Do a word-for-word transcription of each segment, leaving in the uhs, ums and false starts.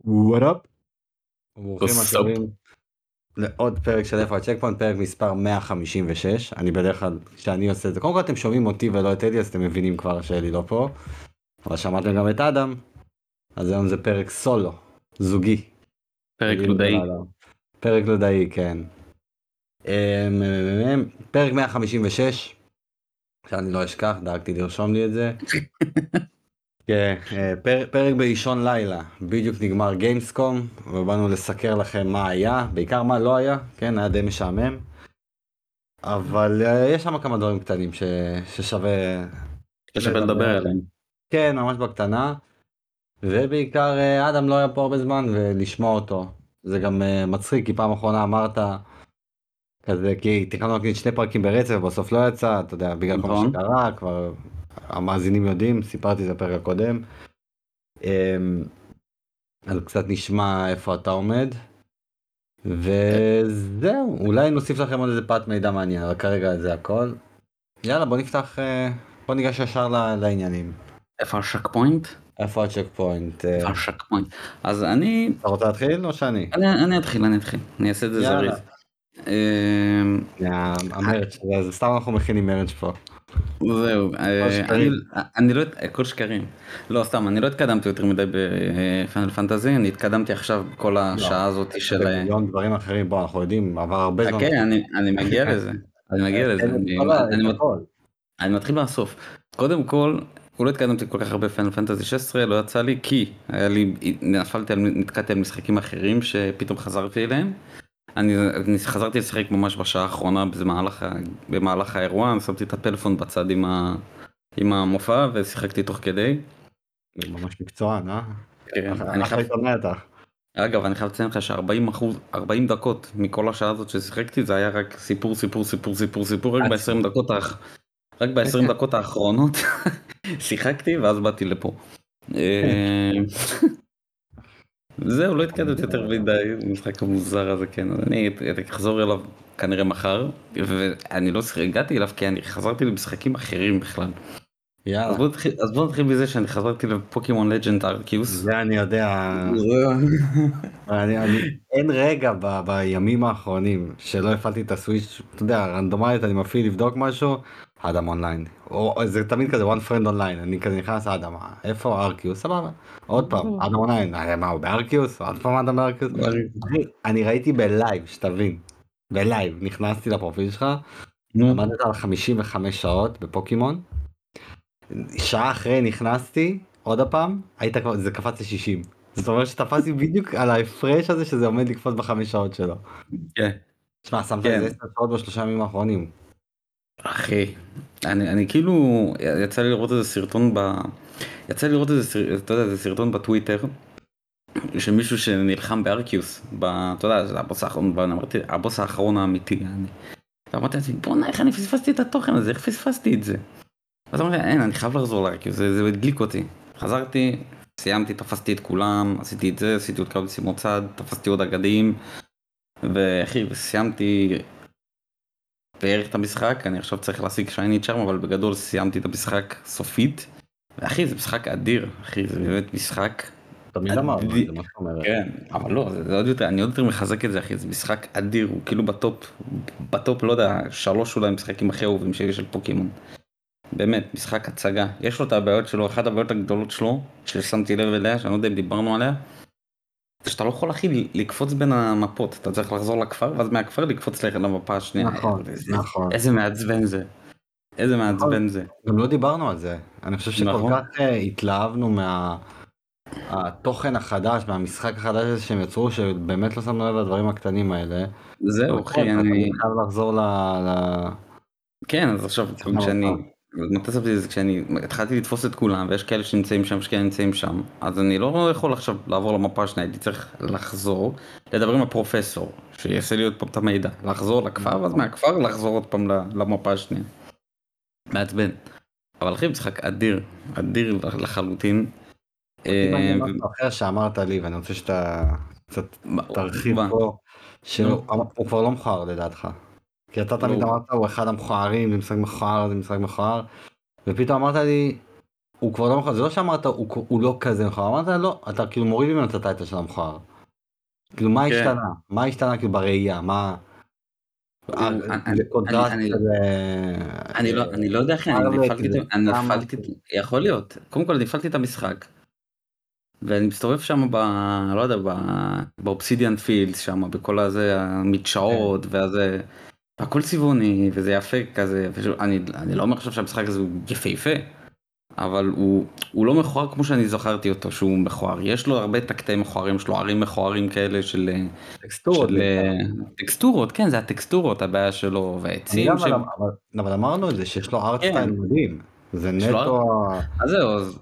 What up? ברוכים סאפ. השבים לעוד פרק של איפה הצ'ק פוינט, פרק מספר מאה חמישים ושש. אני בדרך כלל, כשאני עושה את זה, קודם כל אתם שומעים אותי ולא את אדי, אז אתם מבינים כבר שאלי לא פה, אבל שמעתם גם את אדם, אז היום זה פרק סולו, זוגי. פרק נגיד את זה לודאי. לאדם. פרק לודאי, כן. אמ, אמ, אמ, פרק מאה חמישים ושש, שאני לא אשכח, דאגתי לרשום לי את זה. כן, אה, פר- פרק באישון לילה, בדיוק נגמר גיימסקום, ובאנו לסקר לכם מה היה, בעיקר מה לא היה, כן, היה די משעמם. אבל אה, יש שם כמה דברים קטנים ש... ששווה ששווה לדבר עליהם. כן, ממש בקטנה. ובעיקר אה, אדם לא היה פה הרבה זמן ולשמוע אותו. זה גם אה, מצחיק, כי פעם אחרונה אמרת כזה, כי תכננו להקליט שני פרקים ברצף, ובסוף לא יצא, אתה יודע, בגלל כל מה נכון. שקרה, כבר המאזינים יודעים, סיפרתי את זה בפרק הקודם. אמ, אז קצת נשמע איפה אתה עומד. וזהו, אולי נוסיף לכם עוד איזה פרט מידע מעניין, אבל כרגע זה הכל. יאללה, בוא נפתח, אה, בוא ניגש ישר ל- לעניינים. איפה השק פוינט? איפה הצ'ק פוינט? אה, איפה השק פוינט? אז אני... אתה רוצה להתחיל או שאני? אני, אני אתחיל, אני אתחיל. אני אעשה את זה יאללה. זריז. אמ, יה, המרץ', זה זה סתם אנחנו מכינים מרץ' פה. זהו. כל אה, אני, שקרים. אני לא... הכל שקרים. לא, סתם, אני לא התקדמתי יותר מדי בפאנל פנטזי, אני התקדמתי עכשיו בכל לא, השעה הזאת יש של... במיליון דברים אחרים, בוא, אנחנו יודעים, עבר הרבה זמן. חכה, אני, אני מגיע לזה. אני מגיע תן לזה. את אני, כל ה- אני, את הכל. אני מתחיל מהסוף. קודם כל, הוא לא התקדמתי כל כך הרבה פיינל פנטזי שש עשרה, לא יצא לי, כי היה לי, נפלתי, על- נתקעתי על משחקים אחרים שפתאום חזרתי אליהם. אני, אני חזרתי לשחק ממש בשעה האחרונה במהלך, ה- במהלך האירוע, אני שמתי את הפלאפון בצד עם, ה, עם המופע ושיחקתי תוך כדי. ממש מקצוען, אה? כן, אח- אני אחלה חייב, עיתונאי אתה. אגב, אני חייב לציין לך ש-ארבעים אחוז, ארבעים דקות מכל השעה הזאת ששיחקתי, זה היה רק סיפור, סיפור, סיפור, סיפור, סיפור, רק ב-עשרים דקות, האח- רק ב-עשרים דקות האחרונות שיחקתי ואז באתי לפה. אה, זהו, לא התקדמתי יותר מדי, המשחק המוזר הזה, כן, אז אני אחזור אליו כנראה מחר, ואני לא הגעתי אליו כי אני חזרתי למשחקים אחרים בכלל. אז יאללה. בוא נתחיל, אז בוא נתחיל בזה שאני חזרתי לפוקימון לג'נד ארקיוס. זה אני יודע. אני, אני, אין רגע ב, בימים האחרונים שלא הפעלתי את הסוויץ', אתה יודע, רנדומלית אני מפעיל לבדוק משהו, אדם אונליין. או, או זה תמיד כזה one friend online, אני כזה נכנס אדם, איפה ארקיוס? סבבה. עוד פעם, אדם אונליין, אה, מה הוא בארקיוס? עוד פעם אדם בארקיוס? אחי, אני ראיתי בלייב, שתבין, בלייב, נכנסתי לפרופיל שלך, נו, עמדת על חמישים וחמש שעות בפוקימון, שעה אחרי נכנסתי, עוד הפעם, היית כבר, זה קפץ ל-שישים. זאת אומרת שתפסתי בדיוק על ההפרש הזה שזה עומד לקפוץ בחמש שעות שלו. כן, שמע, שמת כן, איזה עשר שעות בשלושה ימים האחרונים. אחי, אני, אני כאילו, יצא לי לראות איזה סרטון ב... יצא לי לראות איזה, סר- אתה יודע, איזה סרטון בטוויטר, של מישהו שנלחם בארקיוס, ב... אתה יודע, זה הבוס האחרון, ואני אמרתי, הבוס האחרון האמיתי, אני. ואמרתי לעצמי, בוא'נה, איך אני פספסתי את התוכן הזה, איך פספסתי את זה? אז אמרתי, אין, אני חייב לחזור לארקיוס, זה, זה הדליק אותי. חזרתי, סיימתי, תפסתי את כולם, עשיתי את זה, עשיתי עוד כמה משימות צד, תפסתי עוד אגדים, ואחי, סיימתי בערך את המשחק, אני עכשיו צריך להשיג שייני צ'ארם, אבל בגדול סיימתי את המשחק סופית. ואחי, זה משחק אדיר, אחי, זה באמת משחק תמיד אמרנו את אדיר. זה, מה זאת אומרת? כן, אבל לא, זה, זה עוד יותר, אני עוד יותר מחזק את זה, אחי, זה משחק אדיר, הוא כאילו בטופ, בטופ, לא יודע, שלוש אולי משחקים הכי אהובים שלי של פוקימון. באמת, משחק הצגה. יש לו את הבעיות שלו, אחת הבעיות הגדולות שלו, ששמתי לב אליה, שאני לא יודע אם דיברנו עליה, זה שאתה לא יכול הכי לקפוץ בין המפות, אתה צריך לחזור לכפר, ואז מהכפר לקפוץ למפה השנייה. נכון, איזה, נכון. איזה מעצבן זה. איזה נכון, מעצבן זה. גם לא דיברנו על זה. אני חושב שכל נכון. כך אה, התלהבנו מהתוכן החדש, מהמשחק החדש הזה שהם יצרו, שבאמת לא שמנו לב לדברים הקטנים האלה. אבל זהו, כן, אחי, אתה תמיד אני... חייב לחזור ל... ל- כן, אז עכשיו, למפה. כשאני... מתי שמתי את זה? כשאני התחלתי לתפוס את כולם, ויש כאלה שנמצאים שם, יש כאלה שנמצאים שם, אז אני לא יכול עכשיו לעבור למפה השנייה, הייתי צריך לחזור, לדבר עם הפרופסור, שיעשה לי עוד פעם את המידע, לחזור לכפר, ואז נכון. מהכפר לחזור עוד פעם ל- למפה השנייה. מעצבן. אבל אחי, משחק אדיר, אדיר לחלוטין. אותי אה, מעניין ו- משהו אחר שאמרת לי, ואני רוצה שאתה קצת מה? תרחיב מה? פה, נו, שהוא כבר לא מכוער לדעתך. כי אתה תמיד לא. אמרת, הוא אחד המכוערים, זה משחק מכוער, זה משחק מכוער, ופתאום אמרת לי, הוא כבר לא מכוער, זה לא שאמרת הוא, הוא לא כזה מכוער, אמרת לא, אתה כאילו מוריד ממנו את הטייטל של המכוער. כאילו מה כן. השתנה? מה השתנה כאילו בראייה? מה... הוא, אני, זה אני, קונטרסט אני, כזה... אני לא, אני לא יודע איך אני סקרלט, נפלתי, זה אני כמה... נפלתי, יכול להיות, קודם כל נפלתי את המשחק, ואני מסתובב שם ב... לא יודע, ב... באובסידיאן פילדס שם, בכל הזה, כן. המדשאות, והזה, הכל צבעוני, וזה יפה כזה, ושוב, אני, אני לא אומר עכשיו שהמשחק הזה הוא יפהפה, אבל הוא, הוא לא מכוער כמו שאני זכרתי אותו, שהוא מכוער. יש לו הרבה תקטי מכוערים, יש לו ערים מכוערים כאלה של, טקסטורות של בעיקר. טקסטורות, כן, זה הטקסטורות, הבעיה שלו, אני והעצים גם, אבל, שהם, אבל, אבל אמרנו את זה, שיש לו ארט כן, סטייל מדהים. זה יש לו, נטו... ה- אז זהו, אז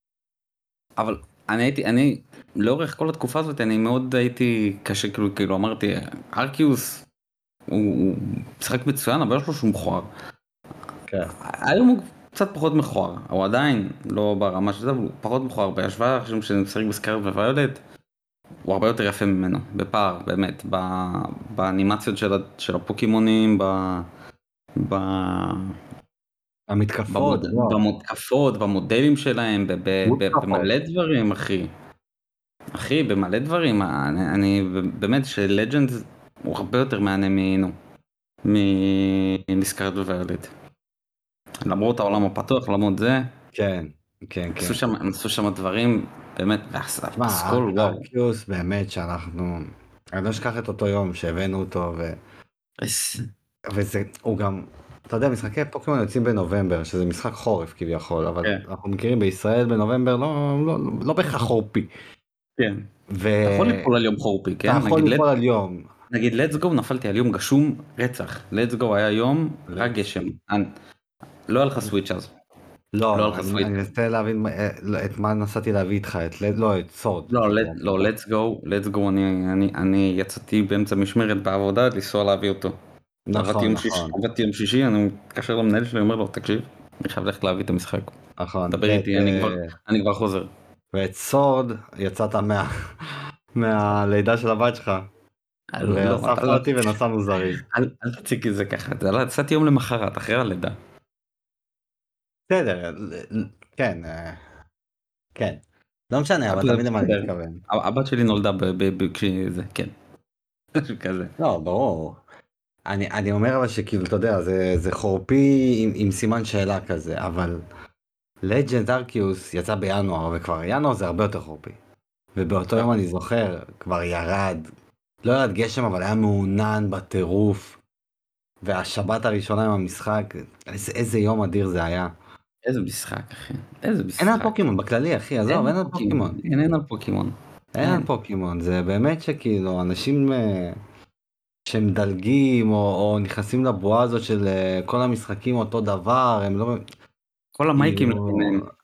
אבל אני הייתי, אני, לאורך כל התקופה הזאת, אני מאוד הייתי קשה, כאילו, כאילו אמרתי, ארקיוס הוא, הוא משחק מצוין, אבל יש לו שהוא מכוער. כן. היום הוא קצת פחות מכוער, הוא עדיין לא ברמה של זה, אבל הוא פחות מכוער בהשוואה, עכשיו שאני משחק בסקארלט וויולט, הוא הרבה יותר יפה ממנו, בפער, באמת, ב- באנימציות של, ה- של הפוקימונים, ב... ב... המתקפות, במוד... לא. במותקפות, במודלים שלהם, ב... ב... ב... מותקפות. במלא דברים, אחי. אחי, במלא דברים, אני, אני באמת שלג'נדס הוא הרבה יותר מהנה מנו, מסקארלט וויולט. למרות העולם הפתוח, למרות זה, כן, כן, עשו כן. שם, הם עשו שם דברים, באמת, תשמע, והפסקול, אר- וואו. ארקיוס באמת שאנחנו... אני לא אשכח את אותו יום שהבאנו אותו, ו... איזה- וזה, הוא גם... אתה יודע, משחקי פוקימון יוצאים בנובמבר, שזה משחק חורף כביכול, אבל כן, אנחנו מכירים בישראל בנובמבר לא, לא, לא בהכרח חורפי. כן. אתה יכול ואתה ליפול על יום חורפי, כן? יכול נגיד, ליפול על יום. נגיד let's go נפלתי על יום גשום רצח. let's go היה יום רק let's גשם. אני, לא היה לך סוויץ' אז. לא היה לא, לך אני סוויץ'. אני מנסה להבין מה- אה, לא, את מה נסעתי להביא איתך, את לד- לא, את סורד. לא, נסעתי let, להביא לא, אותך. let's go, let's go, אני, אני, אני יצאתי באמצע משמרת בעבודה לנסוע להביא אותו. עבדתי נכון, יום שישי, נכון, עבדתי יום שישי, אני מתקשר למנהל שלי, אומר לו, תקשיב, אני חייב ללכת להביא את המשחק. נכון. דבר ואת, איתי, אני כבר, אה, אני כבר חוזר. ואת סורד יצאת מה, מהלידה של הבת שלך, לא, לא, אתה ואספת לא, אותי ונסענו זריז. אל, אל תציג את זה ככה, זה לא, יצאתי יום למחרת, אחרי הלידה. בסדר, ל- ל- כן, אה, כן. לא משנה, אבל אבל תמיד למה אני בסדר, מתכוון. הבת שלי נולדה ב, ב, ב, כשזה, כן, משהו כזה. לא, ברור. אני, אני אומר אבל שכאילו, אתה יודע, זה, זה חורפי עם, עם סימן שאלה כזה, אבל לג'נד ארקיוס יצא בינואר, וכבר ינואר זה הרבה יותר חורפי. ובאותו יום אני זוכר, כבר ירד, לא ירד גשם, אבל היה מעונן בטירוף. והשבת הראשונה עם המשחק, איזה, איזה יום אדיר זה היה. איזה משחק, אחי, איזה אין על משחק. פוקימון בכללי, אחי, אין עזוב, על אין על פוקימון, פוקימון. אין, אין על פוקימון. אין על אין. פוקימון, זה באמת שכאילו, אנשים אה, שמדלגים, או, או נכנסים לבועה הזאת של אה, כל המשחקים אותו דבר, הם לא... כל המייקים כאילו... למיניהם.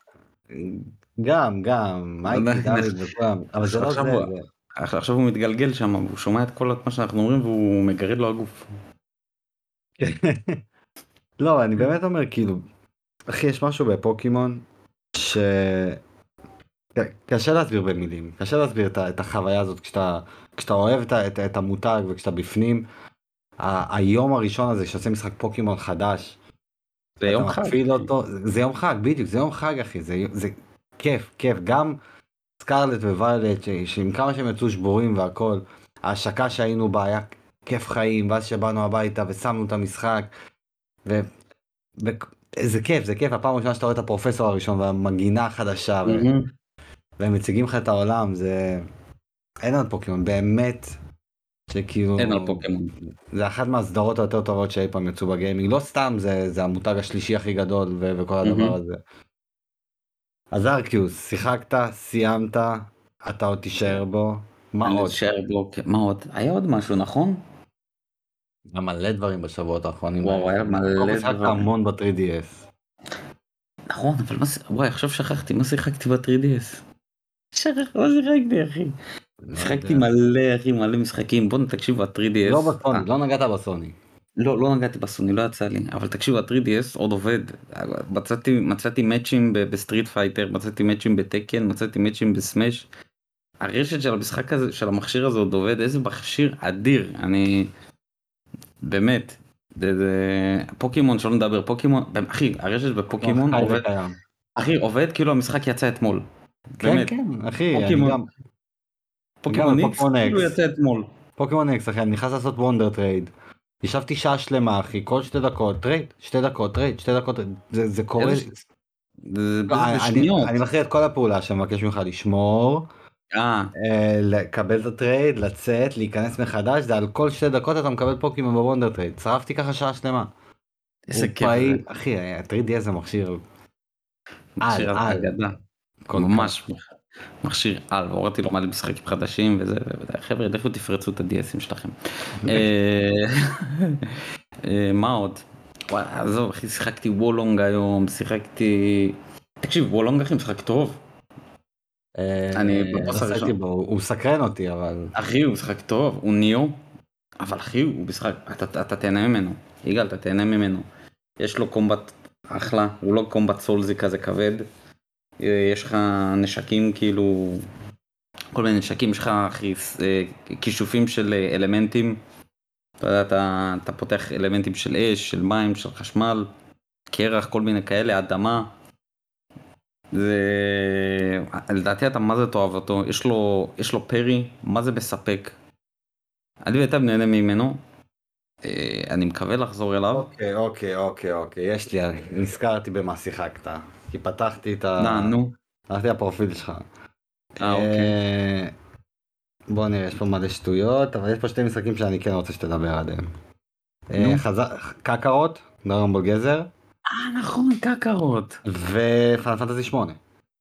גם, גם, מייקי, דוד וכולם, אבל זה לא עכשיו זה, הוא זה... עכשיו הוא מתגלגל שם, הוא שומע את כל מה שאנחנו אומרים והוא מגרד לו הגוף. לא, אני באמת אומר, כאילו, אחי, יש משהו בפוקימון ש... קשה להסביר במילים, קשה להסביר את, ה- את החוויה הזאת כשאתה, כשאתה אוהב את, ה- את, את המותג וכשאתה בפנים. ה- היום הראשון הזה שיוצא משחק פוקימון חדש, זה ואתה יום חג. מפעיל אותו, זה זה יום חג, בדיוק, זה יום חג אחי, זה, זה כיף, כיף, גם סקרלט וויולט, ש- שעם כמה שהם יצאו שבורים והכל, ההשקה שהיינו בה היה כיף חיים, ואז שבאנו הביתה ושמנו את המשחק, ו... ו... זה כיף, זה כיף, הפעם הראשונה שאתה רואה את הפרופסור הראשון והמגינה החדשה, ו... מהמם. והם מציגים לך את העולם, זה... אין על פוקימון, באמת, אין על שכאילו, פוקימון. זה אחת מהסדרות היותר טובות שאי פעם יצאו בגיימינג, לא סתם זה, זה המותג השלישי הכי גדול ו- וכל הדבר מהמם. הזה. אז ארקיוס, שיחקת, סיימת, אתה עוד תישאר בו, מה אני עוד? אשאר בו, מה עוד? היה עוד משהו, נכון? היה מלא דברים בשבועות האחרונים וואו, האלה. היה קודם כל מלא שיחקת דבר. המון ב-טרי די אס. נכון, אבל מה זה, וואי, עכשיו שכחתי, מה שיחקתי ב-טרי די אס? שכח, מה שיחקתי, אחי? לא שיחקתי יודע. מלא, אחי, מלא משחקים. בואו תקשיבו, ה-טרי די לא אס, בסוני, לא נגעת בסוני. לא, לא נגעתי בסוני, לא יצא לי, אבל תקשיבו, ה-טרי די אס עוד עובד. מצאתי, מצאתי מאצ'ים ב- בסטריט פייטר, מצאתי מאצ'ים בטקן, מצאתי מאצ'ים בסמאש. הרשת של המשחק הזה, של המכשיר הזה עוד עובד, איזה מכשיר אדיר, אני... באמת. זה, זה... פוקימון, שלא נדבר, פוקימון, אחי, הרשת פוקימון בפוקימון חי עובד, וקיים. אחי, עובד כאילו המשחק יצא אתמול. כן, באמת. כן, אחי, אני פוקימון, גם, גם פוקימון איקס בפוקימון כאילו אקס. יצא אתמול. פוקימון אקס, אחי, אני נכנס לעשות וונדר טרייד. ישבתי שעה שלמה, אחי, כל שתי דקות, טרייד, שתי דקות, טרייד, שתי דקות, זה, זה קורה. איזה ש... זה לא, זה אני, אני בשניות. אני מכריע את כל הפעולה שמבקש ממך לשמור, אה, אה, לקבל את הטרייד, לצאת, להיכנס מחדש, זה על כל שתי דקות אתה מקבל פוקימון בוונדר טרייד. שרפתי ככה שעה שלמה. איזה הוא כיף זה. פעיל, אחי, הטרייד יהיה איזה מכשיר על, מכשיר על, אגדה. כל כך. ממש מכשיר על, והורדתי לו מלא משחקים חדשים וזה, חבר'ה, לכו תפרצו את ה-די אסים שלכם. אה, אה, מה עוד? וואי, עזוב, אחי, שיחקתי וולונג היום, שיחקתי... תקשיב, וולונג אחי משחק טוב. אני אה, לא בבוס עשיתי הראשון. בו, הוא סקרן אותי, אבל... אחי, הוא משחק טוב, הוא ניאו, אבל אחי, הוא משחק, אתה, אתה תהנה ממנו. יגאל, אתה תהנה ממנו. יש לו קומבט אחלה, הוא לא קומבט סולזי כזה כבד. אה, יש לך נשקים כאילו... כל מיני נשקים, יש לך אחי, אה, כישופים של אה, אלמנטים. אתה יודע, אתה, אתה פותח אלמנטים של אש, של מים, של חשמל, קרח, כל מיני כאלה, אדמה. זה... לדעתי אתה מה זה תאהב אותו, יש לו, יש לו פרי, מה זה מספק. אני ואתה נהנה ממנו, אה, אני מקווה לחזור אליו. אוקיי, אוקיי, אוקיי, אוקיי, יש לי, נזכרתי במה שיחקת. כי פתחתי את נא, ה... נו. פתחתי הפרופיל שלך. אה, אוקיי. אה, בוא נראה, יש פה מלא שטויות, אבל יש פה שתי משחקים שאני כן רוצה שתדבר עליהם. נו. אה, חזר... קקרות, דרגון בול גזר, אה, נכון, קקרות. ופאנל פנטזי שמונה.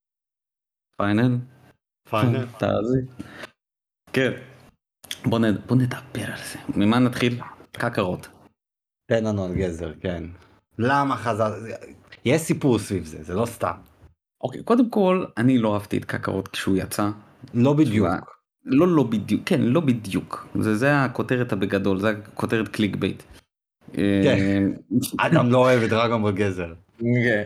פיינל. פיינל. תעזי. כן. בוא, נד... בוא נדבר על זה. ממה נתחיל? קקרות. תן לנו על גזר, כן. למה חזר... יש סיפור סביב זה, זה לא סתם. אוקיי, קודם כל, אני לא אהבתי את קקרות כשהוא יצא. לא שהוא היה... בדיוק. לא לא בדיוק, כן, לא בדיוק. זה, זה הכותרת הבגדול, זה הכותרת קליק בייט. כן, אה, אדם לא אוהב את דרגון בול גזר. כן.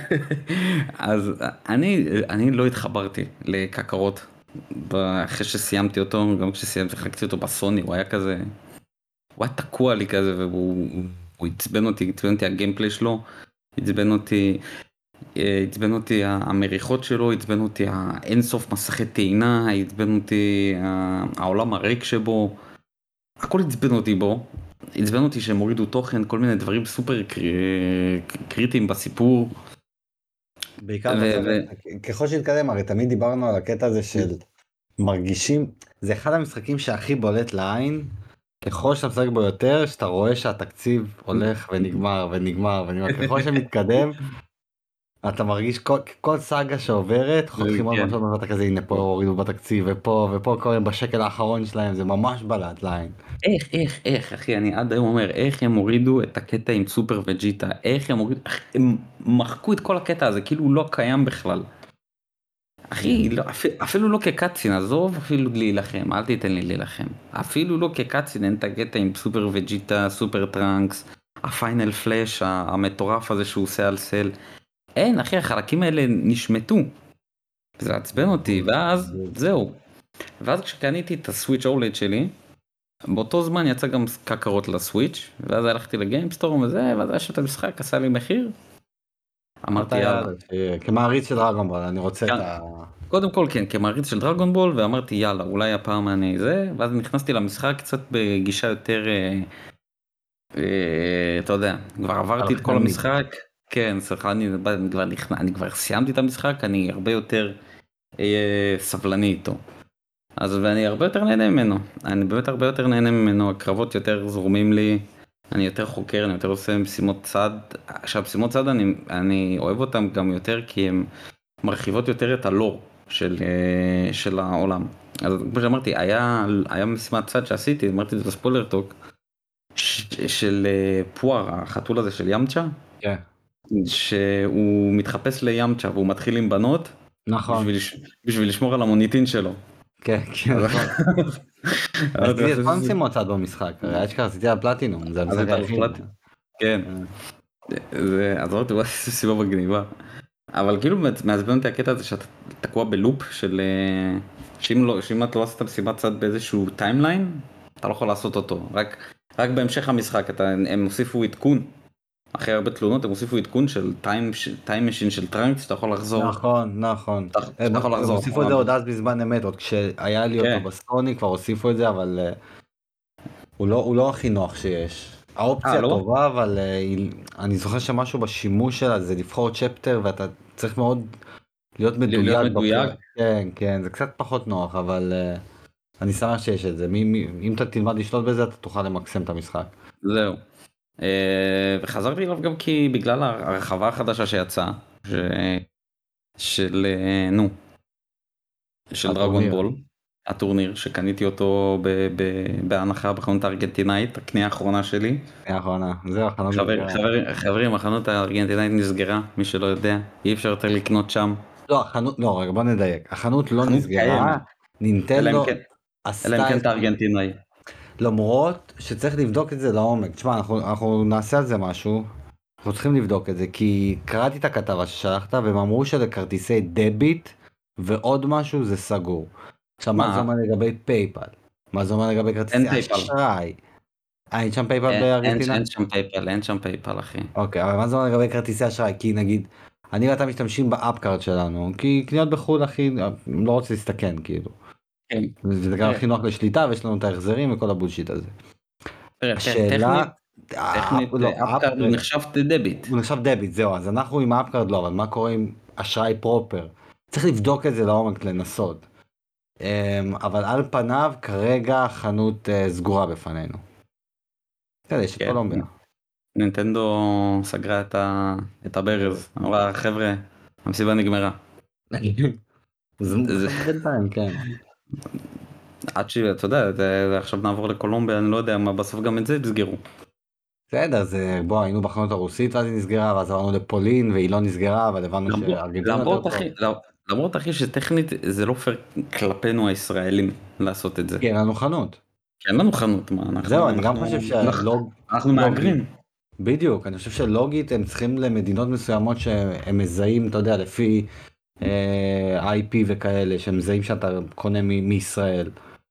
אז אני, אני לא התחברתי לקקרות אחרי שסיימתי אותו, גם כשסיימתי, חקתי אותו בסוני, הוא היה כזה, הוא היה תקוע לי כזה, והוא הוא עצבן אותי, עצבן אותי הגיימפליי שלו, עצבן אותי, אה, עצבן אותי המריחות שלו, עצבן אותי האינסוף מסכי טעינה, עצבן אותי ה- העולם הריק שבו, הכל עצבן אותי בו, עצבן אותי שהם הורידו תוכן, כל מיני דברים סופר קרי- קריטיים בסיפור. בעיקר ו... בצד, ו... ככל שהתקדם, הרי תמיד דיברנו על הקטע הזה של מרגישים, זה אחד המשחקים שהכי בולט לעין, ככל שאתה משחק בו יותר, שאתה רואה שהתקציב הולך ונגמר ונגמר ונגמר, ככל שמתקדם, אתה מרגיש כל, כל סאגה שעוברת, חותכים עוד כן. משהו ואתה כזה, הנה פה הורידו בתקציב, ופה ופה קוראים בשקל האחרון שלהם, זה ממש בלט לעין. איך, איך, איך, אחי, אני עד היום אומר, איך הם הורידו את הקטע עם סופר וג'יטה, איך הם הורידו, איך- הם מחקו את כל הקטע הזה, כאילו הוא לא קיים בכלל. אחי, לא, אפילו, אפילו לא כקאצין, עזוב אפילו להילחם, אל תיתן לי להילחם. אפילו לא כקאצין, אין את הקטע עם סופר וג'יטה, סופר טראנקס, הפיינל פלאש המטורף הזה שהוא עושה על סל. אין, אחי, החלקים האלה נשמטו. זה עצבן אותי, ואז, זהו. ואז כשקניתי את הסוויץ' אולד שלי, באותו זמן יצא גם קקרות לסוויץ', ואז הלכתי לגיימסטורם וזה, ואז היה שאתה משחק, עשה לי מחיר. אמרת אמרתי יאללה. יאללה, שיהיה, כמעריץ של דרגון בול, אני רוצה את ה... קודם כל כן, כמעריץ של דרגון בול, ואמרתי יאללה, אולי הפעם אני זה, ואז נכנסתי למשחק קצת בגישה יותר, אה, אה, אתה יודע, כבר עברתי את כל הלכתנית. המשחק, כן, סליחה, אני, אני, כבר, נכנ- אני כבר סיימתי את המשחק, אני הרבה יותר אה, סבלני איתו. אז ואני הרבה יותר נהנה ממנו, אני באמת הרבה יותר נהנה ממנו, הקרבות יותר זורמים לי, אני יותר חוקר, אני יותר עושה משימות צד, עכשיו משימות צד אני, אני אוהב אותם גם יותר כי הן מרחיבות יותר את הלור של, אה, של העולם. אז כמו שאמרתי, היה, היה משימת צד שעשיתי, אמרתי את זה בספוילר טוק, ש, של אה, פואר, החתול הזה של ימצ'ה, כן. שהוא מתחפש לימצ'ה והוא מתחיל עם בנות, נכון. בשביל, לש- בשביל לשמור על המוניטין שלו. כן, כן, אז נכון. אמרתי, עשיתי את אחרי כל זה- המשימות צד במשחק, הרי אשכרה עשיתי על פלטינום, זה אז המשחק אתה היחיד. בפלט? כן. אה. זה- אז אמרתי, וואי, איזה סיבה מגניבה. אבל כאילו מעצבן אותי הקטע הזה שאתה תקוע בלופ של... אה, שאם לא, שאם את לא עשית משימת צד באיזשהו טיימליין, אתה לא יכול לעשות אותו. רק, רק בהמשך המשחק, אתה, הם הוסיפו עדכון, אחרי הרבה תלונות הם הוסיפו עדכון של טיים משין של טראנקס, שאתה יכול לחזור. נכון, נכון. שאתה יכול הם לחזור הוסיפו את אחורה. זה עוד אז בזמן אמת, עוד כשהיה לי אותו כן. בסטוני כבר הוסיפו את זה, אבל אה, הוא לא, הוא לא הכי נוח שיש. אה, האופציה לא? טובה, אבל אה, היא- אני זוכר שמשהו בשימוש שלה זה לבחור צ'פטר ואתה צריך מאוד להיות להיות מדויק מדויק. בבחירה. כן, כן, זה קצת פחות נוח, אבל אה, אני שמח שיש את זה. מי, מי, אם אתה תלמד לשלוט בזה, אתה תוכל למקסם את המשחק. זהו. אה, וחזרתי אליו גם כי בגלל הרחבה החדשה שיצאה, ש... של, אה, נו, של דרגון הטורניר. בול, הטורניר, שקניתי אותו ב... ב... בהנחה בחנות הארגנטינאית, הקנייה האחרונה שלי. שנייה אחרונה. זהו, החנות חבר, נסגרה. חבר, חברים, החנות הארגנטינאית נסגרה, מי שלא יודע, אי אפשר יותר לקנות שם. לא, החנות, לא, רגע, בוא נדייק. החנות לא החנות נסגרה, קיימת, אלא אם נינטנדו כן, אלא אם עשתה כן את אתה ארגנטינאי. למרות שצריך לבדוק את זה לעומק. תשמע, אנחנו, אנחנו נעשה על זה משהו. אנחנו צריכים לבדוק את זה, כי קראתי את הכתבה ששלחת, והם אמרו שלכרטיסי דביט ועוד משהו זה סגור. עכשיו, מה זה מה? אומר לגבי פייפל? מה זה אומר לגבי אין כרטיסי פייפל. אשראי? אה, אין שם פייפל אין, אין, בארגנטינה? אין שם פייפל, אין שם פייפל, אחי. אוקיי, אבל מה זה אומר לגבי כרטיסי אשראי? כי נגיד, אני ואתה משתמשים באפקארד שלנו, כי קניות בחו"ל, אחי, לא רוצה להסתכן, כאילו. כן. זה גם תראה, הכי נוח לשליטה, ויש לנו את ההחזרים וכל הבולשיט הזה. תראה, ט- השאלה, טכנית, האפ, טכנית, לא, האפ, אפקארד הוא רגע, נחשב דביט. הוא נחשב דביט, זהו, אז אנחנו עם האפקארד לא, אבל מה קורה עם אשראי פרופר? צריך לבדוק את זה לעומק, לנסות. אמ, אבל על פניו, כרגע החנות אה, סגורה בפנינו. בסדר, יש את כן. קולומביה. נינטנדו סגרה את, ה... את הברז. אמרה, חבר'ה, המסיבה נגמרה. זה זה... לפחות בינתיים, כן. עד שאתה יודע, זה... זה עכשיו נעבור לקולומביה, אני לא יודע מה, בסוף גם את זה תסגרו. בסדר, זה, בוא, היינו בחנות הרוסית, ואז היא נסגרה, ואז עברנו לפולין, והיא לא נסגרה, אבל הבנו למרות, שארגנטינה יותר למרות טוב. אחי, למרות אחי שטכנית זה לא פייר כלפינו הישראלים לעשות את זה. כי אין לנו חנות. כי אין לנו חנות, מה, זהו, אנחנו, אני גם אנחנו, חושב אנחנו, שלוג... אנחנו לוגית. מהגרים. בדיוק, אני חושב שלוגית הם צריכים למדינות מסוימות שהם מזהים, אתה יודע, לפי אה, איי פי וכאלה, שהם מזהים שאתה קונה מ- מישראל.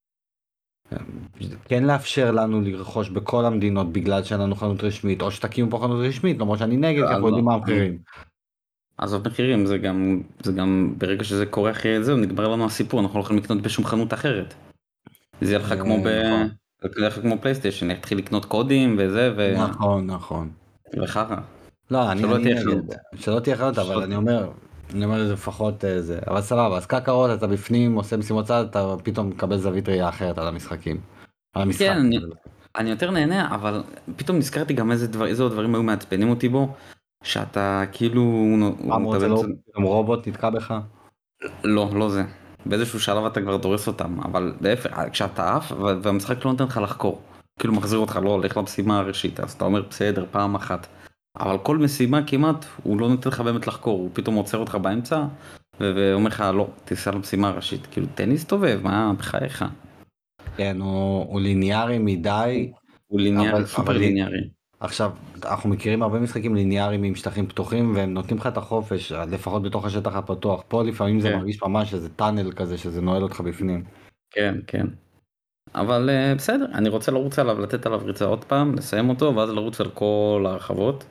כן לאפשר לנו לרכוש בכל המדינות בגלל שאין לנו חנות רשמית, או שתקימו פה חנות רשמית, למרות שאני נגד, כי אז אנחנו לא, יודעים מה המחירים. עזוב מחירים, זה גם, זה גם, ברגע שזה קורה אחרי זה, נגמר לנו הסיפור, אנחנו לא יכולים לקנות בשום חנות אחרת. זה יהיה לך כמו ב... אה, נכון, זה יהיה לך כמו פלייסטיישן, להתחיל לקנות קודים וזה, ו... נכון, נכון. וחרא. לא, אני, שלא אני תהיה נגד, חנות. שלא תהיה חנות, שלא אבל אני תהיה. אומר, אני אומר זה לפחות אה, זה, אבל סבבה, אז קקרות, אתה בפנים, עושה משימות צד, אתה פתאום מקבל זווית ראייה אחרת על המשחקים. על כן, המשחק. אני, אני יותר נהנה, אבל פתאום נזכרתי גם איזה דבר, איזה עוד דברים היו מעצבנים אותי בו, שאתה כאילו, פעם אתה רוצה באמצע, לראות אם רובוט נתקע בך? לא, לא זה. באיזשהו שלב אתה כבר דורס אותם, אבל להפך, כשאתה עף, וה- והמשחק לא נותן לך לחקור. כאילו מחזיר אותך, לא הולך למשימה הראשית, אז אתה אומר בסדר, פעם אחת. אבל כל משימה כמעט, הוא לא נותן לך באמת לחקור, הוא פתאום עוצר אותך באמצע, ו- ואומר לך, לא, תיסע למשימה הראשית. כאילו, תן להסתובב, מה, בחייך. כן, הוא, הוא ליניארי הוא, מדי, הוא ליניארי, אבל, סופר אבל לי- ליניארי. עכשיו, אנחנו מכירים הרבה משחקים ליניאריים עם שטחים פתוחים, והם נותנים לך את החופש, לפחות בתוך השטח הפתוח. פה לפעמים זה כן, מרגיש ממש איזה טאנל כזה, שזה נועל אותך בפנים. כן, כן. אבל uh, בסדר, אני רוצה לרוץ עליו, לתת עליו ריצה עוד פעם, לסיים אותו, ואז לרוץ על כל ההרחבות.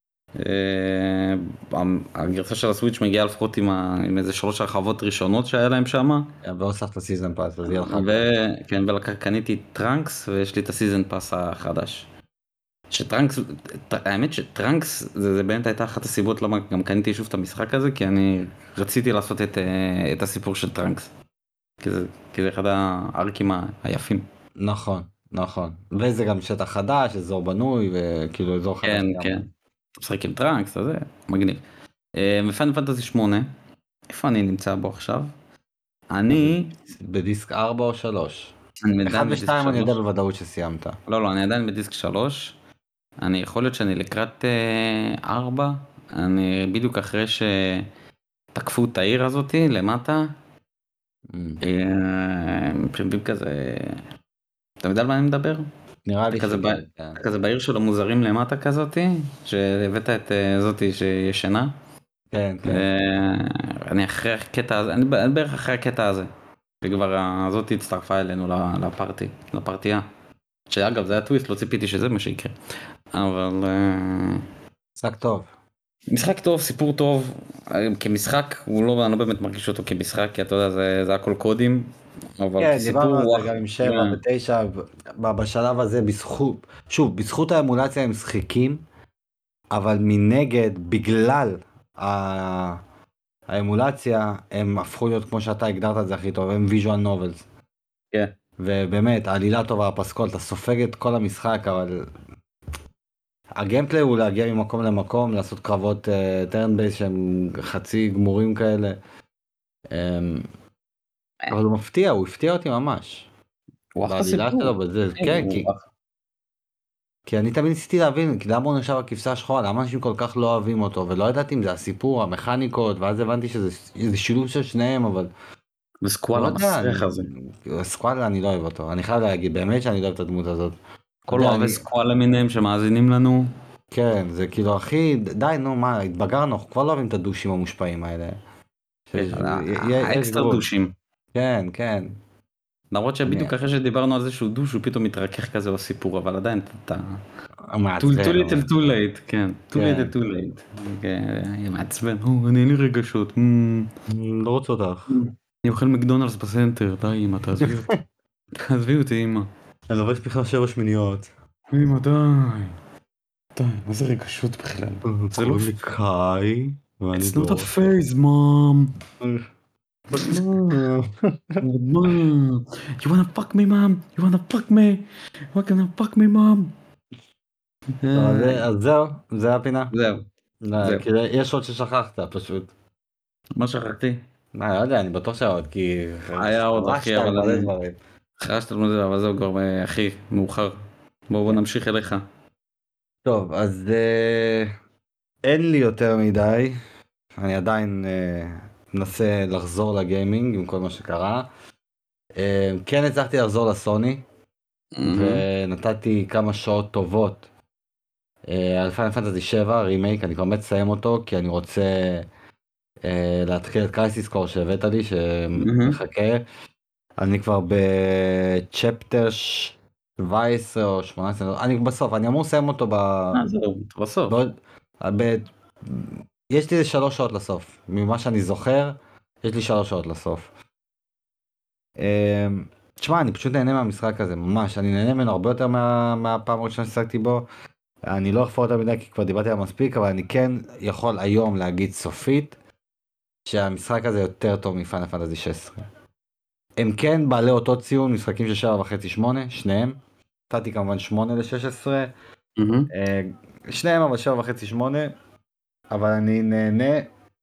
Uh, הגרסה של הסוויץ' מגיעה לפחות עם, ה... עם איזה שלוש הרחבות ראשונות שהיה להם שם. והוספת סיזן פאס, אז יהיה לך קל. וכן, קניתי טראנקס, ויש לי את הסיזן פאס החדש. שטראנקס, האמת שטראנקס זה, זה באמת הייתה אחת הסיבות למה גם קניתי שוב את המשחק הזה, כי אני רציתי לעשות את, אה, את הסיפור של טראנקס. כי זה, כי זה אחד הארקים ה- היפים. נכון, נכון. וזה גם שטח חדש, אזור בנוי, וכאילו אזור חדש כן, לגמרי. כן. אתה משחק עם טראנקס, אז זה מגניב. ופיינל פנטזי שמונה, איפה אני נמצא בו עכשיו? אני, בדיסק ארבע או שלוש? אני אחד עדיין בדיסק ושתיים אני יודע שלוש. בוודאות שסיימת. לא, לא, אני עדיין בדיסק שלוש. אני יכול להיות שאני לקראת אה, ארבע. אני בדיוק אחרי שתקפו את העיר הזאתי למטה. Mm. אה, שמביאים כזה, אתה יודע על מה אני מדבר? נראה לי אתה כזה, ב... שכן, כן. אתה כזה בעיר של המוזרים למטה כזאתי, שהבאת את אה, זאתי שישנה. כן, כן. ואני אחרי הקטע הזה, אני ב- בערך אחרי הקטע הזה. וכבר הזאתי הצטרפה אלינו ל- לפארטי, לפרטייה. שאגב זה היה טוויסט, לא ציפיתי שזה מה שיקרה. אבל... אה, משחק טוב. משחק טוב, סיפור טוב, כמשחק, הוא לא, אני לא באמת מרגיש אותו כמשחק, כי אתה יודע, זה, זה הכל קודים, אבל כן, דיברנו כסיפור, על זה וואח, גם עם שבע ותשע, ב- בשלב הזה בזכות, שוב, בזכות האמולציה הם משחקים, אבל מנגד, בגלל ה- האמולציה, הם הפכו להיות, כמו שאתה הגדרת את זה הכי טוב, הם ויז'ואל נובלס. כן. ובאמת, העלילה טובה, הפסקול, אתה סופג את כל המשחק, אבל הגיימפליי הוא להגיע ממקום למקום, לעשות קרבות טרן בייס שהם חצי גמורים כאלה. אמ, אבל הוא מפתיע, הוא הפתיע אותי ממש. הוא אחלה בעלילה סיפור. שלו בזה, כן, כן, הוא כי, אחלה. כי אני תמיד ניסיתי להבין, כי למה הוא נחשב הכבשה השחורה, למה אנשים כל כך לא אוהבים אותו, ולא ידעתי אם זה הסיפור, המכניקות, ואז הבנתי שזה זה שילוב של שניהם, אבל וסקואל לא יודע, המסריח אני, הזה. סקואלה אני לא אוהב אותו, אני חייב להגיד, באמת שאני לא אוהב את הדמות הזאת. אתה כל יודע, אוהבי אני, סקואל למיניהם שמאזינים לנו. כן, זה כאילו, אחי, די, נו, מה, התבגרנו, אנחנו כבר לא אוהבים את הדושים המושפעים האלה. ש- כן, ש- ה- י- ה- יש האקסטרה גבול. דושים. כן, כן. למרות אני, שבדיוק אחרי שדיברנו על זה שהוא דוש, הוא פתאום מתרכך כזה בסיפור, אבל עדיין אתה... too too מעצבן, אבל, little too late, כן. too כן. little too late. כן, מעצבן, "או, אני אין לי רגשות. מ, לא רוצה אותך. מ. אני אוכל מקדונלדס בסנטר, די אמא, תעזבי אותי. תעזבי אותי אמא. אני לובש בכלל שבע שמיניות. אמא, די. די, מה זה רגשות בכלל? זה לא... קוראים לי קאי, ואני It's not a לא. phase, mom. But no. Mom. You wanna fuck me, mom? You wanna fuck me? You wanna fuck me, mom? טוב, אז די. זה- אז זהו, זה הפינה. זהו, לא, זהו. כי יש עוד ששכחת פשוט. מה שכחתי? לא, לא יודע, אני בטוח שעוד, כי היה עוד אחי, חרשת על אבל מלא אני... דברים. חרשת על זה, אבל זהו כבר, אה, אחי, מאוחר. בואו בוא כן. נמשיך אליך. טוב, אז אה, אין לי יותר מדי. אני עדיין אה, מנסה לחזור לגיימינג עם כל מה שקרה. אה, כן הצלחתי לחזור לסוני, מהמם. ונתתי כמה שעות טובות אה, על פיינל פנטזי שבע רימייק, אני כבר מת לסיים אותו, כי אני רוצה אה, להתחיל את קרייסיס קור שהבאת לי, מהמם. שמחכה. אני כבר בצ'פטר שבע עשרה או שמונה עשרה, אני בסוף, אני אמור לסיים אותו ב... אה, זהו, בסוף. בעוד... ב... יש לי איזה שלוש שעות לסוף, ממה שאני זוכר, יש לי שלוש שעות לסוף. אמ, תשמע, אני פשוט נהנה מהמשחק הזה, ממש, אני נהנה ממנו הרבה יותר מה... מהפעם הראשונה ששחקתי בו. אני לא אחפור יותר מדי כי כבר דיברתי עליו מספיק, אבל אני כן יכול היום להגיד סופית שהמשחק הזה יותר טוב מפיינל פנטזי שש עשרה. הם כן בעלי אותו ציון, משחקים של שבע וחצי שמונה, שניהם. נתתי כמובן שמונה ל-שש עשרה, מהמם. אה, שניהם אבל שבע וחצי שמונה, אבל אני נהנה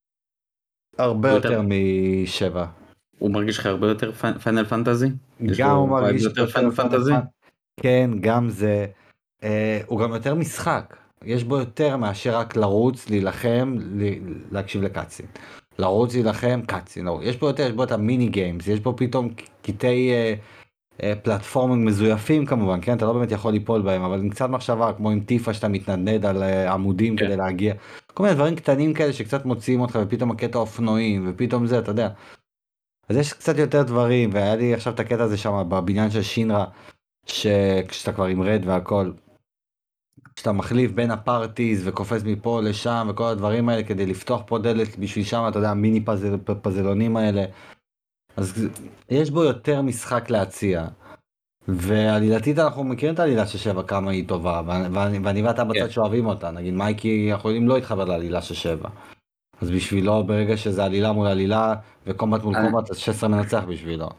הרבה הוא יותר... יותר משבע. הוא מרגיש לך הרבה יותר פ- פיינל פנטזי? יש גם הוא לו וייב מרגיש יותר יותר פיינל פיינל פנטזי? פנטזי. כן, גם זה. אה, הוא גם יותר משחק. יש בו יותר מאשר רק לרוץ, להילחם, ל- להקשיב לקאצין. לרוץ, להילחם, קאצין. לא, יש בו יותר, יש בו את המיני גיימס, יש בו פתאום קטעי אה, אה, פלטפורמים מזויפים כמובן, כן? אתה לא באמת יכול ליפול בהם, אבל עם קצת מחשבה, כמו עם טיפה שאתה מתנדנד על אה, עמודים כן. כדי להגיע. כל מיני דברים קטנים כאלה שקצת מוציאים אותך, ופתאום הקטע אופנועים, ופתאום זה, אתה יודע. אז יש קצת יותר דברים, והיה לי עכשיו את הקטע הזה שם בבניין של שינרה, שכשאתה כבר עם רד והכל, כשאתה מחליף בין הפארטיז וקופץ מפה לשם וכל הדברים האלה כדי לפתוח פה דלת בשביל שם, אתה יודע, המיני פזל, פזלונים האלה, אז יש בו יותר משחק להציע. ועלילתית אנחנו מכירים את העלילה של שבע כמה היא טובה, ואני, ואני, ואני ואתה כן. בצד שאוהבים אותה, נגיד מייקי אנחנו יכולים לא להתחבר לעלילה של שבע. אז בשבילו ברגע שזה עלילה מול עלילה וקומבט מול אה, קומבט, אז שש עשרה מנצח בשבילו.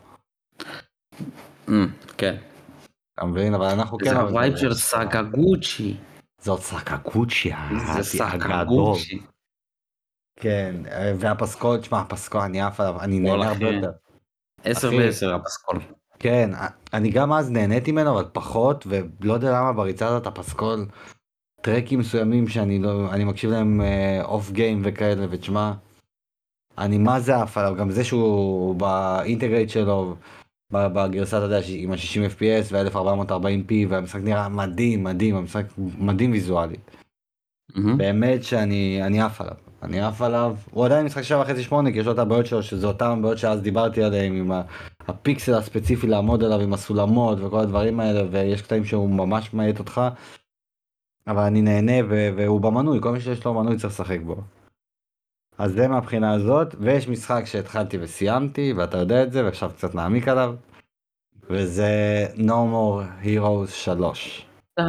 אמ, כן. אתה מבין? אבל אנחנו כן זה אוהבים הווייב את של העלילה של שבע. סאקגוצ'י. זאת סאקגוצ'י זה הגדול. סאקגוצ'י. כן, והפסקול, תשמע, הפסקול אני עף עליו, אני וואלה נהנה הרבה אחי. יותר. עשר אחי, ועשר הפסקול. כן, אני גם אז נהניתי ממנו, אבל פחות, ולא יודע למה בריצה הזאת הפסקול, טרקים מסוימים שאני לא, אני מקשיב להם אוף גיים וכאלה, ותשמע, אני מה זה עף עליו, גם זה שהוא באינטגרייט שלו, בגרסה, אתה יודע, עם ה-שישים אף פי אס וה-אלף ארבע מאות וארבעים פי, והמשחק נראה מדהים, מדהים, המשחק מדהים ויזואלית. מהמם. באמת שאני אני עף עליו, אני עף עליו, הוא עדיין משחק שבע וחצי שמונה כי יש לו את הבעיות שלו, שזה אותם הבעיות שאז דיברתי עליהם, עם ה- הפיקסל הספציפי לעמוד עליו, עם הסולמות וכל הדברים האלה, ויש קטעים שהוא ממש מאט אותך, אבל אני נהנה, ו- והוא במנוי, כל מי שיש לו מנוי צריך לשחק בו. אז זה מהבחינה הזאת, ויש משחק שהתחלתי וסיימתי, ואתה יודע את זה, ועכשיו קצת נעמיק עליו, וזה No More Heroes שלוש.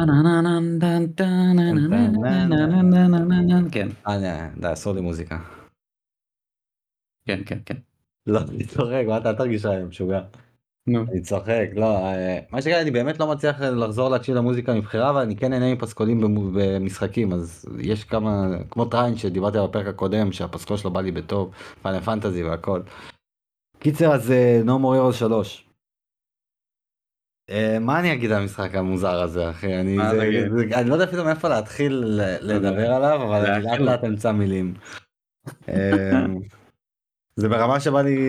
כן, אה, די, אסור לי מוזיקה. כן, כן, כן. לא, אני צוחק, מה אתה אל תרגיש עליי משוגע. נו. אני צוחק, לא, אה, מה שכן, אני באמת לא מצליח לחזור להקשיב למוזיקה מבחירה, אבל אני כן נהנה מפסקולים במו- במשחקים, אז יש כמה, כמו טריין שדיברתי על הפרק הקודם, שהפסקול שלו בא לי בטוב, פיינל פנטזי והכל. קיצר, אז אה, No More Heroes שלוש. אה, מה אני אגיד על המשחק המוזר הזה, אחי? אני, מה זה, תגיד? זה, אני לא יודע אפילו מאיפה להתחיל ל- זה- לדבר עליו, אבל זה אני לאט הכי לא. לאט אמצא מילים. אה, זה ברמה שבא לי...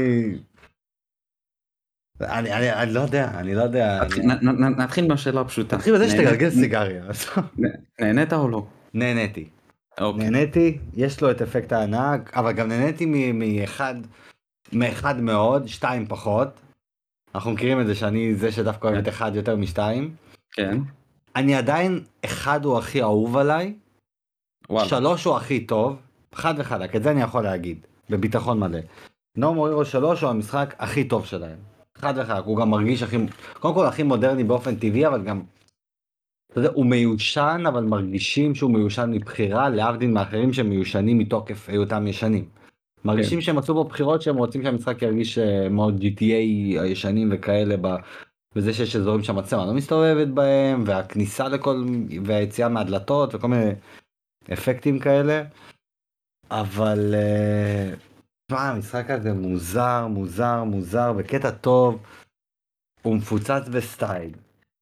אני, אני, אני לא יודע, אני לא יודע. אני... נתחיל נ- נ- נתחיל מהשאלה הפשוטה. תתחיל בזה נהנית- שתגלגל סיגריה. נ- נהנית או לא? נהניתי. אוקיי. נהניתי, יש לו את אפקט ההנאה, אבל גם נהניתי מ- מאחד, מאחד מאוד, שתיים פחות. אנחנו מכירים את זה שאני זה שדווקא אוהב את אחד יותר משתיים. כן. אני עדיין, אחד הוא הכי אהוב עליי, וואלה. שלוש הוא הכי טוב, חד וחלק, את זה אני יכול להגיד, בביטחון מלא. No More Heroes שלוש הוא המשחק הכי טוב שלהם. חד וחלק, הוא גם מרגיש הכי, קודם כל הכי מודרני באופן טבעי, אבל גם, אתה יודע, הוא מיושן, אבל מרגישים שהוא מיושן מבחירה, להבדיל מאחרים שמיושנים מתוקף היותם ישנים. מרגישים שהם מצאו בו בחירות שהם רוצים שהמשחק ירגיש אה, מאוד ג'י טי איי הישנים וכאלה, ב... וזה שיש אזורים שהמצלמה לא מסתובבת בהם, והכניסה לכל, והיציאה מהדלתות וכל מיני אפקטים כאלה. אבל אה, תשמע, המשחק הזה מוזר, מוזר, מוזר, בקטע טוב. הוא מפוצץ בסטייל.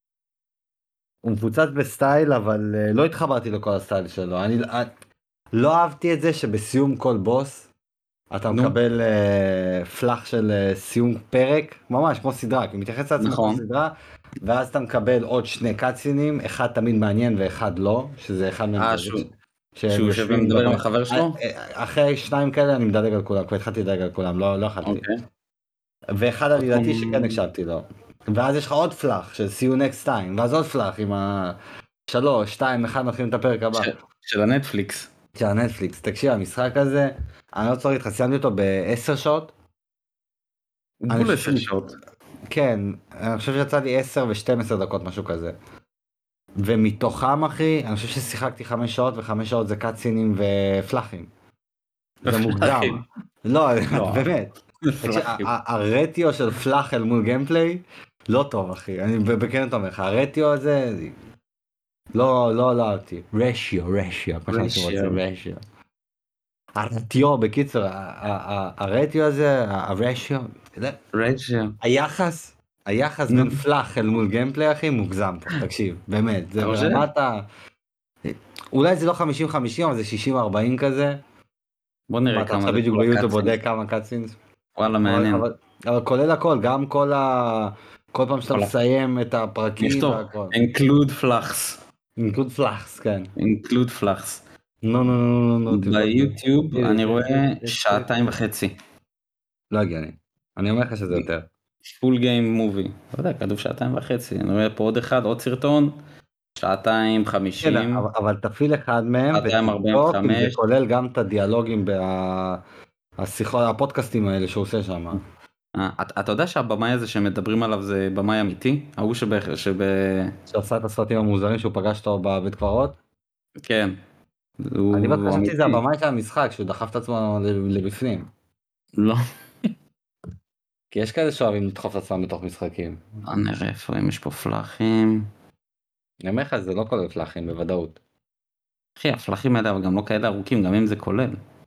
הוא מפוצץ בסטייל, אבל אה, לא התחברתי לכל הסטייל שלו. אני אה, לא אהבתי את זה שבסיום כל בוס אתה נו. מקבל אה, פלאח של אה, סיום פרק, ממש כמו סדרה, כי הוא מתייחס לעצמו כמו נכון. סדרה, ואז אתה מקבל עוד שני קאצינים, אחד תמיד מעניין ואחד לא, שזה אחד מהם אה, זה שהוא שהם שהוא יושב יושבים ומדבר עם בב... החבר אה, שלו? אה, אחרי שניים כאלה אני מדלג על כולם, כבר התחלתי לדלג על כולם, לא, לא יכלתי. אוקיי. ואחד עוד פעם, עלילתי שכן הקשבתי לו. ואז יש לך עוד פלאח של see you next time, ואז עוד פלאח עם השלוש, שתיים, אחד מתחילים את הפרק הבא. של- של הנטפליקס. של הנטפליקס, תקשיב, המשחק הזה, אני לא צריך, סיימתי אותו בעשר שעות. אני בול חושב עשר ש- שעות. כן, אני חושב שיצא לי עשר ושתים עשרה דקות, משהו כזה. ומתוכם, אחי, אני חושב ששיחקתי חמש שעות, וחמש שעות זה קאצינים ופלאחים. זה מוגזם. פלאחים. לא, לא. באמת. תקשיב, פלאחים. ה- ה- הרטיו של פלאח אל מול גיימפליי, לא טוב, אחי. אני בכנות אומר לך, הרטיו הזה, לא, לא, לא אהבתי. רשיו, רשיו, כמו שאנשים רשיו. רוצים, רשיו. הרטיו, בקיצור, ה- ה- ה- הרטיו הזה, הרשיו, אתה יודע, רשיו. היחס, היחס נו. בין פלאח אל מול גיימפליי, אחי, מוגזם פה, תקשיב, באמת, זה אתה חושב? ברמת ה... אולי זה לא חמישים חמישים, אבל זה שישים ארבעים כזה. בוא מה, נראה אתה כמה עכשיו זה בדיוק כל ביוטיוב הקאצינס. בודק כמה קאטסינס? וואלה, אבל, מעניין. אבל, אבל כולל הכל, גם כל ה... כל פעם שאתה כל ה- מסיים את הפרקים נכתוב, והכל. include flux. אינקלוד פלאחס, כן. include flux. נו, נו, נו, נו, נו, תבדוק. ביוטיוב אני רואה שעתיים וחצי. לא הגיוני. אני אומר לך שזה יותר. פול גיים מובי. לא יודע, כתוב שעתיים וחצי. אני רואה פה עוד אחד, עוד סרטון. שעתיים כן, חמישים. אבל, אבל תפעיל אחד מהם שעתיים ארבעים ותבדוק אם זה וחמש. כולל גם את הדיאלוגים, בה- השיחות, הפודקאסטים האלה שהוא עושה שם. אה, אתה אתה יודע שהבמאי הזה שמדברים עליו זה במאי אמיתי? ההוא שב... שב... שעשה את הסרטים המוזרים שהוא פגש אותו בבית קברות. כן. הוא אני הוא דווקא חשבתי שזה אמיתי. הבמאי של המשחק, שהוא דחף את עצמו לבפנים. לא. כי יש כאלה שאוהבים לדחוף את עצמם בתוך משחקים. אני נראה איפה אם יש פה פלאחים. אני אומר לך, זה לא כולל פלאחים, בוודאות. אחי, הפלאחים האלה אבל גם לא כאלה ארוכים, גם אם זה כולל.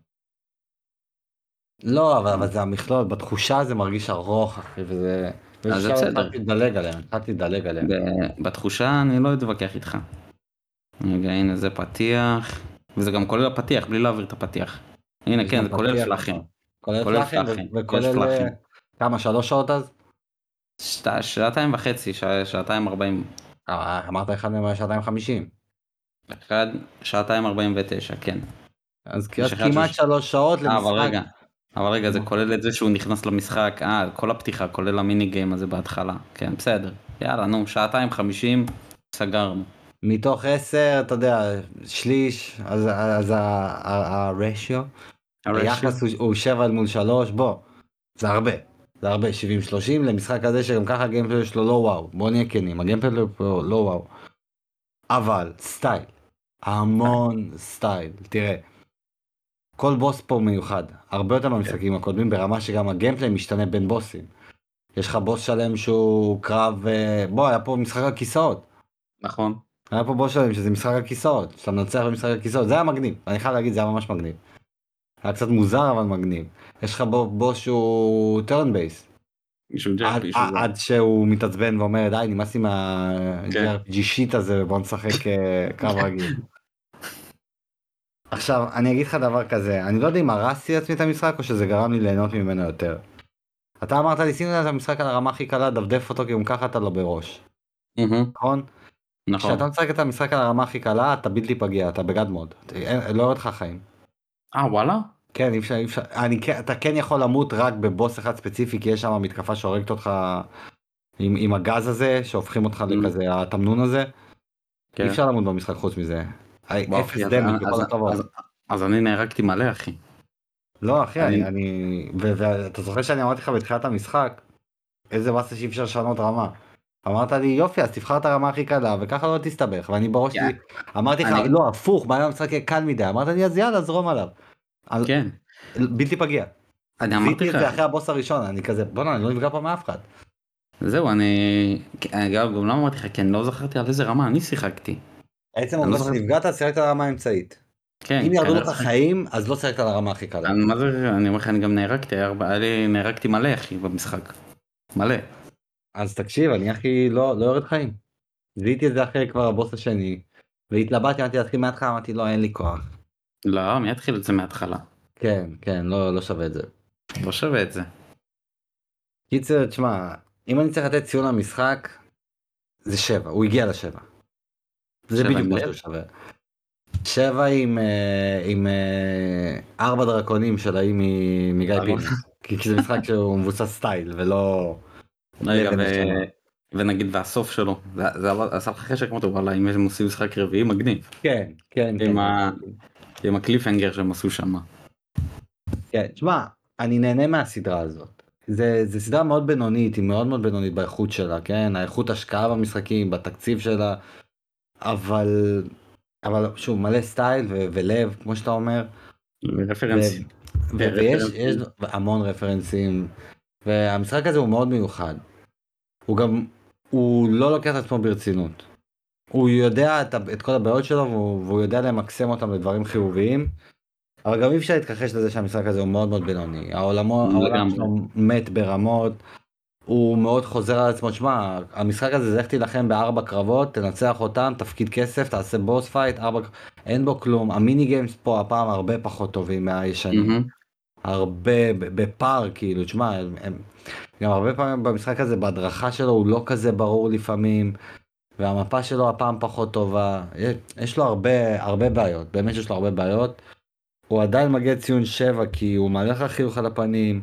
לא, אבל, אבל זה המכלול, בתחושה זה מרגיש ארוך, אחי, וזה... אז זה ושם בסדר. התחלתי לדלג עליהם, התחלתי לדלג עליהם. ב- בתחושה אני לא אתווכח איתך. רגע, הנה זה פתיח. וזה גם כולל הפתיח, בלי להעביר את הפתיח. הנה, יש כן, גם זה כולל פתיח, פלאחים. נכון. כולל כולל פלאחים, פלאחים, ו- יש וכולל... פלאחים. אה, כמה, שלוש שעות אז? שע- שעתיים וחצי, שע- שעתיים ארבעים. אה, אמרת אחד מהם היה שעתיים חמישים. אחד, שעתיים ארבעים ותשע, כן. אז יש אחד כמעט ש- שלוש שעות אה, אבל למשחק. רגע. אבל רגע, זה נו. כולל את זה שהוא נכנס למשחק, אה, כל הפתיחה, כולל המיני גיים הזה בהתחלה. כן, בסדר. יאללה, נו, שעתיים חמישים, סגרנו. מתוך עשר, אתה יודע, שליש, אז, אז הרשיו, היחס הוא, הוא שבע מול שלוש, בוא, זה הרבה, זה הרבה, שבעים שלושים למשחק הזה שגם ככה הגיימפלי שלו לא וואו, בוא נהיה כנים, הגיימפלי פה לא וואו, אבל סטייל, המון סטייל, תראה, כל בוס פה מיוחד, הרבה יותר מהמשחקים הקודמים, ברמה שגם הגיימפלי משתנה בין בוסים, יש לך בוס שלם שהוא קרב, בוא, היה פה משחק הכיסאות, נכון. היה פה בוס שלם שזה משחק הכיסאות, שאתה מנצח במשחק הכיסאות, זה היה מגניב, אני חייב להגיד, זה היה ממש מגניב. היה קצת מוזר אבל מגניב. יש לך בוס שהוא טרן בייס. עד, עד שהוא מתעצבן ואומר די נמאס לי מה-ג'י אר פי ג'י שיט הזה בוא נשחק קרב רגיל. עכשיו אני אגיד לך דבר כזה, אני לא יודע אם הרסתי לעצמי את המשחק או שזה גרם לי ליהנות ממנו יותר. אתה אמרת לי שים את המשחק על הרמה הכי קלה, דפדף אותו כי גם ככה אתה לא בראש. נכון? נכון. כשאתה משחק את המשחק על הרמה הכי קלה אתה בלתי פגיע, אתה בגד מוד, לא יורד לך חיים. אה וואלה? כן, אי אפשר, אי אפשר, אני, אתה כן יכול למות רק בבוס אחד ספציפי כי יש שם מתקפה שהורגת אותך עם, עם הגז הזה שהופכים אותך לכזה התמנון הזה. כן. אי אפשר למות במשחק חוץ מזה. אפס דמג' בכל הכבוד. אז אני נהרגתי מלא אחי. לא אחי, אני, אני, ואתה זוכר שאני אמרתי לך בתחילת המשחק איזה באסה שאי אפשר לשנות רמה. אמרת לי יופי אז תבחר את הרמה הכי קלה וככה לא תסתבך, ואני בראש שלי אמרתי לך לא הפוך, מה אם המשחק יהיה קל מדי, אמרת לי אז יאללה זרום עליו. כן. בלתי פגיע. אני אמרתי לך זה אחרי הבוס הראשון, אני כזה בוא'נה אני לא נפגע פה מאף אחד. זהו, אני גם לא אמרתי לך כי אני לא זכרתי על איזה רמה אני שיחקתי. בעצם העובדה שנפגעת שיחקת על הרמה האמצעית. אם ירדו לך חיים אז לא שיחקת על הרמה הכי קלה. אני אומר לך אני גם נהרגתי, נהרגתי מלא אחי במשחק. מלא. אז תקשיב אני אחי לא יורד חיים. זיהיתי את זה אחרי כבר הבוס השני והתלבטתי, אמרתי להתחיל מההתחלה, אמרתי לא אין לי כוח. לא, מי יתחיל את זה מההתחלה? כן כן לא שווה את זה. לא שווה את זה. קיצר תשמע, אם אני צריך לתת ציון למשחק זה שבע, הוא הגיע לשבע. זה בדיוק מה שהוא שווה. שבע עם עם ארבע דרקונים של האי מגיא פינס, כי זה משחק שהוא מבוסס סטייל ולא... ונגיד והסוף שלו, זה עשה לך חשק כמו טוב, אם הם עושים משחק רביעי מגניב. כן, כן, עם הקליפהנגר שהם עשו שם. כן, תשמע, אני נהנה מהסדרה הזאת. זה סדרה מאוד בינונית, היא מאוד מאוד בינונית באיכות שלה, כן? האיכות השקעה במשחקים, בתקציב שלה, אבל... אבל שוב, מלא סטייל ולב, כמו שאתה אומר. ורפרנסים. ויש המון רפרנסים, והמשחק הזה הוא מאוד מיוחד. הוא גם, הוא לא לוקח את עצמו ברצינות. הוא יודע את, את כל הבעיות שלו, והוא, והוא יודע למקסם אותם לדברים חיוביים. אבל גם אי אפשר להתכחש לזה שהמשחק הזה הוא מאוד מאוד בינוני. העולמו, העולם שלו מת ברמות, הוא מאוד חוזר על עצמו. שמה, המשחק הזה זה איך תילחם בארבע קרבות, תנצח אותם, תפקיד כסף, תעשה בוס פייט, ארבע... אין בו כלום. המיני גיימס פה הפעם הרבה פחות טובים מהישנים. Mm-hmm. הרבה, בפאר כאילו, תשמע, הם, הם, גם הרבה פעמים במשחק הזה, בהדרכה שלו הוא לא כזה ברור לפעמים, והמפה שלו הפעם פחות טובה, יש, יש לו הרבה, הרבה בעיות, באמת יש לו הרבה בעיות. הוא עדיין מגיע ציון שבע כי הוא מעלה לך חיוך על הפנים,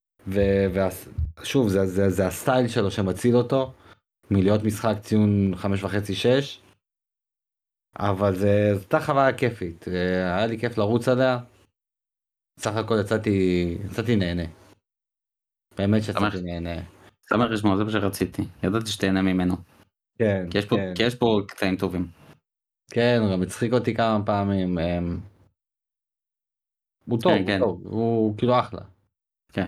ושוב זה, זה, זה הסטייל שלו שמציל אותו מלהיות משחק ציון חמש וחצי שש, אבל זה הייתה חוויה כיפית, היה לי כיף לרוץ עליה, סך הכל יצאתי, יצאתי נהנה, באמת שיצאתי נהנה. שמח לשמוע, זה מה שרציתי, ידעתי שתהנה ממנו. כן, כי יש פה, כן. כי יש פה קטעים טובים. כן, הוא גם הצחיק אותי כמה פעמים. הוא טוב, כן, הוא כן. טוב, הוא כאילו אחלה. כן.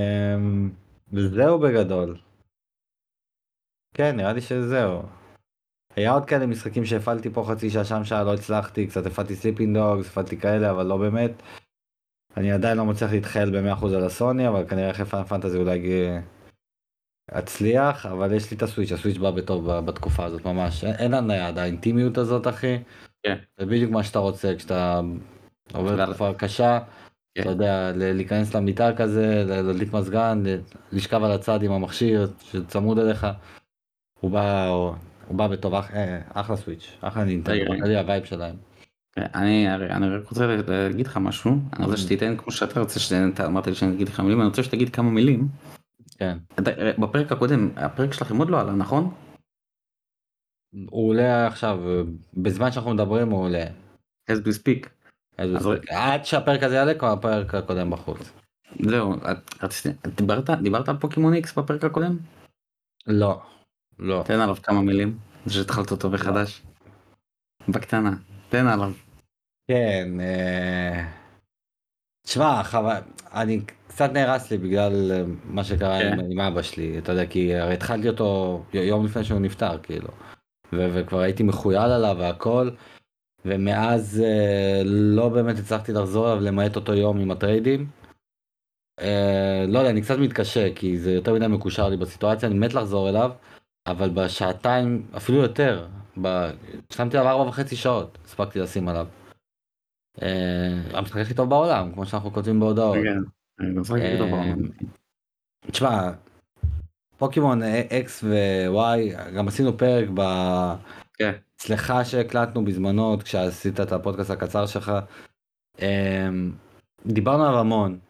וזהו בגדול. כן, נראה לי שזהו. היה עוד כאלה משחקים שהפעלתי פה חצי שעה שם שעה, לא הצלחתי, קצת הפעלתי סליפינג דוגס, הפעלתי כאלה, אבל לא באמת. אני עדיין לא מצליח להתחייל ב-מאה אחוז על הסוני, אבל כנראה אחרי פיינל פנטזי אולי אצליח, אבל יש לי את הסוויץ', הסוויץ' בא בטוב בתקופה הזאת ממש. אין הנייד, האינטימיות הזאת אחי. כן. זה בדיוק מה שאתה רוצה כשאתה עובר תקופה קשה. אתה יודע, להיכנס למיטה כזה, להדליק מזגן, לשכב על הצד עם המכשיר שצמוד אליך. הוא בא, הוא בא בטוב, אחלה סוויץ', אחלה נינטנדו, זה לי הווייב שלהם. אני, אני רק רוצה להגיד לך משהו, אני רוצה שתיתן כמו שאתה רוצה, שאתה אמרת לי שאני אגיד לך מילים, אני רוצה שתגיד כמה מילים. כן. בפרק הקודם, הפרק שלכם עוד לא עלה, נכון? הוא עולה עכשיו, בזמן שאנחנו מדברים הוא עולה. as we speak. אז הוא אז הספיק. עד שהפרק הזה יעלה, כבר הפרק הקודם בחוץ. זהו, את- רציתי, דיברת, דיברת על פוקימון איקס בפרק הקודם? לא, לא, תן עליו כמה מילים, זה שהתחלת אותו לא. מחדש. בקטנה, תן עליו. כן, אה... תשמע, חבל, אני קצת נהרס לי בגלל אה, מה שקרה עם, כן. עם אבא שלי, אתה יודע, כי הרי התחלתי אותו י- יום לפני שהוא נפטר, כאילו, ו- וכבר הייתי מחוייל עליו והכל, ומאז אה, לא באמת הצלחתי לחזור אליו למעט אותו יום עם הטריידים. אה, לא יודע, אני קצת מתקשה, כי זה יותר מדי מקושר לי בסיטואציה, אני מת לחזור אליו, אבל בשעתיים, אפילו יותר, ב... שמתי עליו ארבע וחצי שעות, הספקתי לשים עליו. אה, המשחק הכי טוב בעולם, כמו שאנחנו כותבים בהודעות. כן, אני גם משחק הכי טוב אה, בעולם. תשמע, פוקימון X ו-Y, גם עשינו פרק ב... כן. אצלך שהקלטנו בזמנו, כשעשית את הפודקאסט הקצר שלך, אה, דיברנו עליו המון,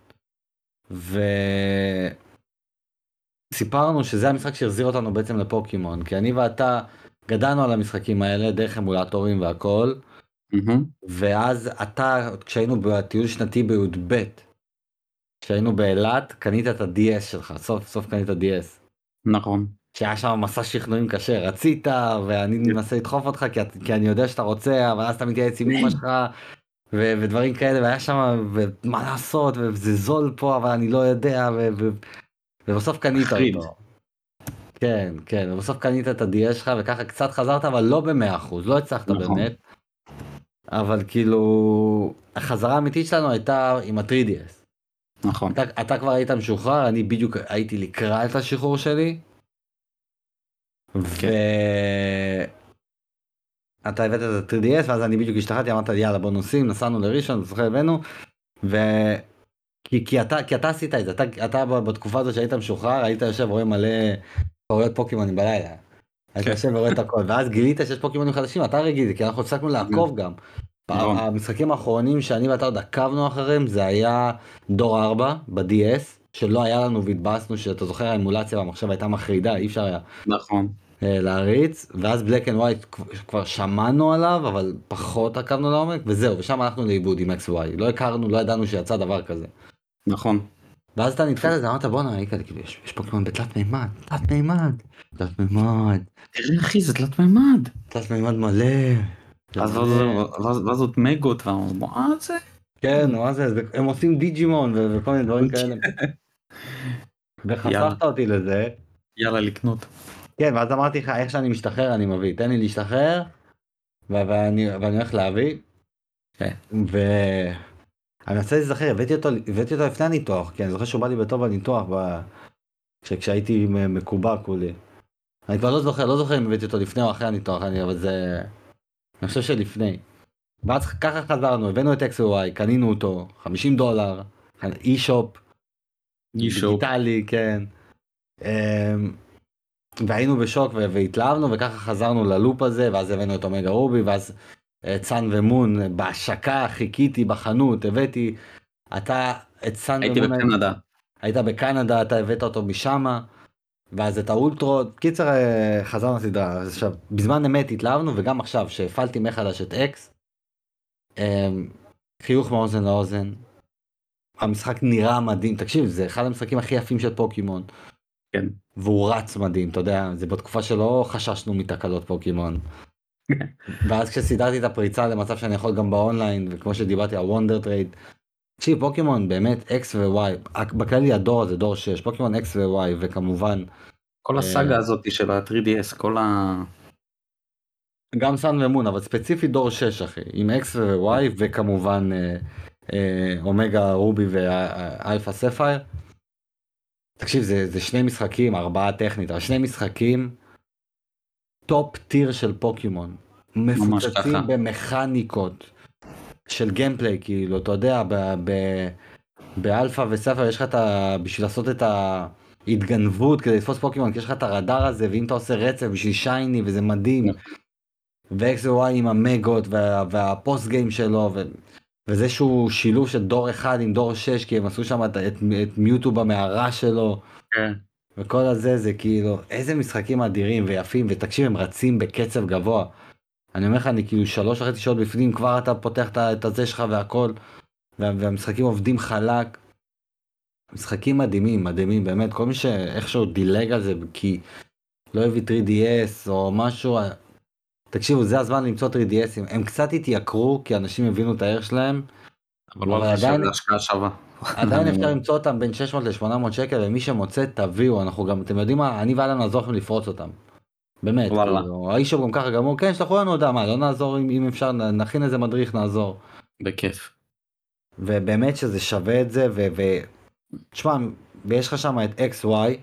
וסיפרנו שזה המשחק שהחזיר אותנו בעצם לפוקימון, כי אני ואתה גדלנו על המשחקים האלה דרך אמולטורים והכל, מהמם. ואז אתה, כשהיינו בטיול שנתי בי"ב, כשהיינו באילת, קנית את ה-די אס שלך, סוף סוף קנית די אס. נכון. שהיה שם מסע שכנועים קשה, רצית, ואני מנסה לדחוף אותך, כי, את- כי אני יודע שאתה רוצה, אבל אז אתה מתייעץ עם אמא שלך, ו- ודברים כאלה, והיה שם, ומה לעשות, וזה זול פה, אבל אני לא יודע, ו- ו- ובסוף קנית מחריד. אותו. כן, כן, ובסוף קנית את ה-די אס שלך, וככה קצת חזרת, אבל לא במאה אחוז, לא הצלחת נכון. באמת, אבל כאילו, החזרה האמיתית שלנו הייתה עם ה-טרי די אס. נכון. אתה, אתה כבר היית משוחרר, אני בדיוק הייתי לקראת השחרור שלי, כן. ואתה הבאת את ה-טרי די אס, ואז אני בדיוק השתחררתי, אמרת לי יאללה בוא נוסעים, נסענו לראשון, זוכר הבאנו, ו... כי, כי, אתה, כי אתה עשית את זה, אתה, אתה בתקופה הזאת שהיית משוחרר, היית יושב רואה מלא פוריות פוקימונים בלילה. היית כן. יושב ורואה את הכל, ואז גילית שיש פוקימונים חדשים, אתה רגיל, כי אנחנו הפסקנו לעקוב גם. נכון. המשחקים האחרונים שאני ואתה עוד עקבנו אחריהם, זה היה דור ארבע ב-די אס, שלא היה לנו והתבאסנו, שאתה זוכר האמולציה במחשב הייתה מחרידה, אי אפשר היה נכון. אה, להריץ, ואז בלק אנד ווייט כבר שמענו עליו, אבל פחות עקבנו לעומק, וזהו, ושם הלכנו לאיבוד עם אקס וואי, לא הכרנו, לא ידענו שיצא דבר כזה. נכון. ואז אתה נתקע לזה, אמרת בואנה, אני כאלה, כאילו, יש, יש פוקימון בתלת מימד, תלת מימד, תלת מימד, תראה אחי, זה תלת מימד. תלת מימד מלא, זה אז מלא. ואז ואז עוד מגות, ואמרנו, מה זה? כן, מה זה, זה- הם עושים דיג'ימון ו- וכל מיני דברים כאלה. יאללה, וחשפת אותי לזה, יאללה לקנות. כן, ואז אמרתי לך, איך שאני משתחרר אני מביא, תן לי להשתחרר, ו- ואני ואני הולך להביא, כן. ואני מנסה להיזכר, הבאתי אותו, הבאתי אותו לפני הניתוח, כי אני זוכר שהוא בא לי בטוב בניתוח, ב- כש- כשהייתי מ- מקובע כולי. אני כבר לא זוכר, לא זוכר אם הבאתי אותו לפני או אחרי הניתוח, אני, אבל זה... אני חושב שלפני. ואז ככה חזרנו, הבאנו את אקס וואי, קנינו אותו, חמישים דולר, אי שופ, אי-שופ. דיגיטלי, כן. אמ, והיינו בשוק ו- והתלהבנו, וככה חזרנו ללופ הזה, ואז הבאנו את אומגה רובי, ואז את סאן ומון, בהשקה, חיכיתי בחנות, הבאתי, אתה, את סאן הייתי ומון, בקנדה. היית בקנדה, אתה הבאת אותו משמה, ואז את האולטרות, קיצר אה, חזרנו לסדרה. אז עכשיו, בזמן אמת התלהבנו, וגם עכשיו, שהפעלתי מחדש את אקס, אמ, חיוך מאוזן לאוזן, המשחק נראה מדהים, תקשיב, זה אחד המשחקים הכי יפים של פוקימון, כן. והוא רץ מדהים, אתה יודע, זה בתקופה שלא חששנו מתקלות פוקימון. ואז כשסידרתי את הפריצה למצב שאני יכול גם באונליין, וכמו שדיברתי על וונדר טרייד, תקשיב, פוקימון באמת X ו-Y, בכללי הדור הזה, דור שש, פוקימון X ו-Y, וכמובן, כל אה, הסאגה הזאת של ה-טרי די אס, כל ה... גם סאן ומון, אבל ספציפית דור שש אחי, עם X ו-Y, וכמובן אה, אה, אומגה רובי ואלפא ספייר. תקשיב, זה, זה שני משחקים, ארבעה טכנית, אבל שני משחקים טופ טיר של פוקימון, ממש ככה. מפוצצים במכניקות של גיימפליי, כאילו, אתה יודע, ב- ב- באלפא וספייר יש לך את ה... בשביל לעשות את ההתגנבות כדי לתפוס פוקימון, כי יש לך את הרדאר הזה, ואם אתה עושה רצף בשביל שייני, וזה מדהים, ו-X ו-Y עם המגות וה, והפוסט גיים שלו, ו... וזה שהוא שילוב של דור אחד עם דור שש, כי הם עשו שם את, את, את מיוטו במערה שלו, כן. וכל הזה זה כאילו, איזה משחקים אדירים ויפים, ותקשיב, הם רצים בקצב גבוה. אני אומר לך, אני כאילו שלוש וחצי שעות בפנים, כבר אתה פותח את הזה שלך והכל, וה, והמשחקים עובדים חלק. משחקים מדהימים, מדהימים, באמת, כל מי שאיכשהו דילג על זה, כי לא הביא תרי די אס או משהו, תקשיבו, זה הזמן למצוא תרי די אסים, הם קצת התייקרו, כי אנשים הבינו את הערך שלהם, אבל לא אבל על חשב עדיין, להשקעה שווה. עדיין אפשר למצוא אותם בין שש מאות ל-שמונה מאות שקל, ומי שמוצא תביאו, אנחנו גם, אתם יודעים מה, אני ואללה נעזור לכם לפרוץ אותם. באמת, וואלה, כאילו, האיש גם ככה גמור, כן, שלחו לנו הודעה, מה, לא נעזור אם, אם אפשר, נכין איזה מדריך, נעזור. בכיף. ובאמת שזה שווה את זה, ו... ו... תשמע, ויש לך שם את אקס וואי,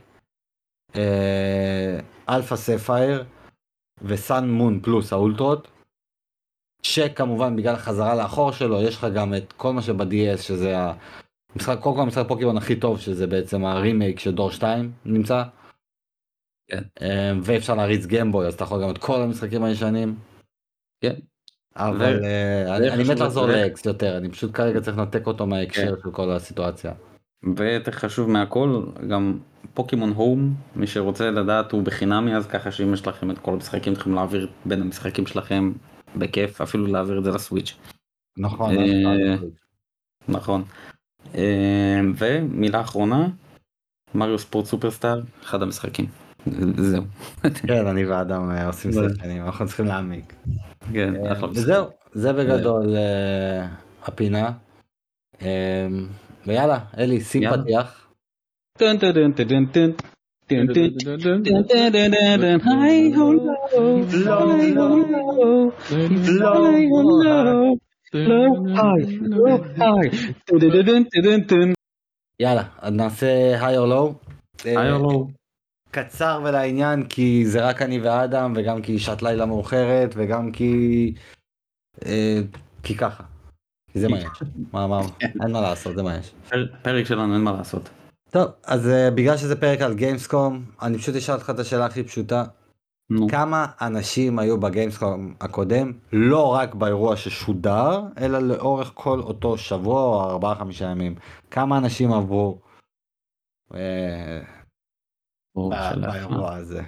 אלפא ספייר, וסן מון פלוס האולטרות, שכמובן בגלל החזרה לאחור שלו, יש לך גם את כל מה שב-די אס, שזה המשחק, קודם כל המשחק פוקימון הכי טוב, שזה בעצם הרימייק של דור שתיים נמצא. כן. ואפשר להריץ גיימבוי, אז אתה יכול גם את כל המשחקים הישנים. כן. אבל ו... אני, אני מת חשוב לחזור לציין- לאקס יותר, אני פשוט כרגע צריך לנתק אותו מההקשר של כל הסיטואציה. ויותר חשוב מהכל, גם פוקימון הום, מי שרוצה לדעת הוא בחינמי, אז ככה שאם יש לכם את כל המשחקים, אתם יכולים להעביר בין המשחקים שלכם בכיף, אפילו להעביר את זה לסוויץ'. נכון, אה, נכון. אה, ומילה אחרונה, מריו ספורט סופרסטאר, אחד המשחקים. זהו. כן, אני ואדם אה, עושים זה- סשנים, אנחנו צריכים להעמיק. כן, אה, אחלה משחק. וזהו, זה בגדול אה, הפינה. אה, ויאללה, אלי, שים יאללה. פתיח. טן טן טן טן טן. טן טן טן טן טן טן טן. היי הו לא, היי הו לא, היי הו לא, לא, היי, לא, היי. טן טן טן טן טן. יאללה, אז נעשה היי או לואו. היי הו לא. קצר ולעניין, כי זה רק אני ואדם, וגם כי שעת לילה מאוחרת, וגם כי... אה, כי ככה. כי זה מה יש. מה, מה, אין מה לעשות, זה מה יש. פרק שלנו, אין מה לעשות. טוב, אז uh, בגלל שזה פרק על גיימסקום, אני פשוט אשאל אותך את השאלה הכי פשוטה. נו. כמה אנשים היו בגיימסקום הקודם, לא רק באירוע ששודר, אלא לאורך כל אותו שבוע או ארבעה חמישה ימים? כמה אנשים עברו אה, או, ב- שאלה יפה. באירוע הזה?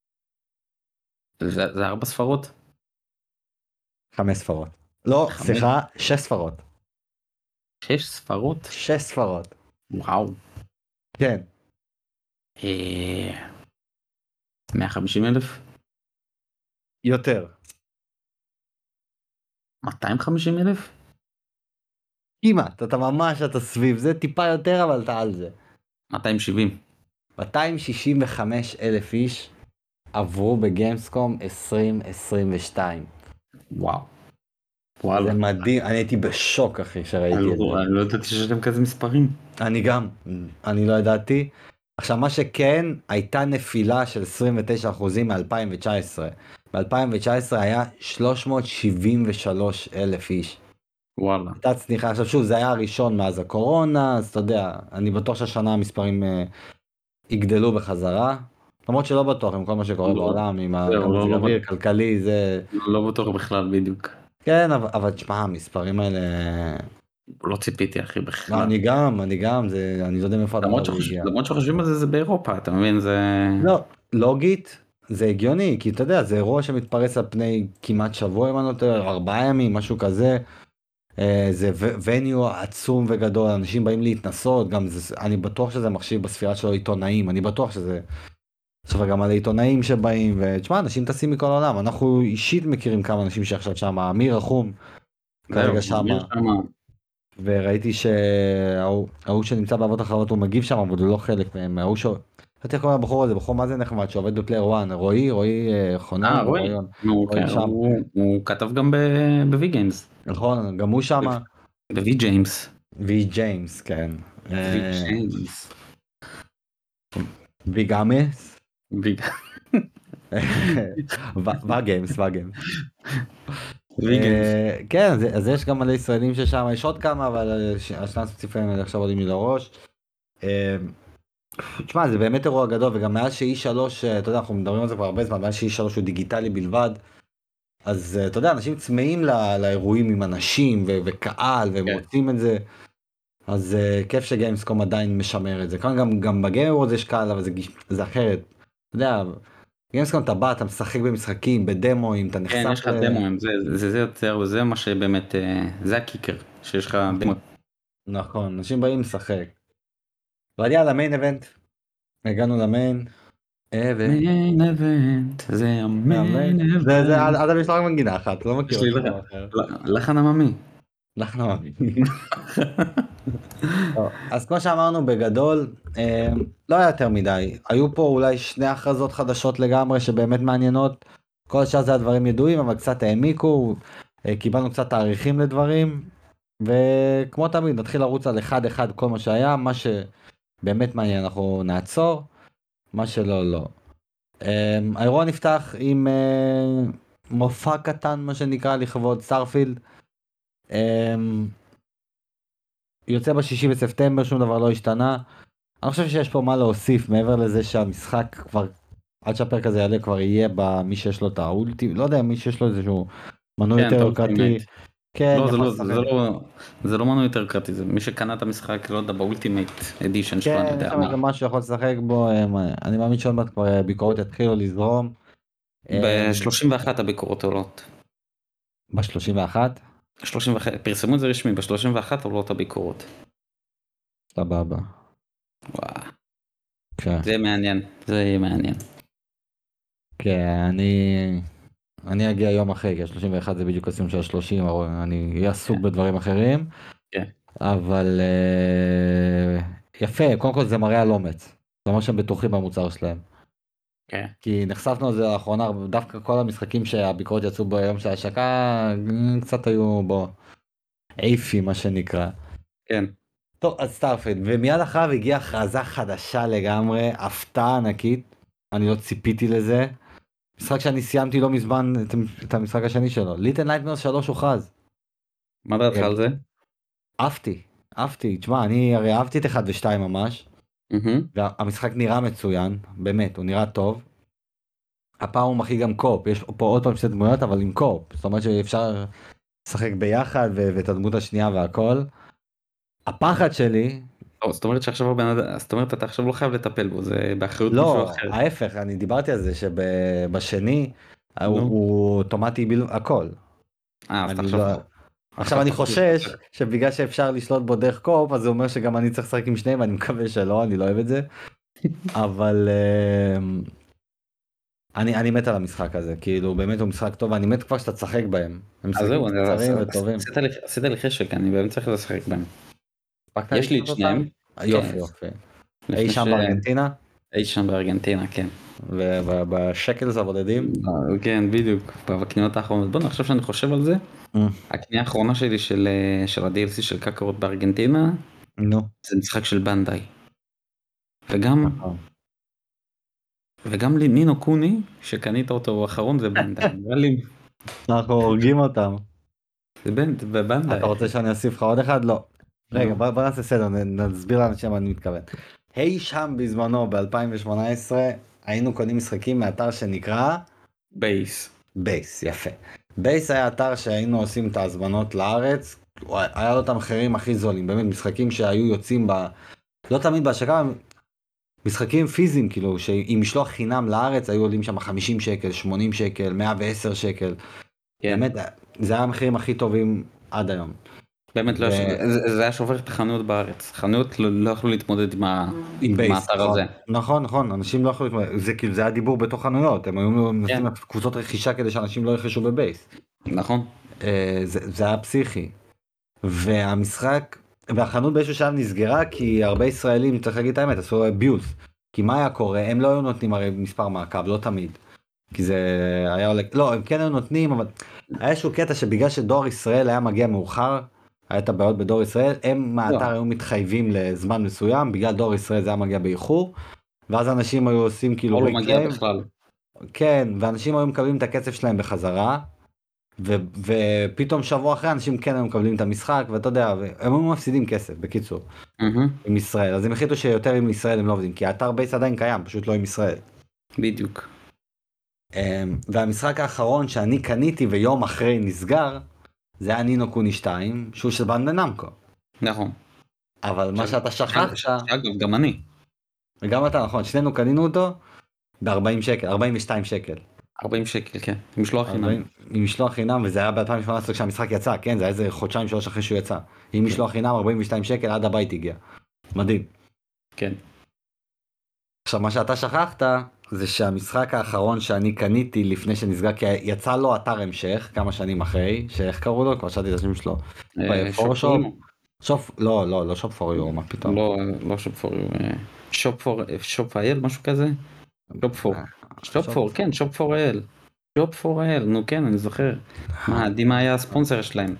זה זה ארבע ספרות? חמש ספרות. לא, חמש. סליחה, שש ספרות. שש ספרות? שש ספרות. וואו. כן. אה, מאה וחמישים אלף? יותר. מאתיים וחמישים אלף? כמעט, אתה ממש, אתה סביב זה, טיפה יותר, אבל אתה על זה. מאתיים ושבעים. מאתיים שישים וחמש אלף איש עברו בגיימסקום עשרים עשרים ושתיים. וואו. זה וואלה. מדהים, אני הייתי בשוק אחי אני שראיתי את זה. לא אני לא ידעתי שיש להם כזה מספרים. אני גם, אני לא ידעתי. עכשיו מה שכן, הייתה נפילה של עשרים ותשעה אחוזים מ-אלפיים תשע עשרה. ב-אלפיים תשע עשרה היה שלוש מאות שבעים ושלוש אלף איש. וואלה. הייתה צניחה, עכשיו שוב, זה היה הראשון מאז הקורונה, אז אתה יודע, אני בטוח שהשנה המספרים אה, יגדלו בחזרה. למרות שלא בטוח עם כל מה שקורה לא. בעולם, עם זהו, לא, המזג לא אוויר, בטוח. כלכלי, זה... לא בטוח בכלל בדיוק. כן, אבל, אבל תשמע, המספרים האלה... לא ציפיתי אחי לא, בכלל. אני גם, אני גם, זה, אני לא יודע מאיפה הדבר למרות הזה שחוש- הגיע. למרות שחושבים על זה, זה באירופה, אתה מבין? זה... לא, לוגית, זה הגיוני, כי אתה יודע, זה אירוע שמתפרס על פני כמעט שבוע, אם אני לא טועה, ארבעה ימים, משהו כזה. אה, זה וניו עצום וגדול, אנשים באים להתנסות, גם זה, אני בטוח שזה מחשיב בספירה שלו עיתונאים, אני בטוח שזה... סופר גם על העיתונאים שבאים, ותשמע, אנשים טסים מכל העולם, אנחנו אישית מכירים כמה אנשים שעכשיו שם, אמיר רחום, כרגע זהו, שם, אמיר שמה. וראיתי שההוא ההוא שנמצא בעבוד אחרות הוא מגיב שם, אבל הוא לא חלק מהם, ההוא ש... לא יודעת איך קוראים לבחור הזה, בחור מה זה נחמד, שעובד בפלייר וואן, רועי, רועי אה, חונן, אה, או רועי. רועי, נו, רועי כן, שם, הוא הוא כתב גם בווי גיימס. נכון, גם הוא שם, בווי גיימס. וי ג'יימס, כן, וי אה, גיימס. וי גאמס, וי וגיימס, וגיימס. וי גיימס. אה, כן, אז- אז יש גם מלא ישראלים ששם, יש עוד כמה, אבל אה, ש- השניים הספציפיים האלה עכשיו עולים לי לראש. אה, תשמע, זה באמת אירוע גדול, וגם מאז ש-אי שלוש, אה, אתה יודע, אנחנו מדברים על זה כבר הרבה זמן, מאז ש-אי שלוש הוא דיגיטלי בלבד, אז אה, אתה יודע, אנשים צמאים לא- לאירועים עם אנשים ו- וקהל, והם כן. רוצים את זה. אז uh, כיף שגיימסקום עדיין משמר את זה. כאן גם, גם בגיימוורלד יש קהל, אבל זה, זה אחרת. אתה יודע, גיימסקום אתה בא, אתה משחק במשחקים, בדמוים, אתה כן, נחשף יש לך ל... דמוים, זה, זה, זה יותר, וזה מה שבאמת, אה, זה הקיקר, שיש לך דמות. נכון, אנשים באים לשחק. אבל יאללה, מיין אבנט. הגענו למיין. אבנט. מיין אבנט, זה המיין זה, זה, עד אבנט. עד יש לך רק מנגינה אחת, לא מכיר יש עוד לי שום לך, דבר אחר. לחן עממי. אנחנו מאמין. טוב, אז כמו שאמרנו בגדול, אה, לא היה יותר מדי. היו פה אולי שני הכרזות חדשות לגמרי שבאמת מעניינות. כל השאר זה הדברים ידועים, אבל קצת העמיקו, אה, קיבלנו קצת תאריכים לדברים, וכמו תמיד נתחיל לרוץ על אחד אחד כל מה שהיה, מה שבאמת מעניין אנחנו נעצור, מה שלא לא. אה, האירוע נפתח עם אה, מופע קטן מה שנקרא לכבוד סטארפילד. אה, יוצא בשישי בספטמבר, שום דבר לא השתנה. אני חושב שיש פה מה להוסיף מעבר לזה שהמשחק כבר, עד שהפרק הזה יעלה כבר יהיה במי שיש לו את האולטי, לא יודע, מי שיש לו איזשהו מנוי כן, יותר אתה יוקרתי, אולטימייט. כן, לא, זה יכול לא, לשחק. זה לא, זה לא מנו יותר קראתי, זה מי שקנה את המשחק, לא יודע, באולטימייט אדישן שלו, אני כן, יש יודע שם מה. איזה משהו שיכול לשחק בו, הם, אני מאמין שעוד מעט כבר ביקורות יתחילו לזרום. ב-שלושים ואחת הביקורות עולות. ב-שלושים ואחת? שלושים ואחת, פרסמו את זה רשמי, ב-שלושים ואחת עולות הביקורות. סבבה. וואו, כן, זה מעניין, זה יהיה מעניין. כן, אני... אני אגיע יום אחרי, כי ה-שלושים ואחת זה בדיוק הסיום של ה-שלושים, אבל אני אהיה עסוק כן, בדברים אחרים. כן, אבל אה, יפה, קודם כל זה מראה על אומץ. זה אומר שהם בטוחים במוצר שלהם. כן, כי נחשפנו לזה לאחרונה, דווקא כל המשחקים שהביקורות יצאו ביום של ההשקה, אה, קצת היו בו עייפי מה שנקרא. כן. טוב, אז סטארפילד, ומיד אחריו הגיעה הכרזה חדשה לגמרי, הפתעה ענקית, אני לא ציפיתי לזה. משחק שאני סיימתי לא מזמן את, את המשחק השני שלו, ליטל נייטמרס שלוש הוכרז. מה דעתך על זה? אהבתי, אהבתי, תשמע, אני הרי אהבתי את אחד ושתיים ממש. מהמם. והמשחק נראה מצוין, באמת, הוא נראה טוב. הפעם הוא מכיל גם קופ, יש פה עוד פעם שתי דמויות, אבל עם קופ. זאת אומרת שאפשר לשחק ביחד ו- ואת הדמות השנייה והכל. הפחד שלי, לא, זאת אומרת שעכשיו הבן אדם, זאת אומרת אתה עכשיו לא חייב לטפל בו, זה באחריות מישהו לא, אחר. ההפך, אני דיברתי על זה שבשני הוא, נו. הוא אוטומטי בל... הכל. אה, אז אתה אני עכשיו, לא... עכשיו עכשיו אני אתה חושב חושש שאתה... שבגלל שאפשר לשלוט בו דרך קופ, אז זה אומר שגם אני צריך לשחק עם שניהם, ואני מקווה שלא, אני לא אוהב את זה. אבל... אמ, אני, אני מת על המשחק הזה, כאילו באמת הוא משחק טוב, ואני מת כבר שאתה תשחק בהם. הם אז משחקים זהו, אני- אז- קצרים אז- וטובים. עשית לי עשית לי חשק, אני באמת צריך לשחק בהם. הספקת יש לי את לקנות אותם? שניהם. כן, יופי יופי. אי לפני ש... שם בארגנטינה, היית שם בארגנטינה, כן. ובשקלס הבודדים. אה, כן, בדיוק, בקניות האחרונות. בוא נחשוב שאני חושב על זה. אה, הקנייה האחרונה שלי של, אה, של ה-די אל סי של קקרות בארגנטינה, נו, זה משחק של בנדאי. וגם, נכון. וגם לי נינו קוני, שקנית אותו האחרון זה בנדאי. נראה לי, אנחנו הורגים אותם. זה בנ- זה אתה בבנדאי, רוצה אחי. שאני אוסיף לך עוד אחד? לא. רגע, נו, בוא, בוא נעשה סדר, נ- נסביר לאנשים מה אני מתכוון. אי שם בזמנו, ב-אלפיים ושמונה עשרה, היינו קונים משחקים מאתר שנקרא בייס. בייס, יפה. בייס היה אתר שהיינו עושים את ההזמנות לארץ, הוא היה לו את המחירים הכי זולים, באמת משחקים שהיו יוצאים ב... לא תמיד בהשקה, משחקים פיזיים כאילו, שעם משלוח חינם לארץ היו עולים שם חמישים שקל, שמונים שקל, מאה ועשר שקל, כן. באמת, זה היה המחירים הכי טובים עד היום. באמת לא, ו... יש- זה זה היה שובר את החנויות בארץ. חנויות לא לא יכלו להתמודד עם ה- עם עם בייס, האתר הזה. נכון, נכון, נכון, אנשים לא יכולים, זה כאילו, זה היה דיבור בתוך חנויות, הם היו מנסים כן, לעשות קבוצות רכישה כדי שאנשים לא ירכשו בבייס. נכון. אה, זה, זה היה פסיכי. והמשחק, והחנות באיזשהו שלב נסגרה כי הרבה ישראלים, צריך להגיד את האמת, עשו אביוז. כי מה היה קורה? הם לא היו נותנים הרי מספר מעקב, לא תמיד. כי זה היה עולה, לא, הם כן היו נותנים, אבל היה איזשהו קטע שבגלל שדואר ישראל היה מגיע מאוחר, היה את הבעיות בדואר ישראל, הם לא, מהאתר היו מתחייבים לזמן מסוים, בגלל דואר ישראל זה היה מגיע באיחור, ואז אנשים היו עושים כאילו או לא מגיע ריקליים, בכלל. כן, ואנשים היו מקבלים את הכסף שלהם בחזרה, ו- ופתאום שבוע אחרי אנשים כן היו מקבלים את המשחק, ואתה יודע, הם היו מפסידים כסף, בקיצור, מהמם, עם ישראל. אז הם החליטו שיותר עם ישראל הם לא עובדים, כי האתר בייס עדיין קיים, פשוט לא עם ישראל. בדיוק. אמ, והמשחק האחרון שאני קניתי ויום אחרי נסגר, זה היה נינו קוני שתיים, שהוא של בנדה נמקו. נכון. אבל מה שאתה שכחת, שאגב, גם אני. וגם אתה, נכון, שנינו קנינו אותו ב-ארבעים שקל, ארבעים ושתיים שקל. ארבעים שקל, כן. משלוח חינם. ארבעים, עם משלוח חינם, וזה היה ב-אלפיים ושמונה עשרה כשהמשחק יצא, כן? זה היה איזה חודשיים שלוש אחרי שהוא יצא. עם משלוח חינם, ארבעים ושתיים שקל, עד הבית הגיע. מדהים. כן. עכשיו, מה שאתה שכחת, זה שהמשחק האחרון שאני קניתי לפני שנסגר, כי יצא לו אתר המשך, כמה שנים אחרי, שאיך קראו לו? כבר שאלתי את השם שלו. פורשופ? שופ, לא, לא, לא שופ פור יו, מה פתאום? לא, לא שופ פור יו. שופ פור, שופ אייל, משהו כזה? שופ פור. שופ פור, כן, שופ פור אייל. שופ פור אייל, נו כן, אני זוכר. מה, דימה היה הספונסר שלהם.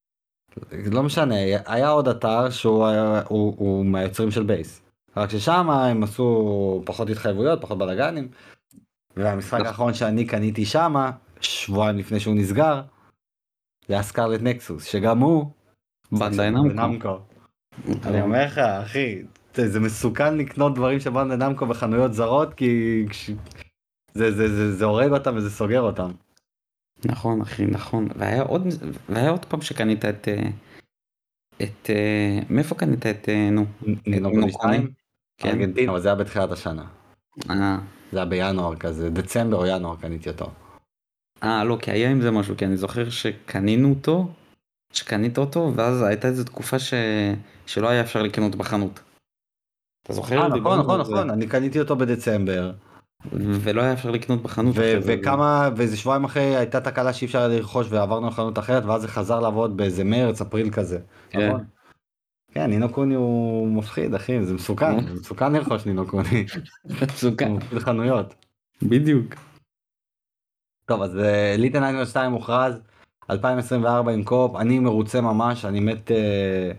לא משנה, היה עוד אתר שהוא היה- הוא- הוא מהיוצרים של בייס. רק ששם הם עשו פחות התחייבויות, פחות בלאגנים. והמשחק האחרון שאני קניתי שמה, שבועיים לפני שהוא נסגר, זה היה סקארלט נקסוס, שגם הוא בנדאי נמקו. אני אומר לך, אחי, זה מסוכן לקנות דברים של בנדאי נמקו בחנויות זרות, כי כש- זה- זה- זה זה הורג אותם וזה סוגר אותם. נכון, אחי, נכון. והיה עוד, והיה עוד פעם שקנית את, אה, את, אה, מאיפה קנית את, אה, נו? נינו נו קוני שתיים? כן. ארגנטינה, אבל זה היה בתחילת השנה. אה, זה היה בינואר כזה, דצמבר או ינואר קניתי אותו. אה, לא, כי היה עם זה משהו, כי אני זוכר שקנינו אותו, שקנית אותו, ואז הייתה איזו תקופה ש... שלא היה אפשר לקנות בחנות. אתה זוכר? אה, נכון, דיברנו נכון, על זה. נכון, אני קניתי אותו בדצמבר. ולא היה אפשר לקנות בחנות ו- אחרי זה. וכמה, ואיזה שבועיים אחרי הייתה תקלה שאי אפשר היה לרכוש ועברנו לחנות אחרת, ואז זה חזר לעבוד באיזה מרץ, אפריל כזה, כן. נכון? כן, נינו קוני הוא מפחיד, אחי, זה מסוכן, זה מסוכן לרכוש נינו קוני. מסוכן. הוא מפחיד חנויות. בדיוק. טוב, אז ליטל ניינטיין שתיים מוכרז, אלפיים עשרים וארבע עם קופ, אני מרוצה ממש, אני מת אה,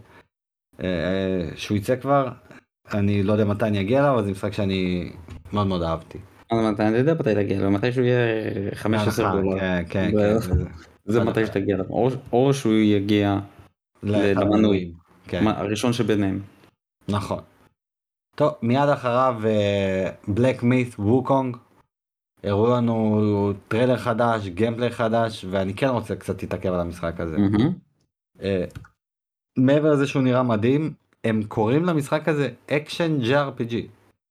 אה, שהוא יצא כבר, אני לא יודע מתי אני אגיע אליו, אבל זה משחק שאני מאוד מאוד אהבתי. אבל אתה יודע מתי תגיע לו, מתי שהוא יהיה חמש עשרה דולר. כן, כן, ו- כן. זה- זה מתי שתגיע לו. או- או שהוא יגיע לאחד למנוי. המנויים, כן. מה, הראשון שביניהם. נכון. טוב, מיד אחריו בלק מית' ווקונג, הראו לנו טריילר חדש, גיימפליי חדש, ואני כן רוצה קצת להתעכב על המשחק הזה. מהמם. אה, מעבר לזה שהוא נראה מדהים, הם קוראים למשחק הזה אקשן ג'י אר פי ג'י.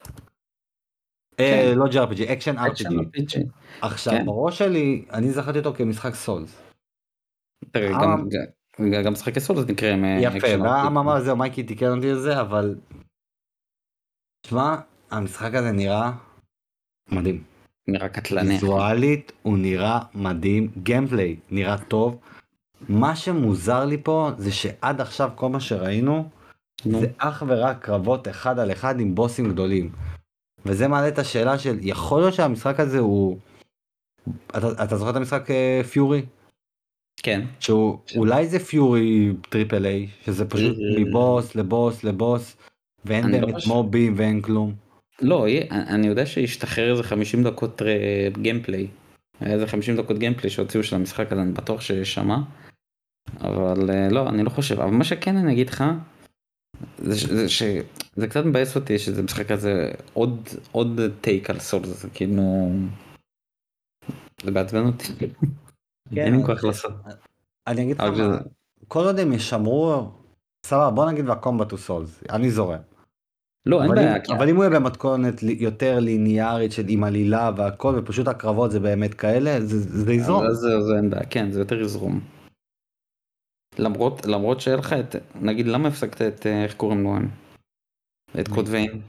אה, לא ג'י אר פי ג'י, אקשן אר פי אקשן ג'י. אר פי ג'י. עכשיו, כן. בראש שלי, אני זכרתי אותו כמשחק סולס. תראה, אה, גם- גם- גם משחקי סולו נקראים אה, יפה, אקשן אר פי ג'י. והמאמר הזה, מייקי תיקן אותי לזה, אבל... תשמע, המשחק הזה נראה מדהים. נראה קטלני. ויזואלית הוא נראה מדהים, גיימפליי נראה טוב. מה שמוזר לי פה זה שעד עכשיו כל מה שראינו נו. זה אך ורק קרבות אחד על אחד עם בוסים גדולים. וזה מעלה את השאלה של יכול להיות שהמשחק הזה הוא... אתה, אתה זוכר את המשחק אה, פיורי? כן. שהוא אולי זה פיורי טריפל איי, שזה פשוט אה, מבוס לבוס לבוס ואין אני לא באמת חושב- מובים ואין כלום. לא, יהיה- אני יודע שהשתחרר איזה חמישים דקות אה, גיימפליי. היה איזה חמישים דקות גיימפליי שהוציאו של המשחק הזה, אני בטוח ששמע. אבל אה, לא, אני לא חושב. אבל מה שכן אני אגיד לך, זה, ש- זה, ש, זה קצת מבאס אותי שזה משחק כזה עוד, עוד טייק על סול, זה כאילו... זה מעצבן אותי. אין לי כוח לעשות. אני אגיד לך אבל מה, זה- כל עוד הם ישמרו, סבבה, בוא נגיד והקומבט הוא סולס, אני זורם. לא, אין אבל אם, בעיה. כי- אבל אם הוא יהיה במתכונת לי- יותר ליניארית של עם עלילה והכל ופשוט הקרבות זה באמת כאלה, זה, זה יזרום. אבל זה, זה אין בעיה, כן, זה יותר יזרום. למרות, למרות שהיה לך את, נגיד, למה הפסקת את, אה, איך קוראים לו? את מי? קוד ויין?